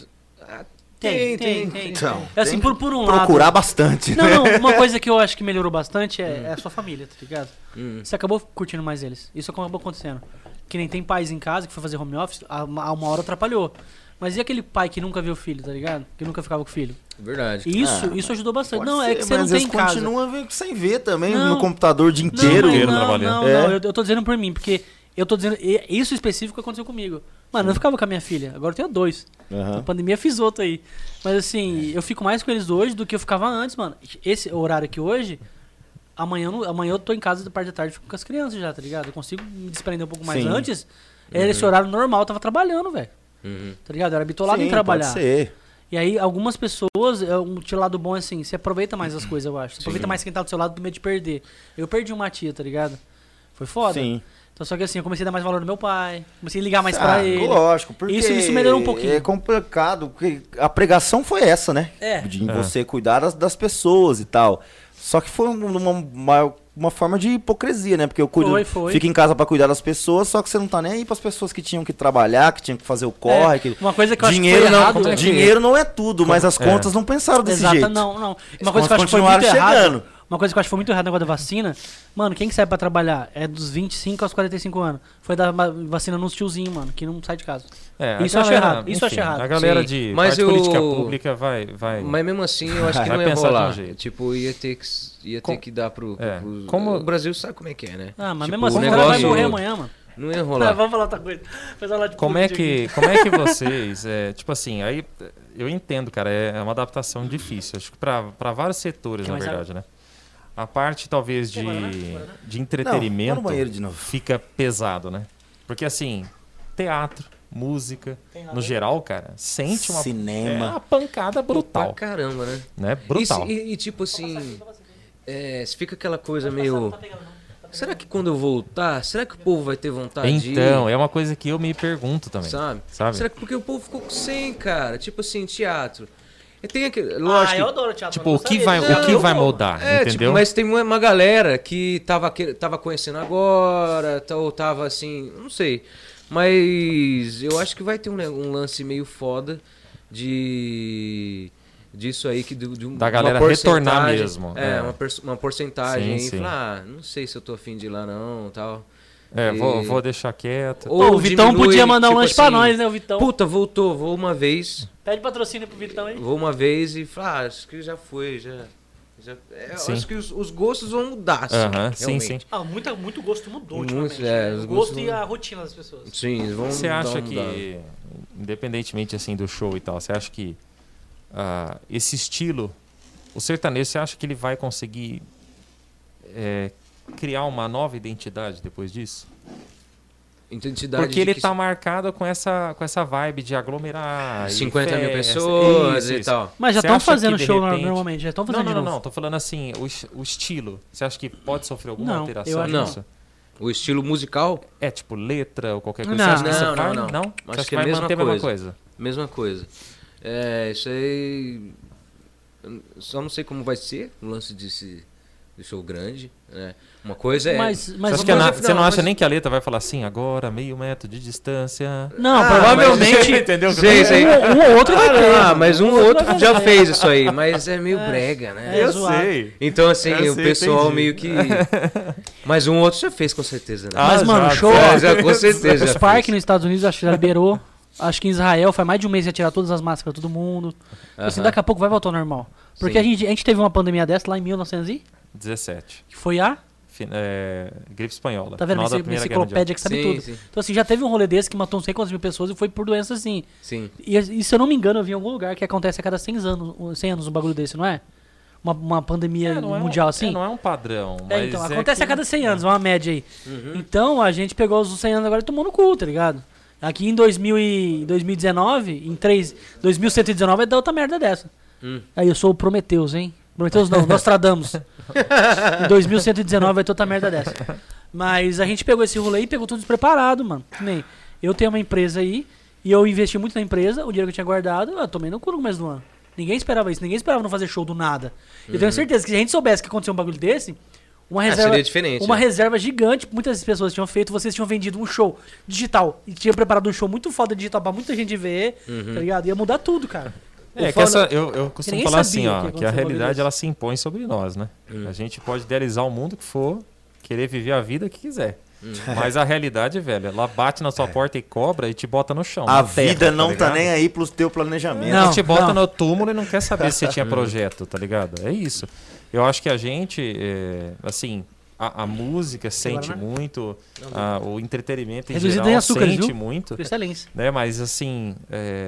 Tem. Então, É assim, tem por um procurar lado... bastante, Não, né? não, uma coisa que eu acho que melhorou bastante é a sua família, tá ligado? Hum. Você acabou curtindo mais eles. Isso acabou acontecendo. Que nem tem pais em casa que foi fazer home office, a uma hora atrapalhou. Mas e aquele pai que nunca viu o filho, tá ligado? Que nunca ficava com o filho? Verdade. Isso ajudou bastante. Pode Não, é ser, que você não mas tem eles em casa. continuam sem ver também Não. no computador o dia Não, inteiro. mas inteiro não, trabalhando. não, eu tô dizendo por mim, porque eu tô dizendo, isso específico aconteceu comigo. Mano, eu não ficava com a minha filha, agora eu tenho 2. Aham. Na pandemia fiz outro aí. Mas assim, eu fico mais com eles hoje do que eu ficava antes, mano. Esse horário aqui hoje, amanhã eu tô em casa da parte da tarde, fico com as crianças já, tá ligado? Eu consigo me desprender um pouco mais. Sim. Antes, era esse horário normal, eu tava trabalhando, velho. Uhum. Tá ligado? Eu era bitolado em Sim, trabalhar. pode ser. E aí, algumas pessoas, um teu lado bom é assim, você aproveita mais as coisas, eu acho. Você aproveita mais quem tá do seu lado do medo de perder. Eu perdi uma tia, tá ligado? Foi foda. Sim. Então, só que assim, eu comecei a dar mais valor no meu pai, comecei a ligar mais pra ele. Lógico, porque Isso melhorou um pouquinho. É complicado, porque a pregação foi essa, né? É. De você cuidar das pessoas e tal. Só que foi uma forma de hipocrisia, né? Porque eu cuido, Foi. fico em casa pra cuidar das pessoas, só que você não tá nem aí pras pessoas que tinham que trabalhar, que tinham que fazer o corre. Que... Uma coisa que eu acho que dinheiro foi não, errado... dinheiro não é tudo, mas as contas não pensaram desse Exato, jeito. não. As Uma coisa que eu acho que foi continuaram muito errado... chegando. Uma coisa que eu acho que foi muito errado no negócio da vacina, mano, quem que sai pra trabalhar é dos 25 aos 45 anos. Foi dar vacina nos tiozinhos, mano, que não sai de casa. Isso eu acho errado, isso eu acho errado. A galera Sim, de mas parte eu- política pública vai... Mas mesmo assim, eu acho que Vai não ia pensar de um rolar. jeito. Tipo, ia ter que dar pro. É. pros- Como- O Brasil sabe como é que é, né? Ah, mas Tipo, mesmo assim, o o cara vai negócio- morrer amanhã, mano. Não ia Ah, rolar. vamos falar outra coisa. Vamos falar de Como é política que vocês... tipo assim, aí eu entendo, cara, é uma adaptação difícil. Acho que pra vários setores, Quer na mais verdade, né? A parte, talvez, de Não, vou entretenimento no banheiro de novo. fica pesado, né? Porque, assim, teatro, música, no geral, cara, sente uma... Cinema. É uma pancada brutal, Pra caramba, né? né? Brutal. E tipo assim. Se fica aquela coisa meio. Será que quando eu voltar, será que o povo vai ter vontade de ir? Então, é uma coisa que eu me pergunto também. Sabe? Sabe? Será que porque o povo ficou sem, cara? Tipo assim, teatro. E tem aquele. Ah, Lógico. eu adoro teatro. Tipo, mas o que não vai, sabia. o que vai mudar, Tipo, entendeu? mas tem uma galera que tava conhecendo agora, ou tava assim, não sei. Mas eu acho que vai ter um lance meio foda disso aí, Da galera uma retornar porcentagem- mesmo. É, É. uma porcentagem Sim, aí, sim. falar, não sei se eu tô afim de ir lá não, tal. É, E- vou deixar quieto. Ou Pô, o Vitão diminui, podia mandar um tipo lanche pra assim, nós, né, o Vitão? Puta, voltou, vou uma vez, Pede patrocínio pro Vitão, hein? vou uma vez e falar, acho que já foi, eu Sim. acho que os gostos vão mudar, assim, Aham, sim, realmente. sim. Ah, muito gosto mudou Muito, ultimamente. é, né? os O gosto gostos e vão- a rotina das pessoas. Sim, eles vão Você dar acha uma mudada. que, independentemente assim do show e tal, você acha que esse estilo, o sertanejo, você acha que ele vai conseguir criar uma nova identidade depois disso? Identidade Porque de ele que tá marcado com essa vibe de aglomerar. e 50 mil festa, pessoas isso, e isso. tal. Mas já Você estão acha fazendo que, de show repente- normalmente, já estão fazendo Não, de novo. Tô falando assim, o estilo. Você acha que pode sofrer alguma Não, eu alteração acho que nisso? O estilo musical? É tipo letra ou qualquer coisa? Não, Você acha que não, você não, vai? não. Não? Acho Você que é a vai mesma manter a mesma coisa. coisa. Mesma coisa. Isso aí... eu só não sei como vai ser o lance de show grande, né? Uma coisa é... Mas Você, uma acha que coisa- você não acha mas- nem que a letra vai falar assim, agora meio metro de distância? Não, Ah, provavelmente. Entendeu? Sei. Um ou outro vai ter. Mas um ou outro vai já ter. fez isso aí, mas é meio brega, né? É, zoado. Então, assim, Eu o sei, pessoal entendi. meio que... Mas um outro já fez, com certeza, né? Ah, Mas, mano, já, show. já, com certeza Os já parques fez. nos Estados Unidos acho que já liberou. Acho que em Israel faz mais de um mês que ia tirar todas as máscaras todo mundo. Assim, Aham. daqui a pouco vai voltar ao normal. Porque Sim. a gente teve uma pandemia dessa lá em 1900 e... 17. Que foi a... Gripe espanhola. Tá vendo? Final da Minha Primeira Guerra enciclopédia que sabe Sim, tudo. sim. Então assim, já teve um rolê desse que matou não sei quantas mil pessoas e foi por doença assim. Sim. E se eu não me engano, eu vi em algum lugar que acontece a cada 100 anos um bagulho desse, não é? Uma pandemia Não é mundial assim. não é um padrão. É, Mas então, é acontece que- a cada 100 anos, uma média aí. Uhum. Então, a gente pegou os 100 anos agora e tomou no cu, tá ligado? Aqui em 2019, em 2119, vai dar outra merda dessa. Aí eu sou o Prometheus, hein? Prometheus não, Nostradamus. Em 2119 vai ter outra merda dessa. Mas a gente pegou esse rolê e pegou tudo despreparado, mano. Que nem eu tenho uma empresa aí e eu investi muito na empresa, o dinheiro que eu tinha guardado, eu tomei no cu no começo do ano. Ninguém esperava isso, ninguém esperava não fazer show do nada. Eu tenho certeza que se a gente soubesse que aconteceu um bagulho desse, uma reserva, seria diferente, uma né? reserva gigante, muitas pessoas tinham feito, vocês tinham vendido um show digital e tinham preparado um show muito foda digital pra muita gente ver, tá ligado? Ia mudar tudo, cara. É, O que foda- eu costumo ninguém falar sabia assim, que ó, ia que a acontecer um bagulho realidade desse. ela se impõe sobre nós, né? A gente pode idealizar o mundo que for, querer viver a vida que quiser. Mas a realidade, velho, ela bate na sua porta e cobra e te bota no chão. A na terra, vida não tá ligado? nem aí pro teu planejamento. Não. Ela te bota no túmulo e não quer saber se você tinha projeto, tá ligado? É isso. Eu acho que a gente, assim, a música sente Agora, né? muito, o entretenimento em Reduzido geral em açúcares, sente viu? muito, Excelência. né? Mas assim,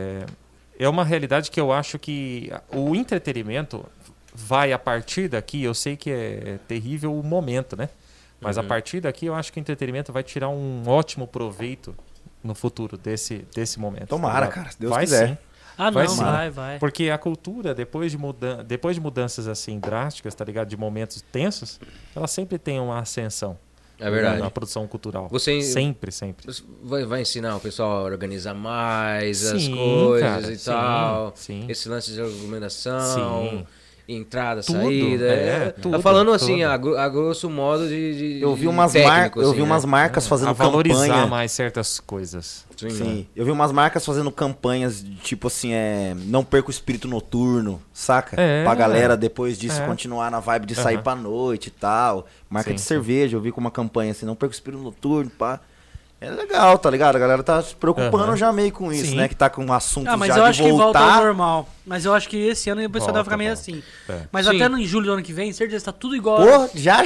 é uma realidade que eu acho que o entretenimento vai a partir daqui, eu sei que é terrível o momento, né? Mas a partir daqui eu acho que o entretenimento vai tirar um ótimo proveito no futuro desse momento. Tomara, tá ligado? cara, se Deus vai quiser. sim. Ah, Vai não, sim. vai. Porque a cultura, depois de mudanças assim drásticas, tá ligado? De momentos tensos, ela sempre tem uma ascensão. É verdade. Na produção cultural. Você- Sempre. Vai ensinar o pessoal a organizar mais as Sim, coisas cara, e sim, tal. sim. Esse lance de argumentação, Sim. entrada, Tudo, saída. tudo, Tá falando assim, tudo. a grosso modo de Eu vi umas, técnico, eu vi assim, umas né? marcas fazendo A valorizar campanha. mais certas coisas. Sim, Sim, né? eu vi umas marcas fazendo campanhas de, tipo assim, não perca o espírito noturno, saca? É. Pra galera depois disso É. continuar na vibe de sair Aham. pra noite e tal. Marca Sim, de sim. cerveja, eu vi com uma campanha assim, não perca o espírito noturno, pá. É legal, tá ligado? A galera tá se preocupando Aham. já meio com isso, Sim. né? Que tá com assuntos Ah, mas já eu de acho que volta ao voltar. normal. Mas eu acho que esse ano o pessoal vai Volta, ficar meio volta. assim. É. Mas Sim. até no julho do ano que vem, certeza, tá tudo igual. Pô, já.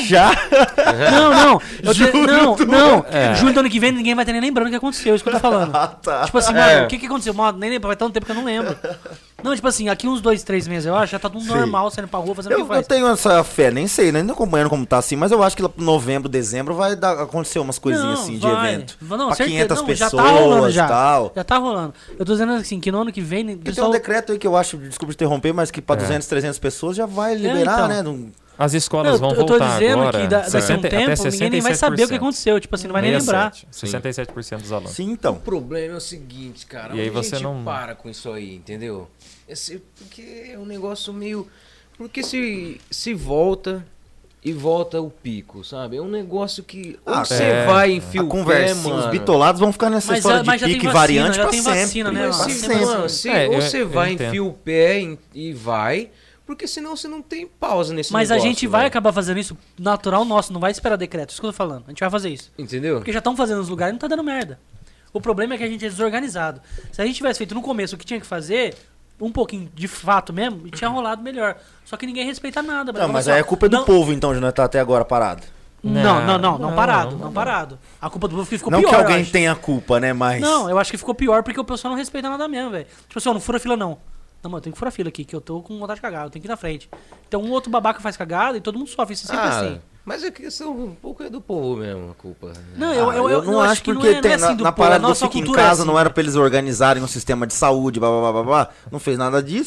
Não. Não. É. Julho do ano que vem ninguém vai ter nem lembrando o que aconteceu, isso que eu tô falando. Ah, tá. Tipo assim, É. mano, o que aconteceu? Mano, nem lembro, vai tanto tempo que eu não lembro. Não, tipo assim, aqui uns 2, 3 meses, eu acho, já tá tudo Sim. normal, saindo pra rua, fazendo o Eu que faz. tenho essa fé, nem sei, né? Não acompanhando como tá assim, mas eu acho que lá pro novembro, dezembro vai acontecer umas coisinhas Não, assim vai. de evento. Não, pra certeza, 500 não, pessoas já tá rolando e já. tal. Já tá rolando. Eu tô dizendo assim, que no ano que vem, Porque tem pessoal... um decreto aí que eu acho, desculpa interromper, mas que pra 200, 300 pessoas já vai liberar, então. né? As escolas vão eu tô voltar dizendo agora. que daqui a um 60 até tempo ninguém nem vai saber o que 67%. aconteceu. Tipo assim, não vai nem lembrar. 67% dos alunos. Sim, O então. problema é o seguinte, cara. E aí onde você a gente não- para com isso aí, entendeu? Porque é um negócio meio... Porque se volta e volta o pico, sabe? É um negócio que... Ou Ah, você é. vai enfiar A o pé, conversinha, os mano. bitolados vão ficar nessa história Mas já de tem pique vacina, variante já pra tem sempre. vacina, né, Mas mano? Pra se, sempre. mano, ou eu você vai entendo. enfia o pé e vai, porque senão você não tem pausa nesse Mas negócio. a gente vai velho. acabar fazendo isso natural nosso, não vai esperar decreto. Isso que eu tô falando. A gente vai fazer isso. Entendeu? Porque já estão fazendo nos lugares e não tá dando merda. O problema é que a gente é desorganizado. Se a gente tivesse feito no começo o que tinha que fazer, um pouquinho de fato mesmo, tinha rolado melhor. Só que ninguém respeita nada. Não, mas aí a culpa é do povo, então, de não estar até agora parado. Não parado. A culpa do povo que ficou Não pior. que eu alguém acho. tenha culpa, né? Mas. Não, eu acho que ficou pior porque o pessoal não respeita nada mesmo, velho. Tipo assim, ó, não fura fila não. Não, mano, eu tenho que furar fila aqui, que eu tô com vontade de cagar, eu tenho que ir na frente. Então um outro babaca faz cagada e todo mundo sofre, isso é sempre assim. Mas é questão um pouco é do povo mesmo, a culpa. Não, Eu não acho que porque não tem é assim do na povo, parada a do nossa Fica em cultura é Casa assim, não era velho. pra eles organizarem um sistema de saúde, blá blá blá blá blá. Não fez nada disso.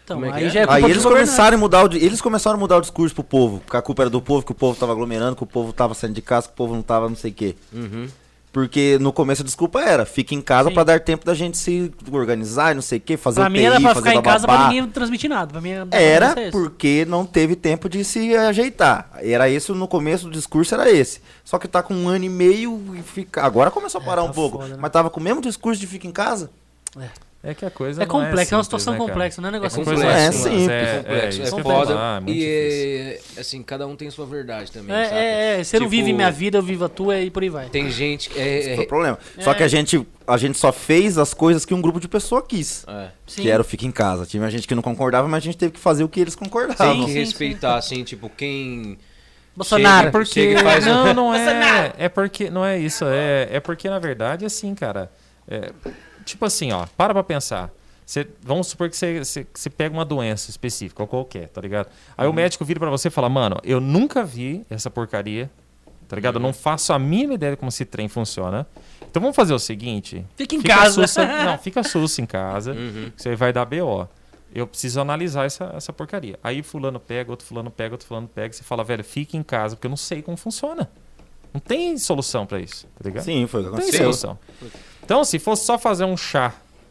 Então, Como é que aí é? já é culpa Aí dos eles governantes. começaram a mudar o discurso pro povo. Que a culpa era do povo, que o povo tava aglomerando, que o povo tava saindo de casa, que o povo não tava não sei o quê. Uhum. Porque no começo a desculpa era, fica em casa Sim. pra dar tempo da gente se organizar e não sei o quê, fazer Pra o mim era pra fazer ficar em casa pra bababá. ninguém transmitir nada. Pra mim Era isso. porque não teve tempo de se ajeitar. Era isso, no começo do discurso era esse. Só que tá com 1 ano e meio e fica... Agora começou a parar tá um pouco. foda, né? Mas tava com o mesmo discurso de fica em casa. É que a coisa É não complexo, é uma simples, situação né, cara? complexa, não é um negócio complexo, É mas simples. Complexo, isso é que eu foda. tô falando, é muito difícil. E assim, cada um tem sua verdade também, sabe? Você não Tipo, vive minha vida, eu vivo a tua e por aí vai. Tem gente que Esse foi o problema. Só que a gente só fez as coisas que um grupo de pessoa quis. Sim. Que era o fica em casa. Tinha gente que não concordava, mas a gente teve que fazer o que eles concordavam. tem que sim, respeitar, assim, tipo, quem... Bolsonaro. É porque Chega e faz não, não é. É porque não é isso. É porque na verdade assim, cara. Tipo assim, ó. Para pra pensar. Vamos supor que você pega uma doença específica ou qualquer, tá ligado? Aí o médico vira pra você e fala, mano, eu nunca vi essa porcaria, tá ligado? Eu não faço a mínima ideia de como esse trem funciona. Então vamos fazer o seguinte. Fica em casa. Fica sussa em casa. Que você vai dar BO. Eu preciso analisar essa porcaria. Aí fulano pega, outro fulano pega, outro fulano pega. Você fala, velho, fica em casa, porque eu não sei como funciona. Não tem solução pra isso, tá ligado? Sim, foi o que Não tem aconteceu. solução. Então, se fosse só fazer um chá,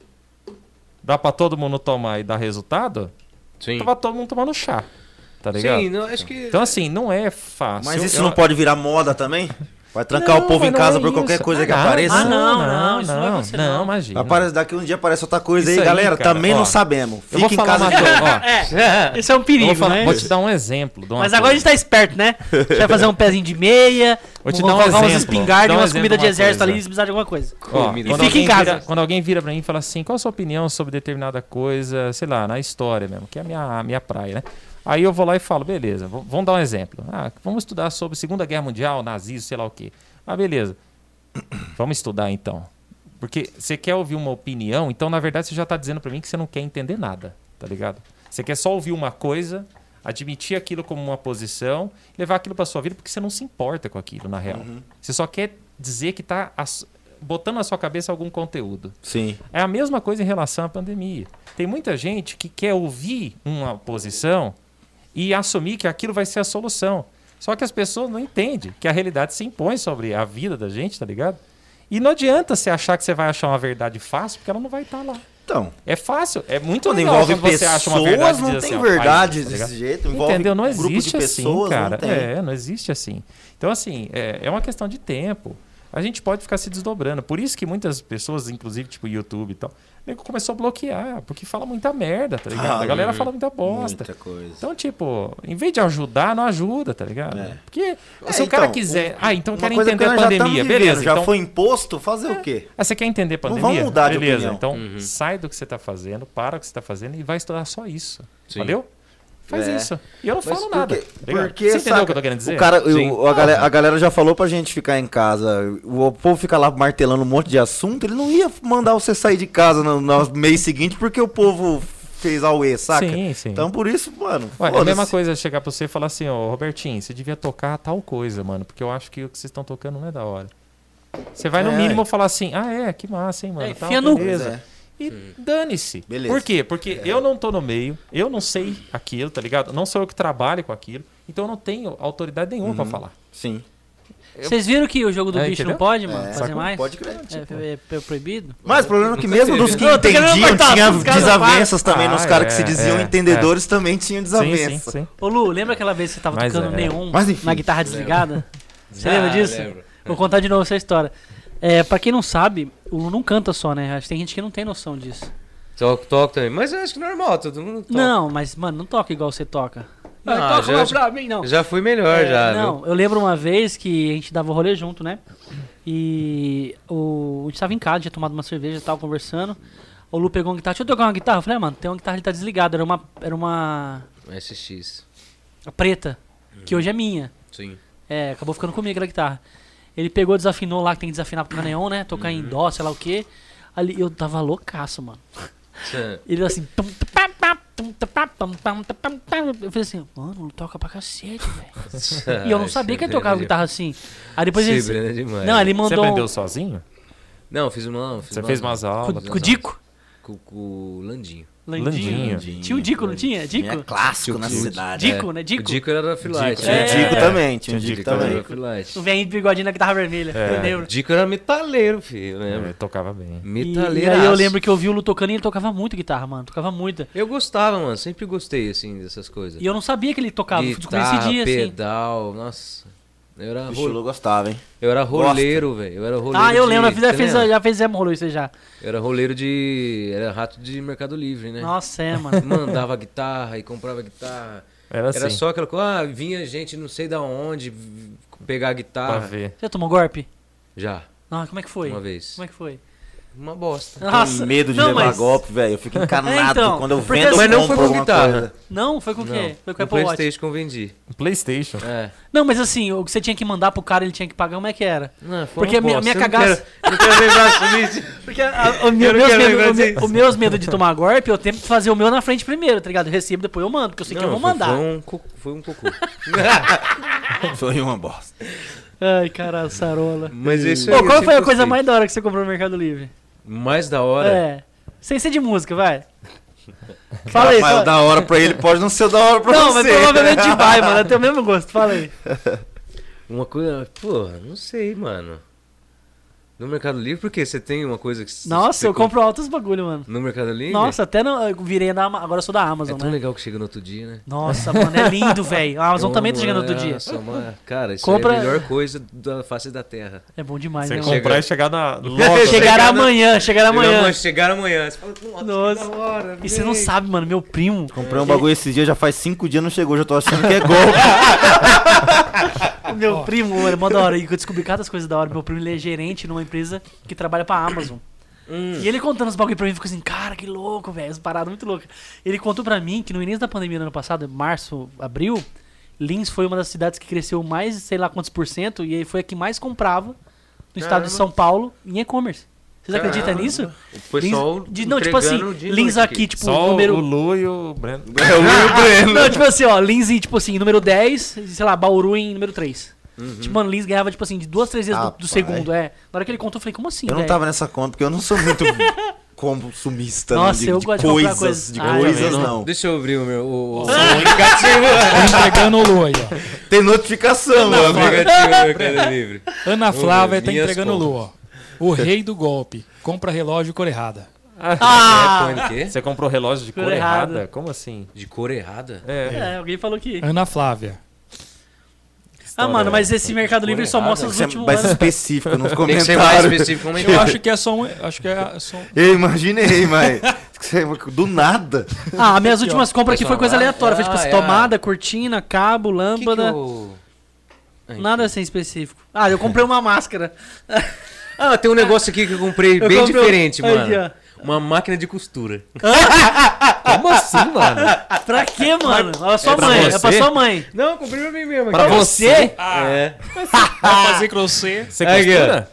dá pra todo mundo tomar e dar resultado, Sim. tava todo mundo tomando chá, tá ligado? Sim, não, acho que... Então, assim, não é fácil. Mas isso não pode virar moda também? Vai trancar o povo mas em não casa é por qualquer isso. coisa que Ah, apareça? não, isso não vai acontecer, não. imagina. Aparece, daqui um dia aparece outra coisa Isso aí, aí, galera. cara, Também ó, não sabemos. Eu vou Fica em falar casa uma de coisa, novo. ó. Esse é um perigo, né? Vou te dar um exemplo. De uma Mas agora a gente coisa. tá esperto, né? A gente vai fazer um pezinho de meia, Vou te vamos dar um colocar uns exemplo. espingardas Dá e um umas exemplo comidas de de uma exército coisa. ali se precisar de alguma coisa. Ó, Comida. E fica em casa. Quando alguém vira pra mim e fala assim, qual a sua opinião sobre determinada coisa, sei lá, na história mesmo, que é a minha praia, né? Aí eu vou lá e falo, beleza, vamos dar um exemplo. Vamos estudar sobre Segunda Guerra Mundial, nazismo, sei lá o quê. Beleza. Vamos estudar então. Porque você quer ouvir uma opinião, então na verdade você já tá dizendo pra mim que você não quer entender nada, tá ligado? Você quer só ouvir uma coisa, admitir aquilo como uma posição, levar aquilo pra sua vida porque você não se importa com aquilo, na real. Você só quer dizer que tá botando na sua cabeça algum conteúdo. Sim. É a mesma coisa em relação à pandemia. Tem muita gente que quer ouvir uma posição e assumir que aquilo vai ser a solução. Só que as pessoas não entendem que a realidade se impõe sobre a vida da gente, tá ligado? E não adianta você achar que você vai achar uma verdade fácil, porque ela não vai estar lá. Então, É fácil, é muito quando legal envolve quando você acha uma verdade pessoas, e não diz tem assim, ó, faz verdade isso, tá ligado? desse jeito. Envolve Entendeu? Não grupo de existe pessoas, assim, cara. não tem. Não existe assim. Então, assim, é uma questão de tempo. A gente pode ficar se desdobrando. Por isso que muitas pessoas, inclusive, tipo YouTube e tal, o nego começou a bloquear, porque fala muita merda, tá ligado? A galera fala muita bosta. Muita coisa. Então, tipo, em vez de ajudar, não ajuda, tá ligado? É. Porque se o cara então, quiser... então Uma querem coisa entender que a nós já pandemia, estamos vivendo, beleza. Já Então, foi imposto, fazer o quê? você quer entender a Não pandemia? vamos mudar de beleza. opinião. Então, sai do que você tá fazendo, para o que você tá fazendo e vai estudar só isso. Sim. Valeu? Faz É. isso. E eu não Mas falo por nada. quê? tá ligado? Porque, você entendeu saca, o que eu tô querendo dizer? O cara, Sim. a galera já falou pra gente ficar em casa. O povo fica lá martelando um monte de assunto. Ele não ia mandar você sair de casa no mês seguinte porque o povo fez auê, saca? Sim, sim. Então por isso, mano. Ué, é a foda-se. mesma coisa chegar pra você e falar assim, ô Robertinho, você devia tocar tal coisa, mano, porque eu acho que o que vocês estão tocando não é da hora. Você vai no É. mínimo falar assim, que massa, hein, mano. É, tal, enfia no- beleza. Pois é. E dane-se. Beleza. Por quê? Porque eu não tô no meio, eu não sei aquilo, tá ligado? Não sou eu que trabalho com aquilo, então eu não tenho autoridade nenhuma pra falar. Sim. Vocês viram que o jogo do bicho entendeu? não pode, mano, É, fazer sacou? mais? Pode crer. É proibido? Mas o problema é que mesmo dos que Não, eu tô querendo entendiam, cortar, tinha os caras desavenças também. Nos caras que se é, diziam entendedores também tinham Sim, desavenças. sim. Ô Lu, lembra aquela vez que você tava Mas tocando é. neon Mas enfim. na guitarra desligada? Você lembra disso? Lembro. Vou contar de novo essa história. Pra quem não sabe, o Lu não canta só, né? Acho que tem gente que não tem noção disso. Toco também. Mas eu acho que normal, todo mundo toca. Não, mas, mano, não toca igual você toca. Não, Ah, toca já- uma pra mim, não. Já fui melhor, já, viu? Não, eu lembro uma vez que a gente dava rolê junto, né? E a gente tava em casa, tinha tomado uma cerveja e tal, conversando. O Lu pegou uma guitarra, deixa eu tocar uma guitarra. Eu falei, mano, tem uma guitarra ali que tá desligada. Era uma SX. preta, que hoje é minha. Sim. Acabou ficando comigo aquela guitarra. Ele pegou, desafinou lá, que tem que desafinar pro neon, né? Tocar em dó, sei lá o quê. Ali eu tava loucaço, mano. Ele assim. Eu falei assim, mano, toca pra cacete, velho. E eu não sabia que ele tocava guitarra assim. Aí depois ele. Sabrina é demais. Não, ele Você mandou. aprendeu sozinho? Não, fiz uma. Você fez umas aulas? Com o Dico? Com o Landinho. Landinho. Tinha o Dico, não tinha? Dico? É clássico na cidade. Dico, né? Dico. O Dico era da Filite. Tinha o Dico também, tinha o Tinha o Dico Dico também. Da Filite. O velhinho de bigodinho da guitarra vermelha. Eu lembro. O Dico era metaleiro, filho, eu lembro. Tocava bem. E Metaleiro. aí eu lembro que eu vi o Lu tocando e ele tocava muito guitarra, mano. Tocava muito. Eu gostava, mano. Sempre gostei, assim, dessas coisas. E eu não sabia que ele tocava. Eu descobri esse Guitarra, dia, assim. pedal, nossa. Eu era, O Chulo gostava, hein? eu era roleiro, velho. Eu era roleiro Ah, eu lembro. de... Já Você lembra? já fizemos rolê isso aí já. Eu era roleiro de... Era rato de Mercado Livre, né? Nossa, é, mano. Mandava guitarra e comprava guitarra. Era assim. Era só aquela coisa, vinha gente não sei da onde pegar a Pra guitarra. ver. Você já tomou golpe? Já, Ah, como é que foi? uma vez. Como é que foi? Uma bosta. Tenho medo de levar golpe, velho. Eu fico encanado então, quando eu porque vendo. assim- Mas não foi compro com alguma guitarra. coisa. Não, foi com o quê? Foi com o o Apple Watch. PlayStation que eu vendi. PlayStation. É. Não, mas assim, o que você tinha que mandar pro cara, ele tinha que pagar, como é que era? Não, foi Porque uma a minha bosta. cagaça- Eu não quero lembrar sobre isso. Porque Eu não quero lembrar disso. os meus medos de tomar golpe, eu tento fazer o meu na frente primeiro, tá ligado? Eu recebo, depois eu mando, porque eu sei que eu vou mandar. Foi um cocô. Foi uma bosta. Ai, caralho, sarola. Mas isso Pô, aí eu qual sempre foi a coisa gostei. mais da hora que você comprou no Mercado Livre? Mais da hora? É. Sem ser de música, vai. Fala aí. Mas Fala. o da hora pra ele pode não ser o da hora pra Não, você. mas provavelmente vai, mano. Eu tenho o mesmo gosto. Fala aí. Uma coisa... Pô, não sei, mano. No Mercado Livre, por quê? Você tem uma coisa que... Nossa, você eu compro altos bagulho, mano. No Mercado Livre? Nossa, até eu virei agora eu sou da É Amazon, tão né? legal que chega no outro dia, né? Nossa, mano, é lindo, velho. A Amazon Eu também tá amo, chegando outro dia. nossa, mano, cara, isso Compra- é a melhor coisa da face da Terra. É bom demais, Você né, comprar mano? e chegar na loja. Chegar amanhã, chegar amanhã. Chegar amanhã. Você fala, nossa, Nossa. que da hora, E você não sabe, mano, meu primo. Comprei um bagulho esses dias, já faz 5 dias, não chegou. Já tô achando que é golpe. Meu primo, mano, é mó da hora. E que eu descobri cada coisa da hora. Meu primo, ele é gerente numa empresa que trabalha pra Amazon. E ele contando os bagulho pra mim, ficou assim, cara, que louco, velho, as paradas muito loucas. Ele contou pra mim que no início da pandemia do ano passado, março, abril, Lins foi uma das cidades que cresceu mais, sei lá quantos %, e aí foi a que mais comprava no estado de São Paulo em e-commerce. Vocês acreditam nisso? O pessoal Não, tipo assim, entregando de Lins noite aqui, tipo, Só número... o Lu e o Breno. É o Will e o Breno. Não, tipo assim, ó, Lins em, tipo assim, número 10, sei lá, Bauru em número 3. Tipo, mano, Lins ganhava, tipo assim, de 2, 3 vezes do Rapaz. segundo, é. Na hora que ele contou, eu falei, como assim, Eu não velho? tava nessa conta, porque eu não sou muito consumista Nossa, de, eu de gosto de comprar coisas. De coisa. coisas, também não. Deixa eu abrir o meu o aplicativo. Tá entregando o Lu aí, ó. Tem notificação, O mano. aplicativo do Mercado Livre. Ana Flávia tá minhas entregando o Lu, ó. O rei do golpe. Compra relógio cor errada. Ah! É, põe o quê? Você comprou relógio de Cor cor errada. errada? Como assim? De cor errada? É, alguém falou que... Ana Flávia. Ah, mano, mas esse Mercado Livre só mostra os Tem que últimos ser mais anos. específico nos Tem que ser mais comentários. específico como Eu acho que é só um. Acho que é só um. Eu imaginei, mas... Do nada. Ah, minhas últimas compras aqui foi coisa Personagem. aleatória. Foi tipo assim, Ah, é. tomada, cortina, cabo, lâmpada. Nada assim específico. Ah, eu comprei uma máscara. Ah, tem um negócio aqui que eu comprei Eu bem comprei diferente, Aí, mano. ó. Uma máquina de costura. Como assim, mano? Pra quê, mano? Olha sua pra mãe, você? é pra sua mãe. Não, comprei pra mim mesmo. Pra aqui. você? É. Vai fazer crochê. Você Aí, costura?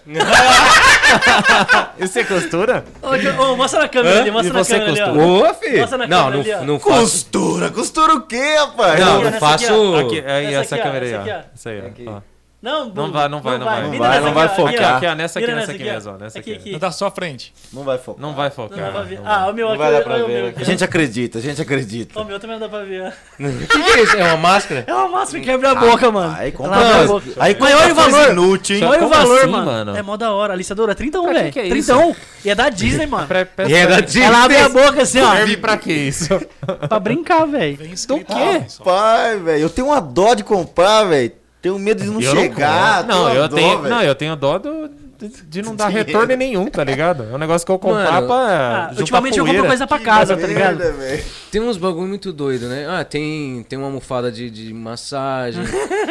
E você costura? Ô, mostra na câmera ali, mostra E na você câmera ali, costura? ó. Ô, filho. Mostra na Não, câmera ali, ó. não faço. Costura? Costura o quê, rapaz? Não, Aqui, ó, não nessa faço. aqui, ó. Aqui, aí, Essa essa aqui, ó, câmera aí, essa ó. aqui, ó. Isso aí, Aqui. ó. Não, Não vai. Mira vai, nessa não vai aqui, ó. focar. Aqui, ó, nessa aqui, Mira nessa aqui ó. mesmo, ó. Nessa aqui. Aqui. Da sua frente. Não vai focar. Não vai Não focar. dá pra ver. não vai. Ah, o meu Não aqui. vai dar pra olha o ver. meu aqui, A ó. gente acredita, a gente acredita. O meu também não dá pra ver, ó. O que é isso? É uma máscara? É uma máscara que quebra a boca, mano. Aí compra Ela abre a coisa- boca. aí Mas olha o compra coisa valor. inútil, hein? Olha o Como valor, assim, mano. mano? É mó da hora. A listadora, 31, Pra que velho. que é isso? 31. E é da Disney, mano. É da Disney. Ela abre a boca assim, ó. Serve pra que isso? Pra brincar, velho. Vem escrito quê? lá, só. Pai, velho, eu tenho uma dó de comprar, velho. Tenho medo de não Eu chegar. Não, tenho eu uma dó, tenho, velho. não, eu tenho dó de não dar retorno nenhum, tá ligado? É um negócio que eu comprar Mano, pra juntar Ultimamente eu compro poeira. coisa pra casa, tá Que ligado? merda, velho. Tem uns bagulho muito doido, né? Ah, tem uma almofada de massagem.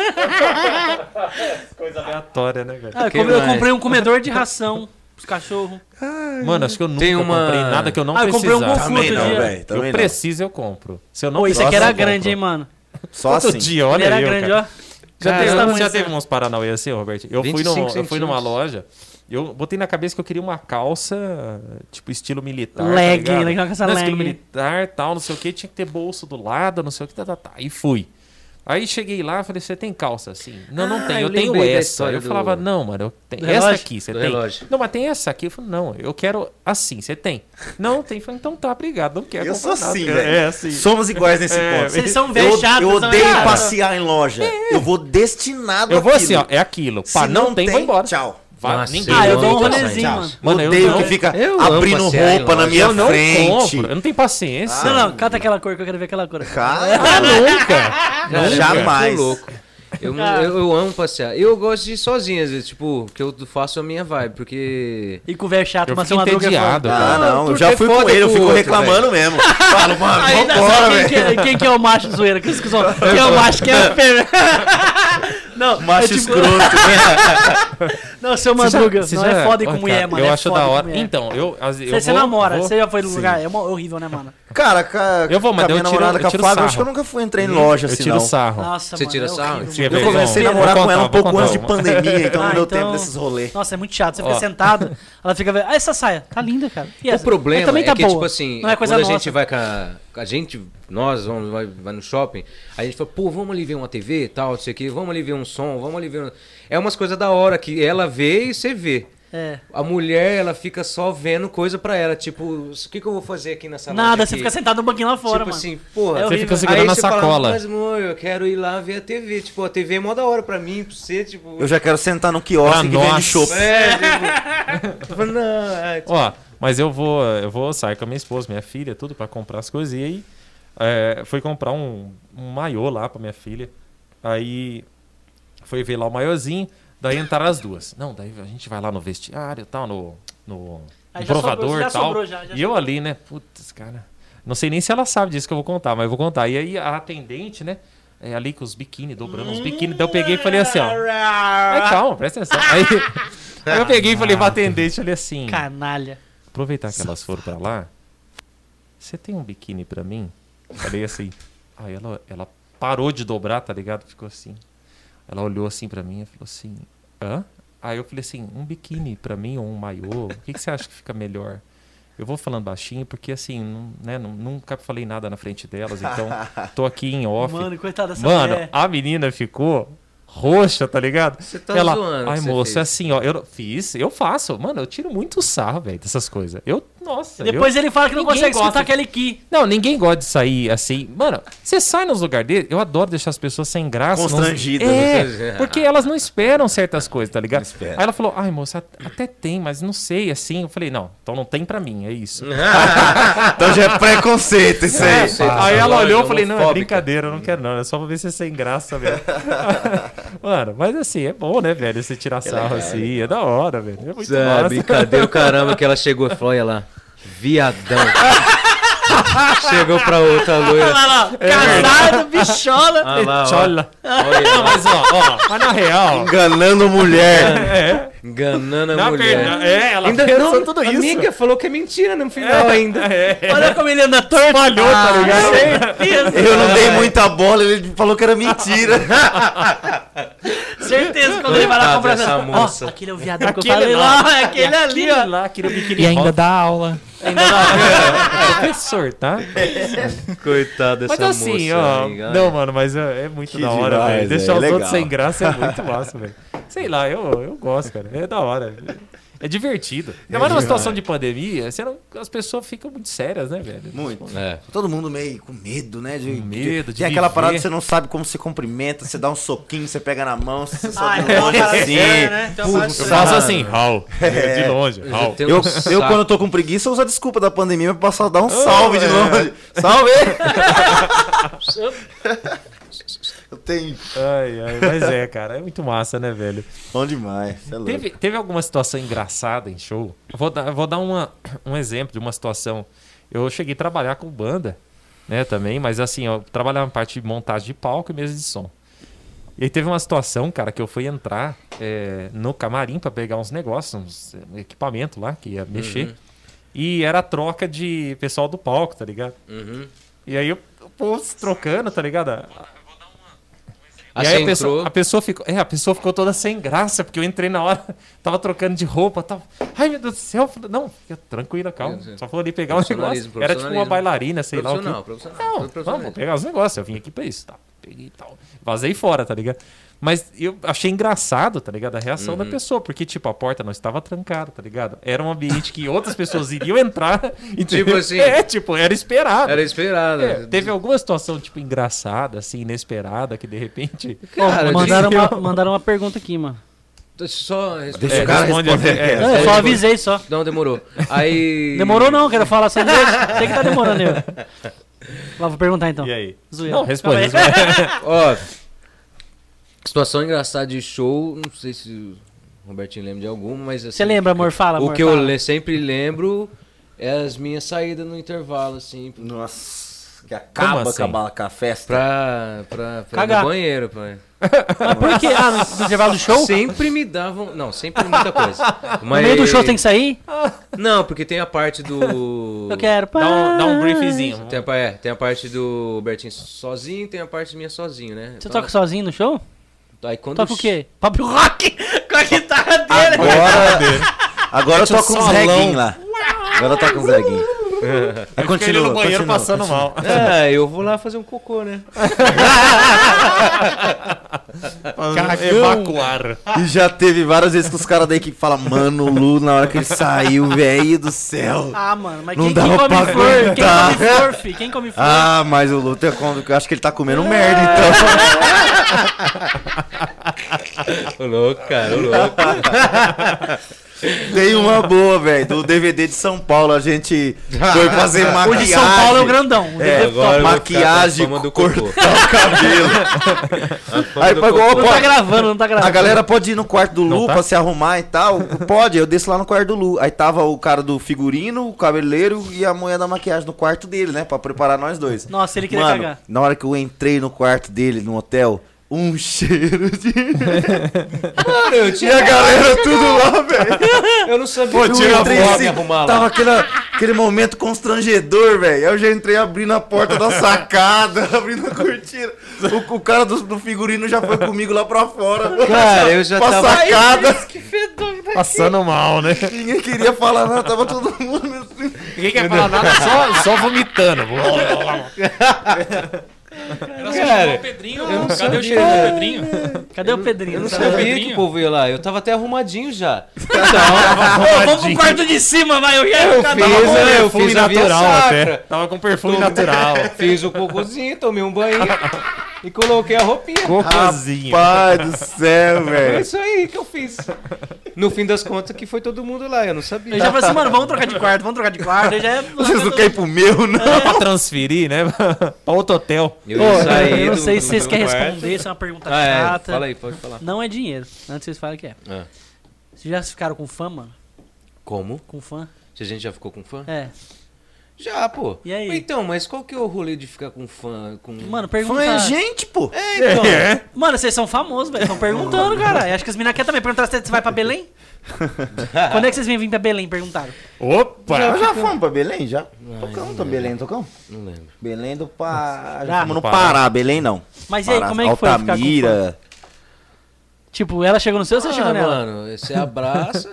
Coisa aleatória, né, velho? Ah, eu Que comprei- eu mais? comprei um comedor de ração pros cachorros. Mano, acho que eu nunca Tem uma- comprei nada que eu não Ah, eu comprei um precisasse. Goku Também outro não, dia. velho. Eu Também não. preciso, eu compro. Se eu não Pô, isso aqui preciso, era eu grande, compro. hein, mano. Só Todo assim. dia, olha Ele era aí, grande, cara. ó. Já Desse teve, tamanho, já assim, teve ó. uns Paranauê assim, Roberto? Eu fui 25 numa centímetros. loja, eu botei na cabeça que eu queria uma calça, tipo, estilo militar. Leg, tá ligado? né? Uma calça Não, estilo leg. militar, tal, não sei o que, tinha que ter bolso do lado, não sei o que, tá. E fui. Aí cheguei lá, falei, você tem calça assim? Não, não Ah, tem, eu eu tenho lembrei da essa. história Eu do- falava, não, mano, eu tenho Do essa relógio? aqui, você Do tem? relógio. Não, mas tem essa aqui. Eu falei, não, eu quero assim, você tem? Não, tem. Eu falei, então tá, obrigado, não quero Eu comprar sou nada. assim, É, velho. assim. Somos iguais nesse É, ponto. Vocês são velhos chatos. Eu são odeio velhos chatos. passear em loja. Eu vou destinado Eu vou àquilo. assim, ó, é aquilo. Se Pá, não tem, vou embora. Tchau. Vai, Nossa, ninguém. Ah, eu dou um amo rolezinho, passear. mano. Mano, eu odeio não- que fica eu amo abrindo passear em roupa na loja. minha Eu não frente. compro, eu não tenho paciência. Não, não, cata aquela cor que eu quero ver aquela cor. Cara, Nunca. Cara, jamais. eu tô louco. Eu amo passear. Eu gosto de ir sozinho, às vezes, tipo, que eu faço a minha vibe, porque... E com o velho chato, Eu mas fico seu Madruga é entediado, foda. cara. Ah, não, eu porque já fui foda com ele, eu pro fico outro, reclamando mesmo. Falo, mano, Ainda vambora, sabe velho. quem que é o macho zoeira? Quem é o macho que é fêmea? Não, Macho é tipo- escroto. Não, seu Madruga, Você não já- é foda com Olha, mulher, cara, mano. Eu é acho foda da com hora. mulher. Então, Você namora, vou- você já foi no Sim. lugar. É horrível, né, mano? Cara, Eu vou, mas com a minha eu tiro- namorada, eu com a tiro Fábio, acho sarro. que eu nunca entrei em loja Eu assim, tiro não. sarro. Nossa, Você mano. tira é sarro? horrível. Tira Eu vergonha. comecei a Vou namorar com contar, ela um vou pouco contar antes de uma. pandemia, então não Ah, deu então- tempo desses rolês. Nossa, é muito chato. Você fica Ó. sentado, ela fica vendo. Ah, essa saia, tá linda, cara. E O essa? problema também é tá que, boa. tipo assim, Não é coisa quando a nossa. gente vai com a gente, nós vamos, vai no shopping, a gente fala, pô, vamos ali ver uma TV e tal, não sei o que, vamos ali ver um som, vamos ali ver... É umas coisas da hora que ela vê e você vê. É. A mulher, ela fica só vendo coisa pra ela, tipo, o que eu vou fazer aqui nessa loja Nada, aqui? você fica sentado no banquinho lá fora, Tipo mano. assim, porra... É Você horrível. fica segurando Aí a você fala, sacola. mas amor, eu quero ir lá ver a TV. Tipo, a TV é mó da hora pra mim, pra você, tipo... Eu já quero sentar no quiosque que nossa. vende chopp. Tipo, não, é, tipo, Ó, mas eu vou sair com a minha esposa, minha filha, tudo pra comprar as coisas. E aí, fui comprar um maiô lá pra minha filha. Aí, foi ver lá o maiôzinho. Daí entraram as duas. Não, daí a gente vai lá no vestiário e tal, no Aí já provador sobrou, já e tal. sobrou, já E eu ali, né? Putz, cara. Não sei nem se ela sabe disso que eu vou contar, mas eu vou contar. E aí a atendente, né? Ali com os biquíni, dobrando os biquíni. Daí eu peguei e falei assim, ó. Ai, calma, presta atenção. Aí eu peguei e falei pra atendente ali assim. Canalha. Aproveitar que elas foram pra lá. Você tem um biquíni pra mim? Falei assim. Aí ela parou de dobrar, tá ligado? Ficou assim. Ela olhou assim pra mim e falou assim: hã? Aí eu falei assim: um biquíni pra mim ou um maiô? O que você acha que fica melhor? Eu vou falando baixinho porque assim, nunca falei nada na frente delas, então tô aqui em off. Mano, coitada dessa Mano, mulher. a menina ficou roxa, tá ligado? Você tá Ela, zoando ai que você moço, fez." assim, ó, eu faço. Mano, eu tiro muito sarro, velho, dessas coisas. Nossa, Depois ele fala que não Ninguém consegue gosta escutar de- aquele ki. Não, ninguém gosta de sair assim. Mano, você sai nos lugares dele, eu adoro deixar as pessoas sem graça. Constrangidas. É, porque elas não esperam certas coisas, tá ligado? Não esperam. Aí ela falou, ai moça, até tem, mas não sei, assim. Eu falei, não, então não tem pra mim, é isso. Então já é preconceito isso aí. Aí ela loja olhou e falei, não, é homofóbica. brincadeira, eu não quero não, é só pra ver se é sem graça mesmo. Mano, mas assim, é bom, né, velho, você tirar sarro assim, é da hora, velho. É muito massa. Brincadeira, o caramba, que ela chegou e falou, olha lá, viadão. Chegou pra outra loira. Olha lá, casado, bichola. Ah lá, ó. Tchola. Olha Não, lá, mas mas na real... Enganando mulher. enganando a Na mulher. verdade, ela Ainda pensou não, tudo a isso. amiga falou que é mentira no final ainda. Olha como ele anda torto. Falhou, tá ligado? Certeza. Eu não dei muita bola, ele falou que era mentira. Certeza quando ele vai lá comprar. Essa Ó, moça. aquele é o viadão que eu Aquele falei lá. lá. É aquele ali, ó. lá, aquele biquíni E ainda rosa. dá aula. Professor, tá? Coitada dessa Mas assim, moça. ó. amiga. Não, mano, mas é muito Que da hora, demais, velho. Deixar é os legal. outros sem graça é muito massa, velho. Sei lá, eu gosto, cara. É da hora. É divertido. Ainda mais numa situação de pandemia, as pessoas ficam muito sérias, né, velho? Muito. É. Todo mundo meio com medo, né? Com medo de Tem aquela viver. parada que você não sabe como se cumprimenta, você dá um soquinho, você pega na mão, você só Ah, de é longe uma parada assim. séria, né? Então Putz, faz- Eu faço sabe? assim, Raul. De longe, Raul. tenho Eu, um saco. quando eu tô com preguiça, eu uso a desculpa da pandemia pra passar dar um salve de longe. Salve! Eu tenho. Ai, mas cara, é muito massa, né, velho? Bom demais. Cê é louco. Teve alguma situação engraçada em show? Eu vou dar um exemplo de uma situação. Eu cheguei a trabalhar com banda, né, também, mas assim, eu trabalhava na parte de montagem de palco e mesa de som. E aí teve uma situação, cara, que eu fui entrar no camarim pra pegar uns negócios, uns equipamento lá, que ia mexer. E era a troca de pessoal do palco, tá ligado? Uhum. E aí o povo se trocando, tá ligado? Ah, E aí você a pessoa ficou toda sem graça, porque eu entrei na hora, tava trocando de roupa, tava. Ai, meu Deus do céu. Eu falei, não, fica tranquila, calma. Só vou ali pegar um negócio. Profissionalismo, Era tipo uma profissionalismo. bailarina, sei lá o Profissional, quê. profissional. Não, vamos pegar os negócios, eu vim aqui pra isso, tá? peguei e tal. Vazei fora, tá ligado? Mas eu achei engraçado, tá ligado? A reação da pessoa, porque, tipo, a porta não estava trancada, tá ligado? Era um ambiente que outras pessoas iriam entrar e, Tipo assim... tipo, era esperado. Era esperado. Teve alguma situação, tipo, engraçada, assim, inesperada, que de repente... Cara, mandaram uma pergunta aqui, mano. Só Deixa o cara responde responder. Não, eu só avisei só. Não, demorou. Aí... Demorou não, quero falar só inglês. Sei que tá demorando eu. Lá, vou perguntar então. E aí? Zoeira. Não, responde. Calma aí. Ó, situação engraçada de show, não sei se o Robertinho lembra de alguma, mas assim... Você lembra, amor? Fala, amor. O que eu fala. sempre lembro é as minhas saídas no intervalo, assim, Nossa, que acaba assim? com a festa. pra ir Cagar. no banheiro, pai. Mas por quê? Ah, no intervalo do show? Sempre me davam... Não, sempre muita coisa. No meio do show tem que sair? Não, porque tem a parte do... Eu quero. Dá um briefzinho. Tem a parte do Bertinho sozinho, tem a parte minha sozinho, né? Você toca sozinho no show? Aí quando Toca o quê? Pop rock! Com a guitarra dele! Agora eu toco uns reguinhos lá. Agora eu toco uns reguinhos. Aí Continua, no banheiro passando mal. É, eu vou lá fazer um cocô, né? Evacuar. E já teve várias vezes que os caras da equipe falam, mano, o Lu, na hora que ele saiu, velho do céu. Ah, mano, mas Não quem dava come pra flor? Quem aguentar. come flor, fi? Quem come flor? Ah, mas o Lu tem como, eu acho que ele tá comendo merda, então. Ô louco, cara, ô louco. Tem uma boa, velho, do DVD de São Paulo, a gente foi fazer O maquiagem. de São Paulo é o grandão. O É, DVD agora top. eu vou maquiagem, ficar com a fama do cortar cocô. o cabelo. Aí do pegou, Não tá gravando, não tá gravando. a galera pode ir no quarto do Lu tá? pra se arrumar e tal. Pode, eu desço lá no quarto do Lu. Aí tava o cara do figurino, o cabeleireiro e a mulher da maquiagem no quarto dele, né? Pra preparar nós dois. Nossa, ele queria Mano, cagar. na hora que eu entrei no quarto dele, no hotel, um cheiro de... Mano, eu E tinha... a galera tudo lá, velho. Eu não sabia Pô, que tira eu a entrei foto, assim, arrumar tava lá. aquele momento constrangedor, velho. Aí eu já entrei abrindo a porta da sacada, abrindo a cortina. O cara do figurino já foi comigo lá pra fora. Cara, eu já pra tava... sacada. Que fedor. Passando mal, né? Ninguém queria falar nada, tava todo mundo assim. Ninguém quer falar nada, só vomitando. Era só chamar o Pedrinho. Cadê o cheiro do Pedrinho? Cadê o Pedrinho? Eu não Sabe? sabia Pedrinho? que o povo ia lá. Eu tava até arrumadinho já. Ô, vamos pro quarto de cima, vai. Eu fiz a via natural sacra. até. Tava com perfume natural. Fiz o cocôzinho, tomei um banho e coloquei a roupinha. Cocôzinho. Pai do céu, É velho. isso aí que eu fiz. No fim das contas, que foi todo mundo lá. Eu não sabia. Eu já falei assim, mano, vamos trocar de quarto, Aí já é... Vocês não querem ir pro meu, não? Pra transferir, né? Pra outro hotel. Eu Pô, ia sair eu não do- sei do- se vocês do querem quarto. responder, isso é uma pergunta Ah, é. chata. Fala aí, pode falar. Não é dinheiro. Antes vocês falam que é. Ah. Vocês já ficaram com fã, mano? Como? Com fã? Se a gente já ficou com fã? É. Já, pô. E aí? Então, mas qual que é o rolê de ficar com fã? Com... Mano, Fã é pergunta. gente, pô. então. Mano, vocês são famosos, velho. Estão perguntando, cara. Acho que as meninas querem também. Perguntaram se você vai pra Belém? Quando é que vocês vêm vir pra Belém? Perguntaram. Opa! Nós já fomos pra Belém, já? Tocamos pra Belém, não tocamos? Não lembro. Belém do Pará. Já. Fomos no Pará. Pará, Belém não. Mas e aí, como é que foi ficar com Altamira. Tipo, ela chegou no seu ou você chegou nela? Mano, você abraça.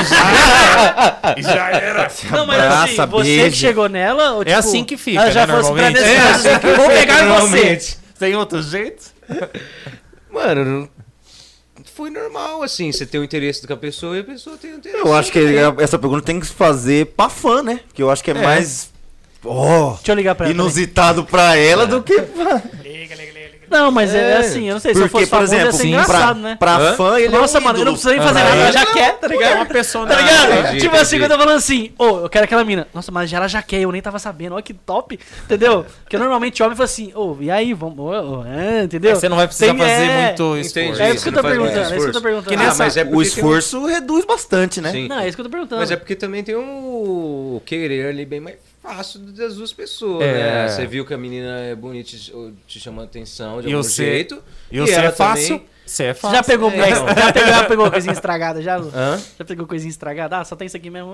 E já era. Não, mas Abraça, assim, você beija. que chegou nela? Ou, É tipo, assim que fica, ela já né, falou assim pra normalmente. descer. É assim Vou pegar você. Tem outro jeito? Mano, foi normal, assim. Você tem o interesse com a pessoa e a pessoa tem o interesse. Eu acho que essa pergunta tem que se fazer pra fã, né? Porque eu acho que é mais Deixa eu ligar pra ela. inusitado pra ela do que pra... Não, mas é assim, eu não sei. Se eu Porque, fosse por famoso, ia exemplo, ser engraçado, pra, né? pra Hã? fã ele Nossa, é um mano, eu não ídolo. preciso nem fazer nada, ela já quer, tá ligado? É uma pessoa. Tá ligado? entendi, Tipo assim, entendi. quando eu tô falando assim, ô, eu quero aquela mina. Nossa, mas já ela já quer, eu nem tava sabendo, olha que top, entendeu? Porque normalmente homem fala assim, ô, e aí, vamos, entendeu? Você não vai precisar Tem- fazer é, muito entendi. esforço. É isso que eu tô Você não faz muito perguntando, é isso que eu tô esforço. perguntando. Que Ah, nessa- mas é O porque esforço reduz bastante, né? Sim. Não, é isso que eu tô perguntando. Mas é porque também tem o querer ali bem mais fácil das duas pessoas, É. né? Você viu que a menina é bonita e te chamou a atenção de E algum você- jeito. E você ela é fácil? também- Você é Você fácil. já pegou, É, então. já pegou coisinha estragada já, Lu? Hã? Já pegou coisinha estragada? Ah, só tem isso aqui mesmo.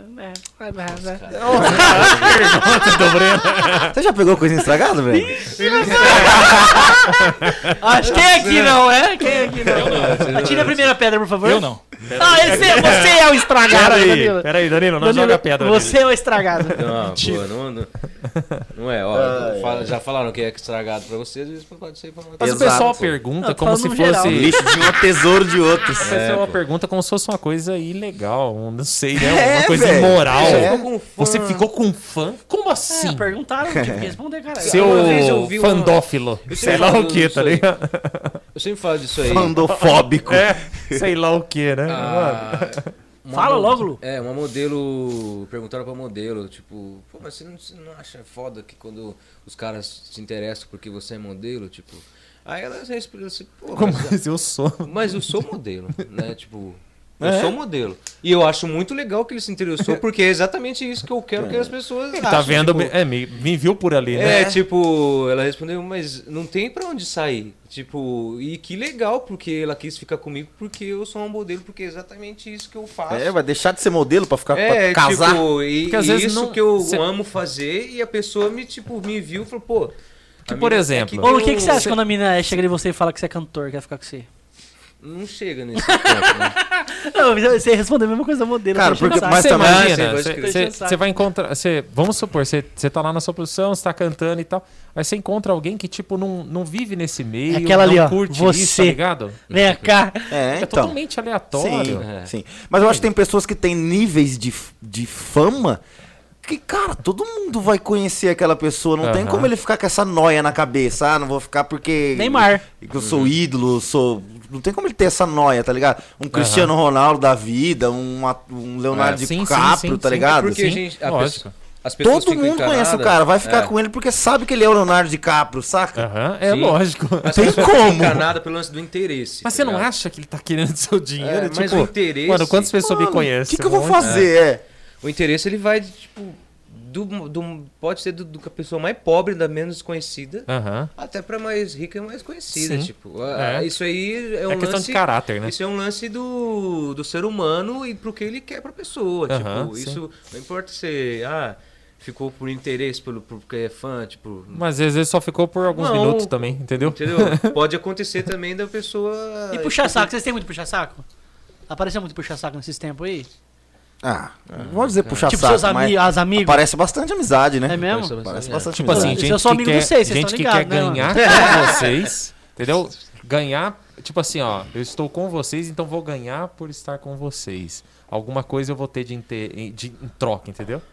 Você já pegou coisa estragada, velho? Acho que quem aqui não, é? Quem aqui não? Atire a primeira pedra, por favor. Eu não. Você é o estragado, Danilo. Peraí, Danilo, não Danilo, joga pedra. Você é o estragado. Não, pô, não é. Ó, já falaram que é estragado pra você, às vezes pode ser pra Mas o Exato. pessoal pergunta Não, como se falando no geral. fosse... Lixo de um tesouro de outros. A pessoa pô. pergunta como se fosse uma coisa ilegal, não sei, né? Uma coisa velho. imoral. É. Você ficou com fã? Como assim? Perguntaram, eu tive que responder, cara. Seu Uma vez eu vi uma- fandófilo. Eu Sei sempre lá falo o que, disso tá aí. ligado? Eu sempre falo disso aí. Fandofóbico. É, sei lá o que, né? Mano. Ah, uma Fala logo, Lu. É, uma modelo. Perguntaram pra modelo, tipo, pô, mas você não acha foda que quando os caras se interessam porque você é modelo, tipo. Aí ela respondeu assim, pô, Como assim? Eu sou. mas eu sou modelo, né? Tipo, eu sou modelo. E eu acho muito legal que ele se interessou, porque é exatamente isso que eu quero que as pessoas Tá vendo? Tipo, Me viu por ali, né? tipo, ela respondeu, mas não tem pra onde sair. Tipo, e que legal, porque ela quis ficar comigo porque eu sou um modelo, porque é exatamente isso que eu faço. Vai deixar de ser modelo pra ficar pra casar. Tipo, e Porque às vezes isso não- que eu cê- amo fazer, e a pessoa me viu e falou, pô. Que, a por mina exemplo- que Ô, Lu, o tem que você acha Cê- quando a mina chega de você e fala que você é cantor, quer ficar com você? Não chega nesse ponto, né? Não, você respondeu a mesma coisa da modelo. Cara, tô enchendo porque- o mas saco. também- Imagina, você vai escrever. você vai encontrar. Vamos supor, você tá lá na sua posição, você tá cantando e tal. Aí você encontra alguém que, tipo, não vive nesse meio, Aquela não ali, ó, curte isso, você. tá ligado? Vem cá. É, É então. totalmente aleatório. Sim, É. sim. Mas eu acho que tem pessoas que têm níveis de fama que, cara, todo mundo vai conhecer aquela pessoa. Não tem Aham. como ele ficar com essa noia na cabeça. Ah, não vou ficar porque... Neymar. Que eu sou ídolo, Não tem como ele ter essa noia, tá ligado? Um Cristiano Ronaldo da vida, um Leonardo Sim, sim, DiCaprio, sim, tá sim. ligado? Porque Sim, a lógico. as pessoas Todo ficam mundo conhece o encanadas. cara, vai ficar É. com ele porque sabe que ele é o Leonardo DiCaprio, saca? Aham, é Sim. lógico. As Tem pessoas como? ficam encanadas pelo lance do interesse. Mas tá você não ligado? acha que ele tá querendo seu dinheiro? É, mas tipo, o interesse- Mano, quantas pessoas me Mano, conhecem? O que eu vou Um monte. fazer? O interesse, ele vai, tipo, pode ser do que a pessoa mais pobre, da menos conhecida, Aham. até pra mais rica e mais conhecida, Sim. tipo. É. Isso aí é um É questão lance... de caráter, né? Isso é um lance do ser humano e pro que ele quer pra pessoa, Aham, tipo, sim. isso não importa se, ficou por interesse, porque é fã, tipo... Mas às vezes só ficou por alguns Não. minutos também, entendeu? Entendeu? Pode acontecer também da pessoa... E puxar saco, vocês têm muito puxar saco? Apareceu muito puxar saco nesses tempos aí? Não vou dizer puxar Tipo, saco, seus mas as amigos? parece bastante amizade, né? É mesmo? Parece bastante Tipo amizade. assim, Eu gente sou que amigo quer, de vocês gente estão que ligados, quer né, mano? ganhar com vocês, entendeu? Ganhar, tipo assim, ó, eu estou com vocês, então vou ganhar por estar com vocês. Alguma coisa eu vou ter em troca, entendeu?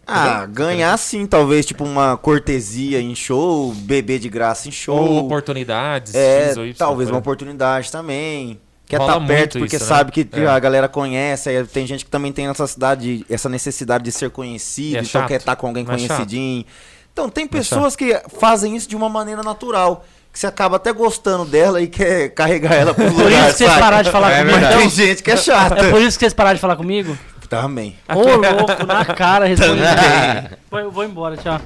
Ganhar sim, talvez, tipo, uma cortesia em show, beber de graça em show. Ou oportunidades, X ou Y. talvez uma né? oportunidade também. Quer Rola estar perto muito porque isso, né? sabe que É. a galera conhece. Aí tem gente que também tem essa necessidade de ser conhecido, É então chato. quer estar com alguém Não é conhecidinho. Então tem é pessoas que fazem isso de uma maneira natural. Que você acaba até gostando dela e quer carregar ela pro Por lugar, isso que vocês sabe? pararam de falar É comigo, Mas então? tem gente que é chata. É por isso que vocês pararam de falar comigo? Também. Ô, louco, na cara, responde. Eu vou embora, tchau.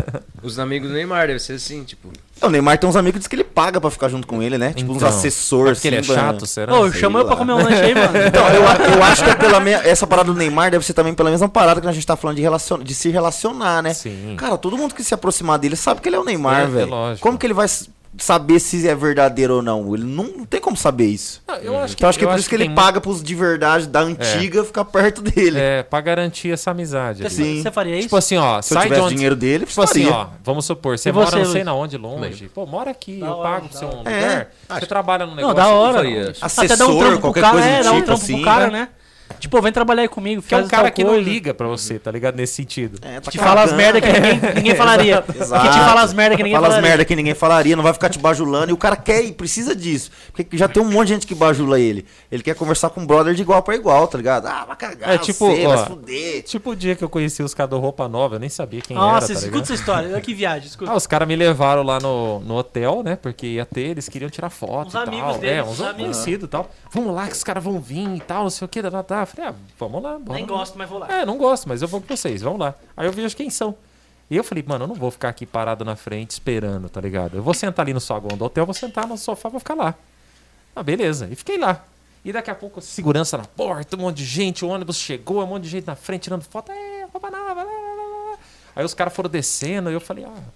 Os amigos do Neymar deve ser assim, tipo... O Neymar tem uns amigos que diz que ele paga pra ficar junto com ele, né? Tipo uns Então, assessores. Porque ele é assim, chato, será? Ô, sei chama eu pra lá. comer um lanche aí, mano. Então, eu acho que é essa parada do Neymar deve ser também pela mesma parada que a gente tá falando de se relacionar, né? Sim. Cara, todo mundo que se aproximar dele sabe que ele é o Neymar, É velho. lógico. Como que ele vai saber se é verdadeiro ou não? Ele não tem como saber isso. Ah, eu acho Então acho que é por isso que ele tem paga pros de verdade da antiga ficar perto dele. pra garantir essa amizade. ali. Sim. Você faria isso? Tipo assim, ó, Se eu sai de tivesse onde... dinheiro dele, Tipo assim, faria. ó, vamos supor, você E mora você, não sei Luiz? na onde, longe. Pô, mora aqui, Da eu hora, pago pro da seu hora. lugar. Você trabalha no negócio. Não, da hora. faria. Até dá um trampo pro qualquer cara, coisa do dá um tipo trampo assim, pro cara, né? né? Tipo, vem trabalhar aí comigo, Que é faz um cara tal que não coisa. liga pra você, tá ligado? Nesse sentido. Tá Te fala as merda que ninguém falaria. Exato. Que te fala as merda que ninguém Fala as falaria. merda que ninguém falaria, não vai ficar te bajulando. E o cara quer e precisa disso. Porque já tem um monte de gente que bajula ele. Ele quer conversar com um brother de igual pra igual, tá ligado? Ah, vai cagar, É tipo, você, ó, vai se fuder. Tipo o dia que eu conheci os caras do Roupa Nova, eu nem sabia quem Nossa, era, tá escuta ligado? essa história. Olha que viagem, escuta. Ah, os caras me levaram lá no hotel, né? Porque ia ter, eles queriam tirar foto Uns e tal. amigos deles, uns uns amigos. conhecidos e tal. Vamos lá que os caras vão vir e tal, não sei o que. Tá. Falei, vamos lá, bora. Nem gosto, mas vou lá. Não gosto, mas eu vou com vocês, vamos lá. Aí eu vejo quem são. E eu falei, mano, eu não vou ficar aqui parado na frente esperando, tá ligado? Eu vou sentar ali no saguão do hotel, vou sentar no sofá, vou ficar lá. Ah, beleza. E fiquei lá. E daqui a pouco, segurança na porta, um monte de gente, o ônibus chegou, um monte de gente na frente tirando foto. Roupa nova, lá. Aí os caras foram descendo, e eu falei,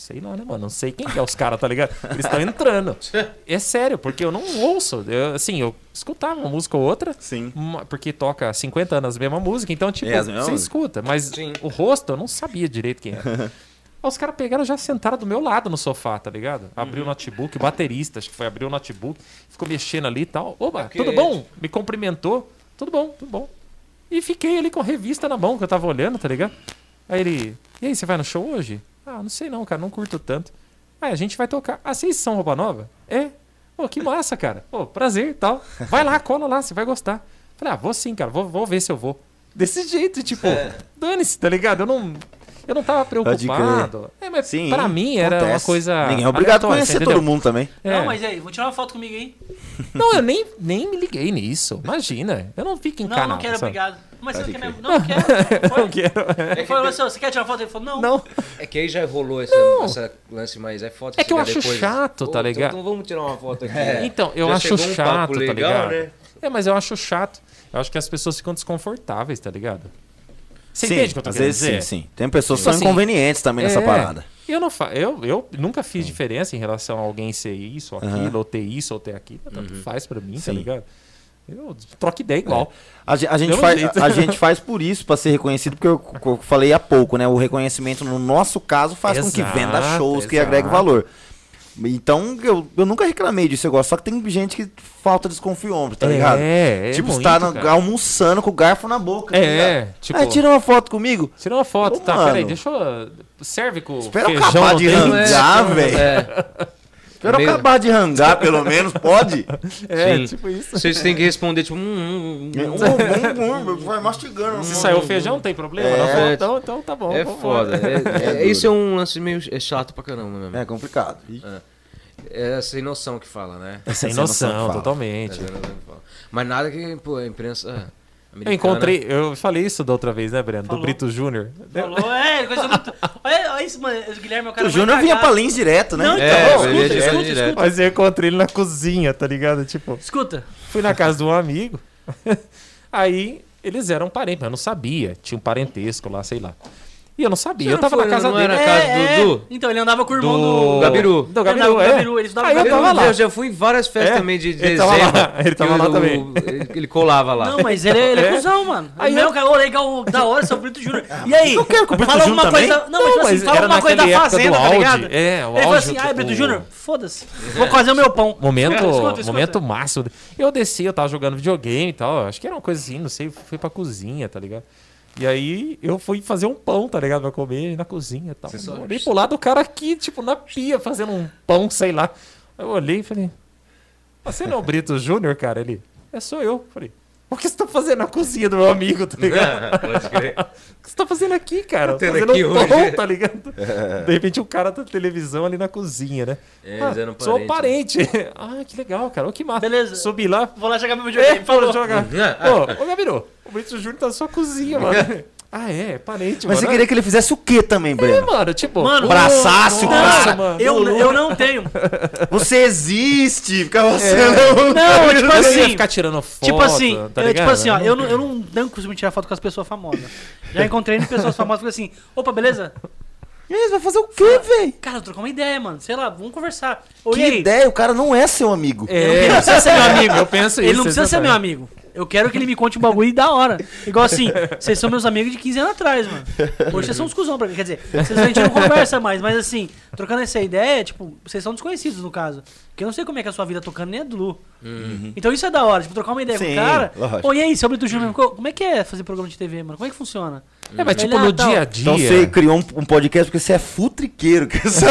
sei lá, né, mano? Não sei quem que é os caras, tá ligado? Eles estão entrando. É sério, porque eu não ouço. Eu escutava uma música ou outra, Sim. porque toca há 50 anos a mesma música, então, tipo, É, as mesmas você músicas. escuta. Mas Sim. o rosto eu não sabia direito quem era. Aí os caras pegaram e já sentaram do meu lado no sofá, tá ligado? Abriu o notebook, o baterista, acho que foi abrir o notebook, ficou mexendo ali e tal. Oba, Ok. tudo bom? Me cumprimentou. Tudo bom, tudo bom. E fiquei ali com a revista na mão que eu tava olhando, tá ligado? Aí ele, e aí, você vai no show hoje? Ah, não sei não, cara, não curto tanto. Ah, a gente vai tocar. Ah, vocês são Roupa Nova? É? Pô, que massa, cara. Pô, prazer e tal. Vai lá, cola lá, você vai gostar. Falei, vou sim, cara, vou ver se eu vou. Desse jeito, tipo, dane-se, tá ligado? Eu não tava preocupado. Mas Sim, pra mim era uma acontece. coisa. Ninguém é obrigado a aleatória, conhecer entendeu? todo mundo também. É. Não, mas aí, vou tirar uma foto comigo aí. Não, eu nem me liguei nisso. Imagina. Eu não fico encanado. Não quero, sabe? obrigado. Mas você não Pode quer mesmo? crer. Não, quero. Não quero. Ele falou assim, você quer tirar foto? Ele falou, não. Não. É que aí já rolou esse lance, mas é foto É que eu chegar acho depois. chato, tá ligado? Então vamos tirar uma foto aqui. Então, eu Já acho chegou um chato, papo tá legal, ligado? né? É, mas eu acho chato. Eu acho que as pessoas ficam desconfortáveis, tá ligado? Você Sim, entende o que eu tô às querendo vezes dizer? sim. Tem pessoas que Tipo são assim, inconvenientes também nessa parada. Eu não eu nunca fiz diferença em relação a alguém ser isso, ou aquilo, ou ter isso, ou ter aquilo. Tanto faz pra mim, tá Sim. ligado? Eu troco ideia igual. A gente, Mesmo faz, jeito. a gente faz por isso, pra ser reconhecido, porque eu falei há pouco, né? O reconhecimento, no nosso caso, faz com que venda Exato, shows, que exato. agregue valor. Então, eu nunca reclamei disso, eu gosto. Só que tem gente que falta desconfiômetro, tá ligado? Tipo, muito, você tá cara. almoçando com o garfo na boca. tá ligado? Tipo... Ah, tira uma foto comigo. Tira uma foto, Ô, tá? mano. Peraí, deixa eu... Serve com Espera eu feijão, acabar não de tem? rangar, velho. Espera eu Meio- acabar de rangar, pelo menos, pode? É, Sim. tipo isso. Vocês têm que responder, tipo... Vai mastigando. Se saiu feijão, não tem problema. É. Não? Então tá bom. É vambora. foda. Isso é um lance meio chato pra caramba mesmo. É complicado. É sem noção que fala, né? Sem Sem noção noção, que fala. totalmente. Mas nada que, pô, a imprensa americana... Eu encontrei, eu falei isso da outra vez, né, Breno? Do Falou. Brito Júnior. Falou, coisa muito... Olha isso, mano. O Guilherme é o cara O Júnior vinha pra Lins direto, né? Não, então, É, escuta, ele ia escuta, direto. escuta. Mas eu encontrei ele na cozinha, tá ligado? Tipo, Escuta. fui na casa de um amigo. Aí eles eram parentes, mas eu não sabia. Tinha um parentesco lá, sei lá. E eu não sabia. Você Eu tava não na foi, casa não dele. era? Na casa do- Então, ele andava com o irmão Do- do... Gabiru. Do Gabiru, Andava com o é. Gabiru, eles davam Aí eu Gabiru. tava lá. Eu já fui em várias festas É? também de Ele dezembro. tava lá, ele tava que lá também. Ele colava lá. Não, mas ele é cuzão, mano. Aí Aí eu- não, cara, ô, legal, da hora, seu Brito Júnior. E aí? Eu quero com o Brito fala Júnior alguma também. coisa. Não, mas tipo assim, fala era alguma coisa da naquela época do fazenda, tá auge. ligado? É, o Ele falou auge, assim, tipo- Brito Júnior, foda-se. Vou fazer o meu pão. Momento, Escuta. momento máximo. Eu desci, eu tava jogando videogame e tal. Acho que era uma coisa assim, não sei. Fui pra cozinha, tá ligado? E aí eu fui fazer um pão, tá ligado? Pra comer na cozinha e tal. Eu olhei pro lado do cara aqui, tipo, na pia, fazendo um pão, sei lá. Eu olhei e falei, você não é o Brito Júnior, cara? Ele, sou eu. Falei, o que você tá fazendo na cozinha do meu amigo, tá ligado? Pode crer. O que você tá fazendo aqui, cara? Tá tendo Fazendo aqui um pão, hoje. tá ligado? De repente o cara da televisão ali na cozinha, né? Eles eram Sou parentes. parente. Ah, que legal, cara. Ô, que massa. Beleza. Subi lá. Vou lá jogar meu videogame. Falou jogar. Uhum. Ô, Gabiru, o Brito Júnior tá na sua cozinha, mano. Ah, é parente, Mas mano. você queria que ele fizesse o quê também, É, Breno? mano, tipo... Mano, Braçaço, nossa, cara. mano. Eu não tenho. Você existe, fica você Não, tipo Eu ia assim... ficar tirando foto, Tipo assim, tá tipo ligado? assim, ó, eu não costumo tirar foto com as pessoas famosas. Já encontrei pessoas famosas e falei assim, opa, beleza? Você vai fazer o quê, velho? Cara, trocar uma ideia, mano. Sei lá, vamos conversar. Ô, Que e aí? ideia, o cara não é seu amigo. Ele não precisa ser meu amigo. Eu penso Ele isso, não precisa ser meu exatamente. amigo. Eu quero que ele me conte um bagulho da hora. Igual assim, vocês são meus amigos de 15 anos atrás, mano. Hoje vocês são uns cuzão pra mim. Quer dizer, vocês a gente não conversa mais, mas assim, trocando essa ideia, tipo, vocês são desconhecidos no caso. Porque eu não sei como é que é a sua vida tocando, nem a do Lu. Então isso é da hora, tipo, trocar uma ideia com o Sim, cara. lógico. Pô, e aí, seu Brito Júnior, como é que é fazer programa de TV, mano? Como é que funciona? É, mas tipo, Ele, no tal. dia a dia... Então você criou um podcast porque você é futriqueiro. Que você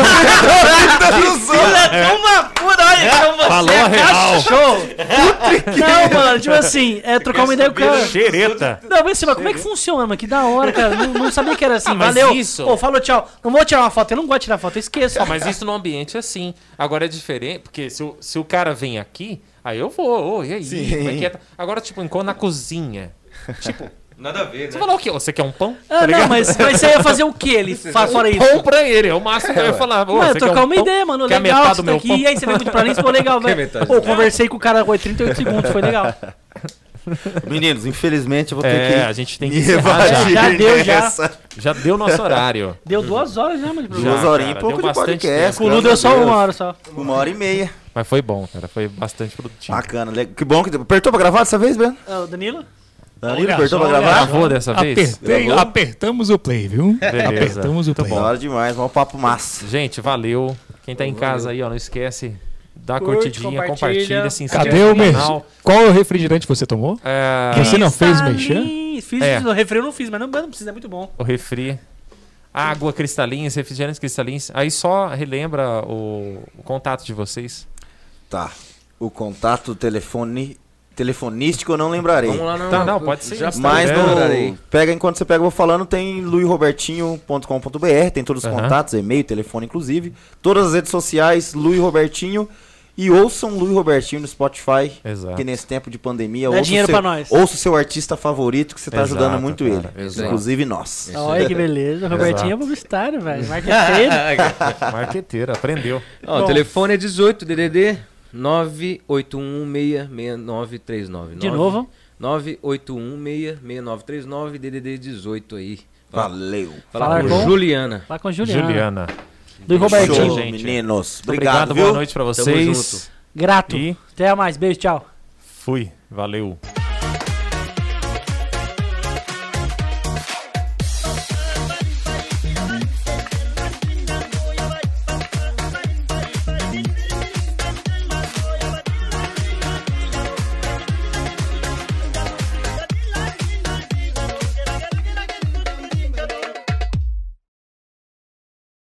Uma puta, olha como você Falou é a real. cachorro. Não, mano, tipo assim, é trocar uma ideia com o cara. Xereta. Não, mas assim, mas como é que funciona, mano? Que da hora, cara. Não sabia que era assim. mas Valeu. isso- Pô, falou tchau. Não vou tirar uma foto. Eu não gosto de tirar foto, eu esqueço. Ah, mas isso no ambiente é assim. Agora é diferente, porque se o cara vem aqui, aí eu vou. Ô, e aí? Sim. Como é que é? Agora, tipo, enquanto na cozinha. Tipo, Nada a ver, você né? falar o quê? Você quer um pão? Ah, não, mas você ia fazer o que ele fora isso? Pão pra ele, é o máximo que eu ia falar. Ô, Mano, você quer trocar um uma pão? ideia, mano. Quer Legal, metade isso do meu daqui. pão? E aí, você veio muito pra Lins, pô, legal, Quer velho. metade Pô, do conversei com o cara, foi 38 segundos, foi legal. Meninos, infelizmente eu vou ter que a gente tem que me encerrar já. evadir Já deu, já. nessa. Já deu nosso horário. Deu 2 horas já, mano. de programa. 2 horinhas e cara, pouco deu de bastante podcast. O Lu deu só 1 hora só. 1h30. Mas foi bom, cara. Foi bastante produtivo. Bacana. Que bom que... Apertou pra gravar dessa vez, Breno? O Danilo? Danilo, Olha apertou só, pra olha gravar? Gravou dessa vez? Gravou? Apertamos o play, viu? Beleza. Apertamos o Muito play. bom. Da hora demais, mó papo massa. Gente, valeu. Quem tá em casa aí, ó, não esquece. Dá Curte, curtidinha, compartilha. compartilha, se inscreve Cadê o no merchan? canal. Qual é o refrigerante você tomou? Você não fez merchan? Fiz É. no refri, eu não fiz, mas não precisa, é muito bom. O refri. Água cristalina, refrigerantes cristalinos. Aí só relembra o contato de vocês. Tá. O contato telefonístico eu não lembrarei. Vamos lá, Tá, não, pode ser. Já Mas no... enquanto você pega, eu vou falando, tem luirobertinho.com.br, tem todos os Aham. contatos, e-mail, telefone inclusive. Todas as redes sociais, Luiz Robertinho. E ouçam Luiz Robertinho no Spotify, Exato. que nesse tempo de pandemia, Dá dinheiro pra nós. ouça o seu artista favorito, que você tá Exato, ajudando muito cara, ele. exato. Inclusive nós. Olha que beleza. O Robertinho é Exato. publicitário, velho. Marqueteiro. Marqueteiro, aprendeu. Ó, o telefone é 18 DDD 981666939. De novo. 981666939 DDD 18 aí. Valeu. Fala Falar com com- Juliana. Lá com a Juliana. Juliana. Do Robertinho. Show, gente. meninos. Muito obrigado, Obrigado, viu? boa noite pra vocês. junto. Grato. E Até mais. Beijo, tchau. fui. Valeu.